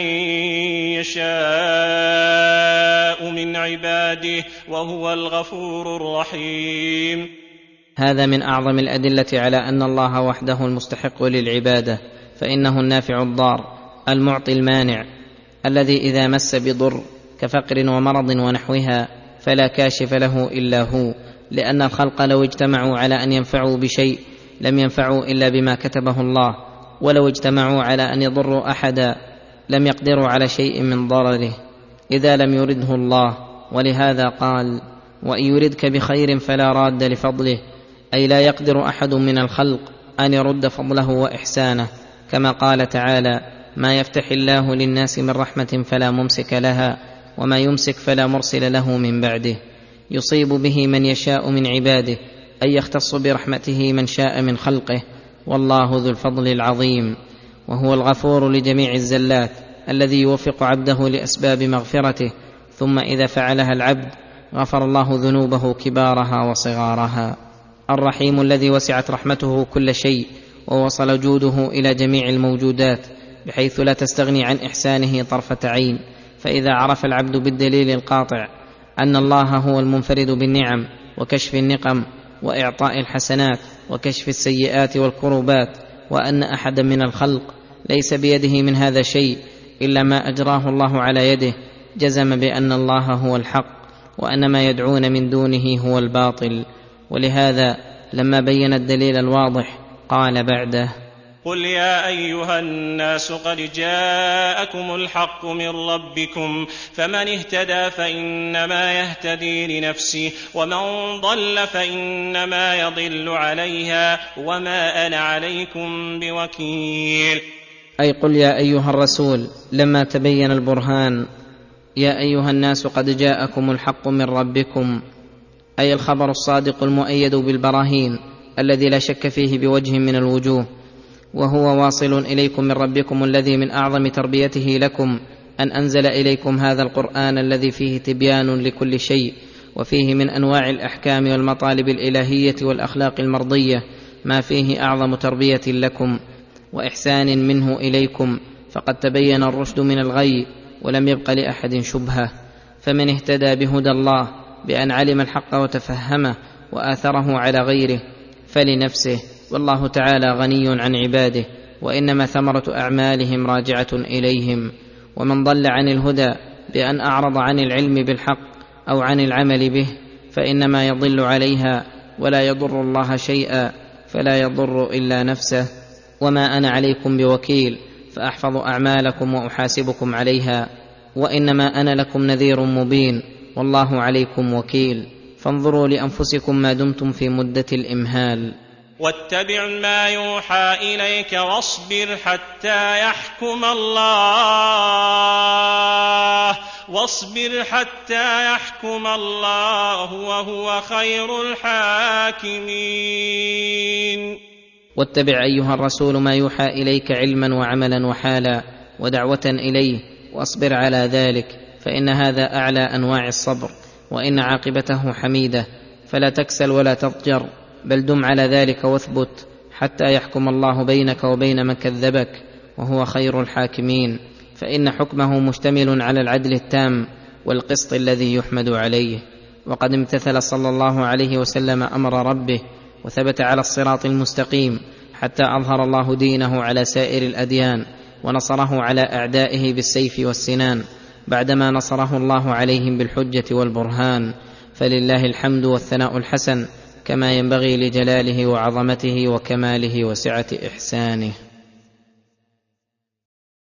يشاء من عباده وهو الغفور الرحيم. هذا من أعظم الأدلة على أن الله وحده المستحق للعبادة، فإنه النافع الضار المعطي المانع، الذي إذا مس بضر كفقر ومرض ونحوها فلا كاشف له إلا هو، لأن الخلق لو اجتمعوا على أن ينفعوا بشيء لم ينفعوا إلا بما كتبه الله، ولو اجتمعوا على أن يضروا أحدا لم يقدروا على شيء من ضرره إذا لم يرده الله. ولهذا قال: وإن يردك بخير فلا راد لفضله، أي لا يقدر أحد من الخلق أن يرد فضله وإحسانه، كما قال تعالى: ما يفتح الله للناس من رحمة فلا ممسك لها وما يمسك فلا مرسل له من بعده، يصيب به من يشاء من عباده، أي يختص برحمته من شاء من خلقه، والله ذو الفضل العظيم. وهو الغفور لجميع الزلات الذي يوفق عبده لأسباب مغفرته، ثم إذا فعلها العبد غفر الله ذنوبه كبارها وصغارها. الرحيم الذي وسعت رحمته كل شيء ووصل جوده إلى جميع الموجودات بحيث لا تستغني عن إحسانه طرفة عين. فإذا عرف العبد بالدليل القاطع أن الله هو المنفرد بالنعم وكشف النقم وإعطاء الحسنات وكشف السيئات والكروبات، وأن أحدا من الخلق ليس بيده من هذا شيء إلا ما أجراه الله على يده، جزم بأن الله هو الحق وأن ما يدعون من دونه هو الباطل. ولهذا لما بين الدليل الواضح قال بعده: قل يا أيها الناس قد جاءكم الحق من ربكم، فمن اهتدى فإنما يهتدي لنفسه، ومن ضل فإنما يضل عليها، وما أنا عليكم بوكيل. أي قل يا أيها الرسول لما تبين البرهان: يا أيها الناس قد جاءكم الحق من ربكم، أي الخبر الصادق المؤيد بالبراهين الذي لا شك فيه بوجه من الوجوه، وهو واصل إليكم من ربكم الذي من أعظم تربيته لكم أن أنزل إليكم هذا القرآن الذي فيه تبيان لكل شيء، وفيه من أنواع الأحكام والمطالب الإلهية والأخلاق المرضية ما فيه أعظم تربية لكم وإحسان منه إليكم، فقد تبين الرشد من الغي ولم يبق لأحد شبهة. فمن اهتدى بهدى الله بأن علم الحق وتفهمه وآثره على غيره فلنفسه، والله تعالى غني عن عباده، وإنما ثمرة أعمالهم راجعة إليهم. ومن ضل عن الهدى بأن أعرض عن العلم بالحق أو عن العمل به فإنما يضل عليها ولا يضر الله شيئا، فلا يضر إلا نفسه. وما أنا عليكم بوكيل، فأحفظ أعمالكم وأحاسبكم عليها، وإنما أنا لكم نذير مبين، والله عليكم وكيل. فانظروا لانفسكم ما دمتم في مده الامهال. واتبع ما يوحى إليك واصبر حتى يحكم الله وهو خير الحاكمين. واتبع ايها الرسول ما يوحى اليك علما وعملا وحالا ودعوه اليه، واصبر على ذلك، فان هذا اعلى انواع الصبر، وان عاقبته حميده. فلا تكسل ولا تضجر، بل دم على ذلك واثبت حتى يحكم الله بينك وبين من كذبك، وهو خير الحاكمين، فان حكمه مشتمل على العدل التام والقسط الذي يحمد عليه. وقد امتثل صلى الله عليه وسلم امر ربه، وثبت على الصراط المستقيم، حتى اظهر الله دينه على سائر الاديان، ونصره على اعدائه بالسيف والسنان، بعدما نصره الله عليهم بالحجه والبرهان. فلله الحمد والثناء الحسن، كما ينبغي لجلاله وعظمته وكماله وسعه احسانه.